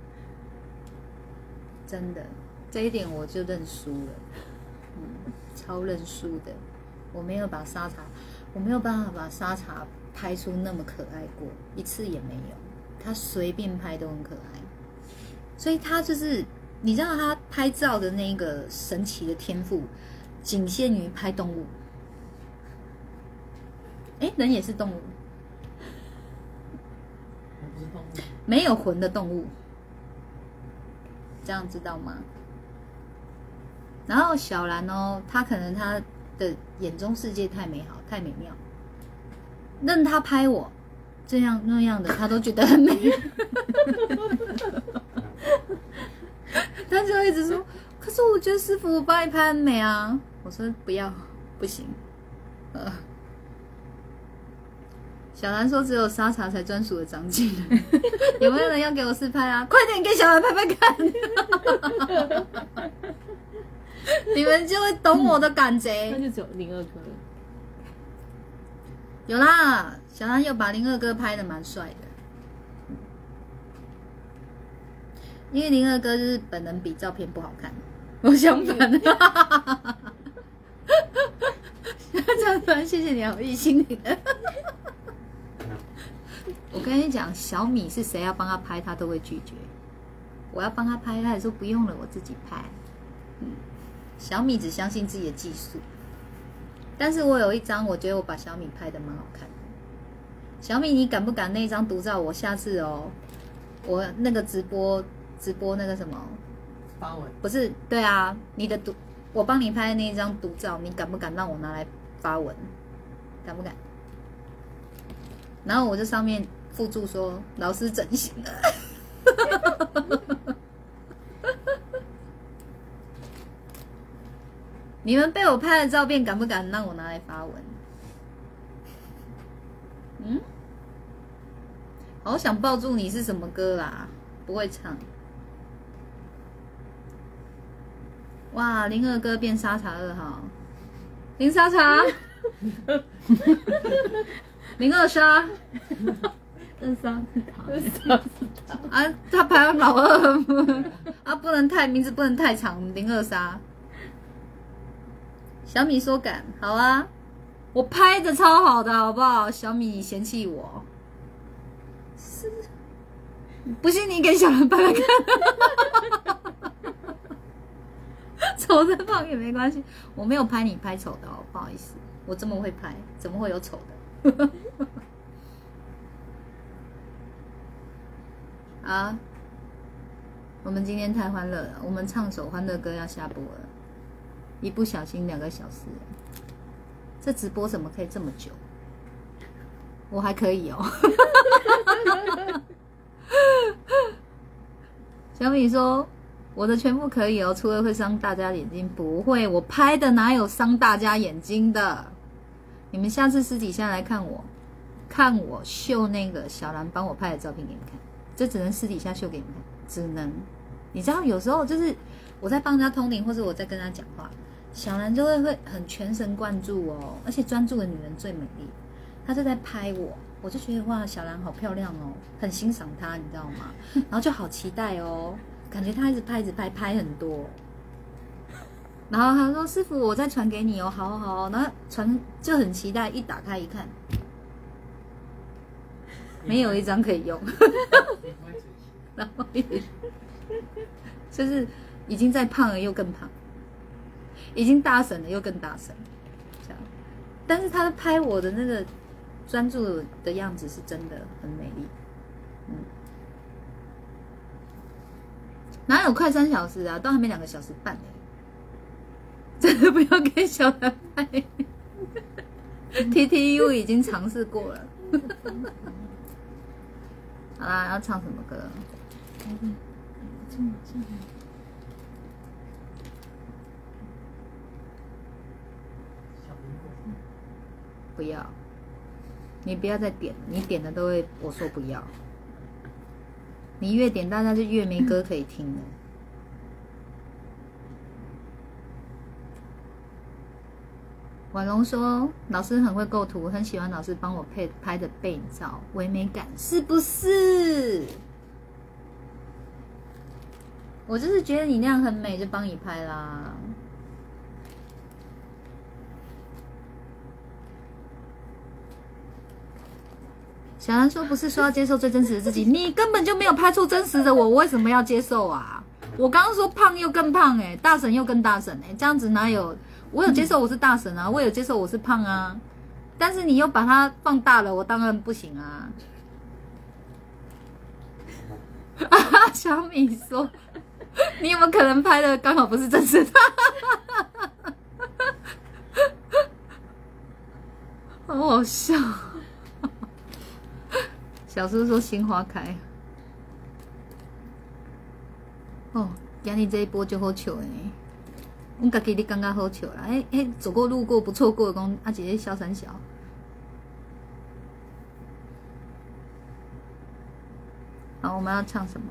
真的，这一点我就认输了。超认输的。我没有把沙茶，我没有办法把沙茶拍出那么可爱过，一次也没有。他随便拍都很可爱，所以他就是，你知道他拍照的那个神奇的天赋，仅限于拍动物。哎，人也是动物。没有魂的动物，这样知道吗？然后小兰哦，她可能她的眼中世界太美好、太美妙，任她拍我这样那样的，她都觉得很美。她就一直说：“可是我觉得师傅我帮你拍很美啊。”我说：“不要，不行， 小兰说只有沙茶才专属的场景，有没有人要给我试拍啊？快点给小兰拍拍看，你们就会懂我的感那觉。 就只有02哥了。 有啦，小兰有把02哥拍的蛮帅的，因为02哥就是本人比照片不好看，我相反。张凡，谢谢你好意心灵。我跟你讲，小米是谁要帮他拍，他都会拒绝。我要帮他拍，他也说不用了，我自己拍。小米只相信自己的技术，但是我有一张，我觉得我把小米拍的蛮好看的。小米，你敢不敢那一张独照？我下次哦，我那个直播那个什么发文不是？对啊，你的我帮你拍的那一张独照，你敢不敢让我拿来发文？敢不敢？然后我就上面附注说老师整形了。你们被我拍的照片敢不敢让我拿来发文？好想抱住你是什么歌啦？不会唱。哇，02哥变沙茶2号，林沙茶，02沙。 2沙是他， 啊，他排行老2啊，不能太名字不能太长，02沙。小米说敢，好啊，我拍的超好的，好不好？小米你嫌弃我，是不信你给小人拍拍看。丑的胖也没关系，我没有拍你拍丑的哦，不好意思，我这么会拍，怎么会有丑的？啊，我们今天太欢乐了，我们唱首欢乐歌要下播了，一不小心2个小时，这直播怎么可以这么久？我还可以哦。小米说我的全部可以哦，除了会伤大家眼睛，不会，我拍的哪有伤大家眼睛的？你们下次私底下来看我秀那个小兰帮我拍的照片给你们看，这只能私底下秀给你们看，只能。你知道有时候就是我在帮人家通灵，或者我在跟他讲话，小兰就会很全神贯注哦，而且专注的女人最美丽。她就在拍我，我就觉得哇，小兰好漂亮哦，很欣赏她，你知道吗？然后就好期待哦。感觉他一直拍很多，然后他说：“师傅，我再传给你哦，好好好。”然后传就很期待，一打开一看，没有一张可以用，然后就是已经再胖了又更胖，已经大神了又更大神，这样。但是他拍我的那个专注的样子是真的很美丽，哪有快3小时啊？都还没2个小时半呢。真的不要给小兰拍。TTU 已经尝试过了。好啦，要唱什么歌？不要，你不要再点了，你点的都会我说不要。你越点，大家就越没歌可以听了。婉容说：“老师很会构图，很喜欢老师帮我拍的背照，唯美感是不是？我就是觉得你那样很美，就帮你拍啦。”小兰说：“不是说要接受最真实的自己，你根本就没有拍出真实的我，我为什么要接受啊？我刚刚说胖又更胖大神又更大神这样子哪有？我有接受我是大神啊，我有接受我是胖啊，但是你又把它放大了，我当然不行啊。”小米说：“你有没有可能拍的刚好不是真实的？”好好笑。小叔说心花开，哦，今日这一波就好笑我家己你感觉好笑啦，走过路过不错过，讲啊，姐姐小三小。好，我们要唱什么？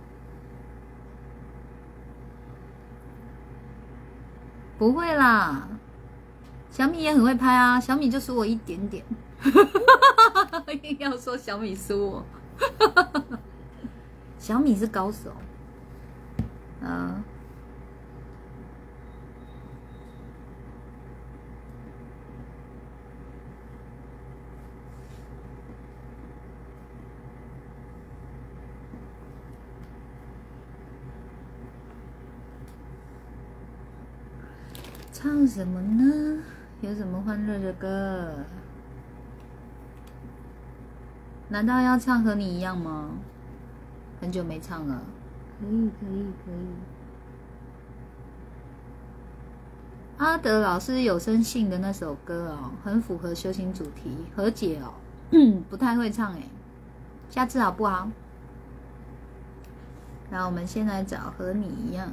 不会啦，小米也很会拍啊，小米就输我一点点。硬要说小米输我，小米是高手。唱什么呢？有什么欢乐的歌？难道要唱和你一样吗？很久没唱了。 可以。 阿德老师有声信的那首歌哦，很符合修行主题，和解哦。不太会唱下次好不好？然后我们先来找和你一样。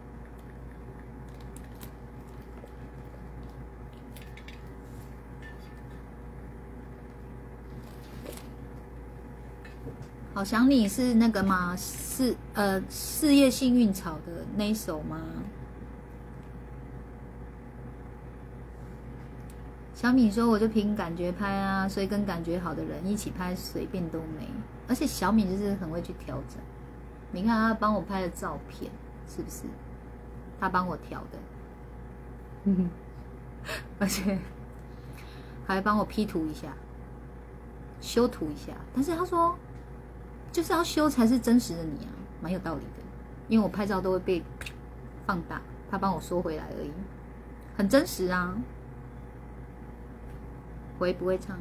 好想你是那个吗？四叶幸运草的那一首吗？小米说我就凭感觉拍啊，所以跟感觉好的人一起拍随便都没。而且小米就是很会去调整，你看他帮我拍的照片是不是？他帮我调的，而且还帮我 P 图一下，修图一下。但是他说就是要修才是真实的你啊，蛮有道理的。因为我拍照都会被放大，他帮我缩回来而已，很真实啊。回不会唱，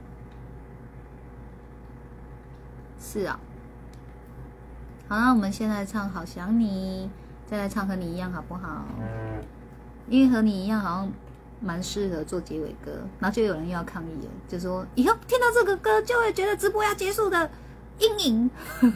是啊。好，那我们现在唱《好想你》，再来唱《和你一样》，好不好？因为《和你一样》好像蛮适合做结尾歌，然后就有人又要抗议了，就说以后听到这个歌就会觉得直播要结束的阴影。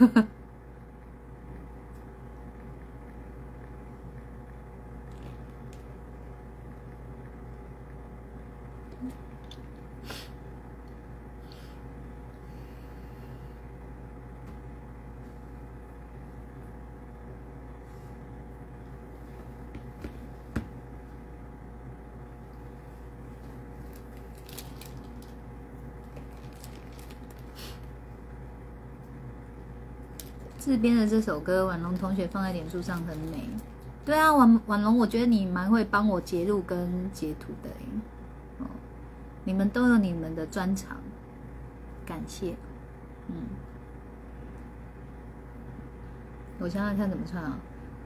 自编的这首歌，婉龙同学放在脸书上很美。对啊，婉龙，我觉得你蛮会帮我截录跟截图的哦。你们都有你们的专长，感谢。我想想看怎么唱啊。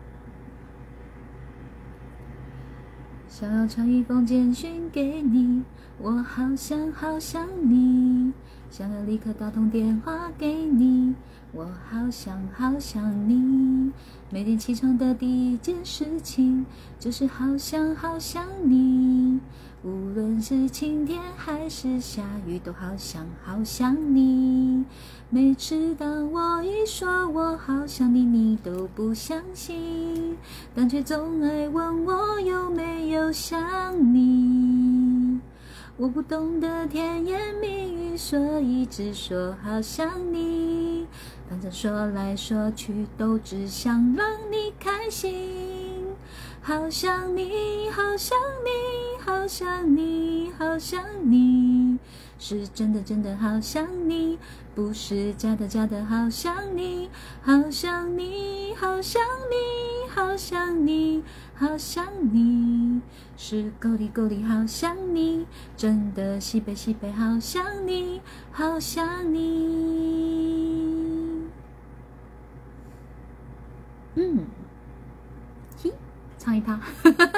想要传一封简讯给你，我好想好想你，想要立刻打通电话给你，我好想好想你，每天起床的第一件事情就是好想好想你，无论是晴天还是下雨都好想好想你，每次当我一说我好想你，你都不相信，但却总爱问我有没有想你，我不懂得甜言蜜语，所以只说好想你，反正说来说去都只想让你开心，好想你好想你好想你好想你，是真的真的好想你，不是假的假的好想你，好想你好想你好想你好想你，是够力够力好想你，真的西北西北好想你好想你。唱一趴。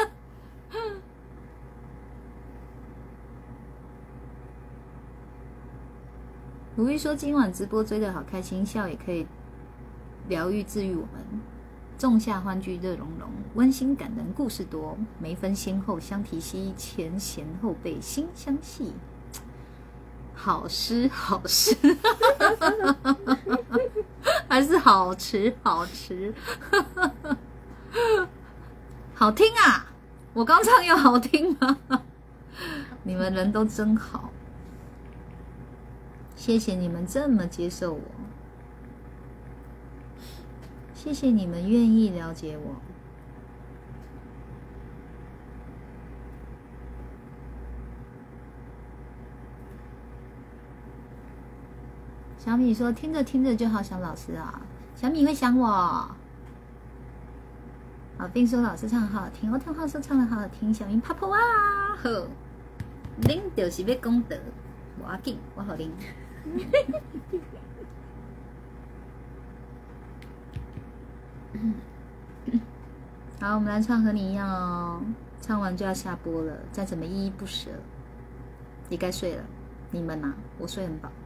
如意说今晚直播追得好开心，笑也可以疗愈治愈我们，仲夏欢聚热融融，温馨感人故事多，没分先后相提携，前贤后辈心相系，好诗好诗。还是好吃好吃。好听啊， 我刚唱有好听吗？你们人都真好，谢谢你们这么接受我，谢谢你们愿意了解我。小米说听着听着就好想老师啊，小米会想我。好，并说老师唱得好好听，我听话说唱得好好听，小米啪啪哇，好，恁就是要功德，无要紧，我好恁。好，我们来唱和你一样哦，唱完就要下播了，再怎么依依不舍，也该睡了。你们啊，我睡很饱。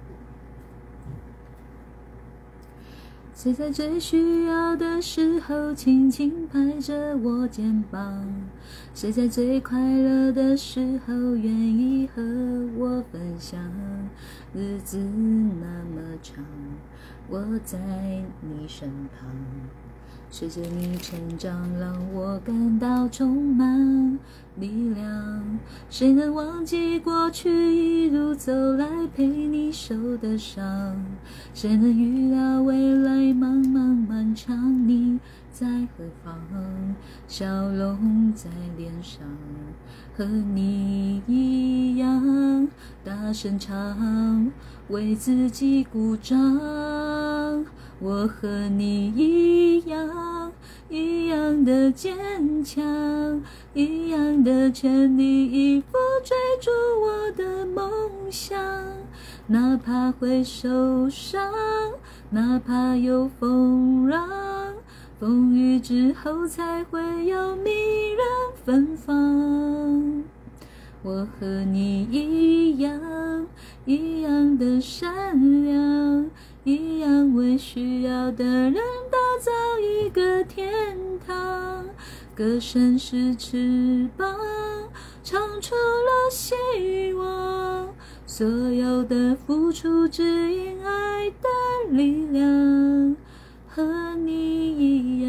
谁在最需要的时候轻轻拍着我肩膀？谁在最快乐的时候愿意和我分享？日子那么长，我在你身旁，随着你成长，让我感到充满力量。谁能忘记过去一路走来陪你受的伤？谁能预料未来茫茫漫长，你在何方？笑容在脸上，和你一样大声唱，为自己鼓掌。我和你一样，一样的坚强，一样的全力以赴追逐我的梦想。哪怕会受伤，哪怕有风浪，风雨之后才会有迷人芬芳。我和你一样，一样的善良，一样为需要的人打造一个天堂。歌声是翅膀，唱出了希望，所有的付出只因爱的力量，和你一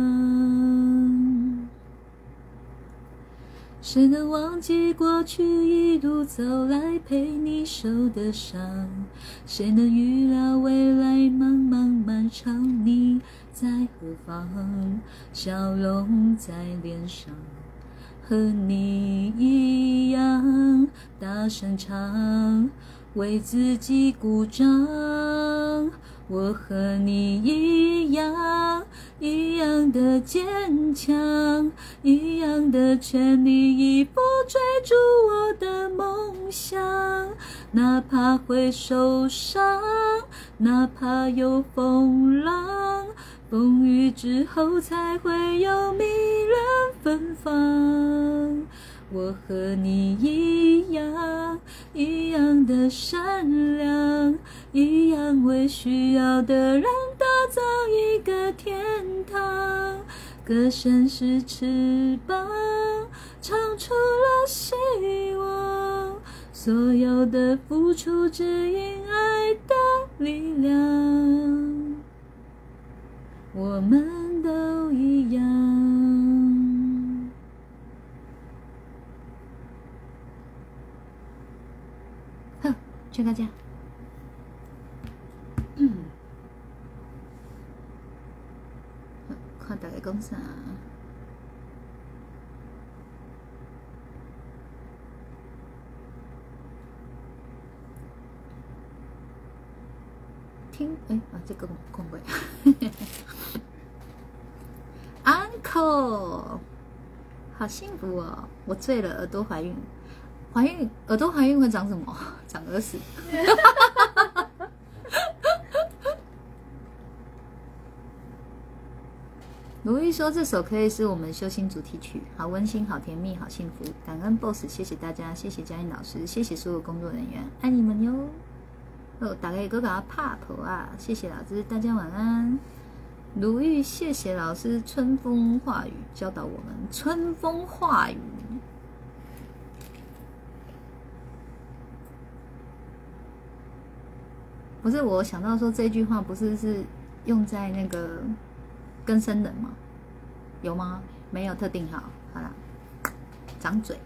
样。谁能忘记过去一路走来陪你受的伤？谁能预料未来茫茫漫长，你在何方？笑容在脸上，和你一样大声唱，为自己鼓掌。我和你一样，一样的坚强，一样的全力以赴追逐我的梦想。哪怕会受伤，哪怕有风浪，风雨之后才会有迷人芬芳。我和你一样，一样的善良，一样为需要的人打造一个天堂。歌声是翅膀，唱出了希望，所有的付出只因爱的力量。我们都一样。去他家。看大家讲啥？听，这个讲过。Uncle， 好幸福哦！我醉了，耳朵怀孕。耳朵怀孕会长什么？长耳屎。如意说这首可以是我们修心主题曲，好温馨，好甜蜜，好幸福。感恩 BOSS， 谢谢大家，谢谢嘉音老师，谢谢所有工作人员，爱你们哟！大家也给我拍婆啊，谢谢老师，大家晚安。如意，谢谢老师春风化雨教导我们，春风化雨。不是，我想到说这句话不是用在那个更生人吗？有吗？没有特定好，好啦。 长嘴。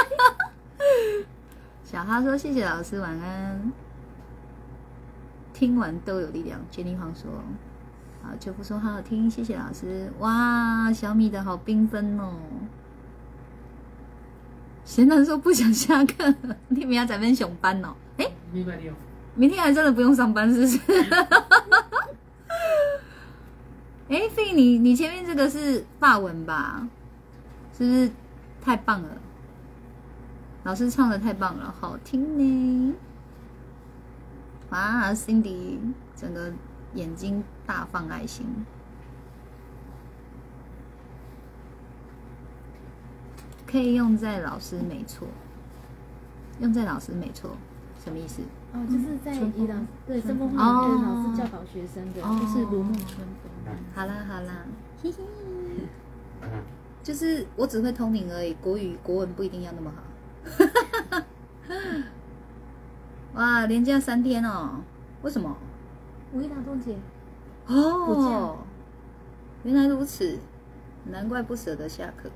小哈说谢谢老师，晚安。听完都有力量。Jenny 黄说，好，秋夫说好好听，谢谢老师。哇，小米的好缤纷哦。贤男说不想下课，你明仔载上班哦。 礼拜六， 明天还真的不用上班，是不是？费你前面这个是法文吧？是不是太棒了？老师唱的太棒了，好听呢！哇 ，Cindy 整个眼睛大放爱心。可以用在老师没错，用在老师没错，什么意思？ 哦，就是在宜朗对春风花园跟老师教导学生的，就是如沐春风。 好啦好啦，嘿嘿，就是我只会通灵而已，国语国文不一定要那么好。哇，连假3天哦，为什么？ 五一劳动节哦，原来如此，难怪不舍得下课。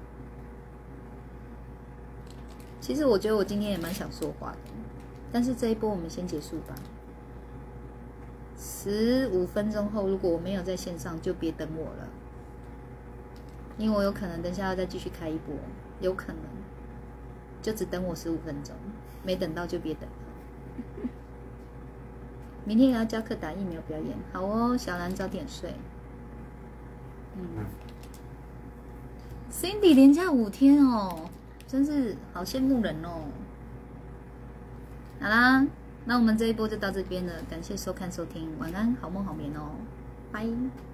其实我觉得我今天也蛮想说话的，但是这一波我们先结束吧。15分钟后，如果我没有在线上，就别等我了，因为我有可能等下要再继续开一波，有可能，就只等我15分钟，没等到就别等了。明天也要教课打疫苗表演，好哦，小兰早点睡。Cindy 连假5天哦。真是好羡慕人哦！好啦，那我们这一波就到这边了，感谢收看收听，晚安，好梦好眠哦，拜。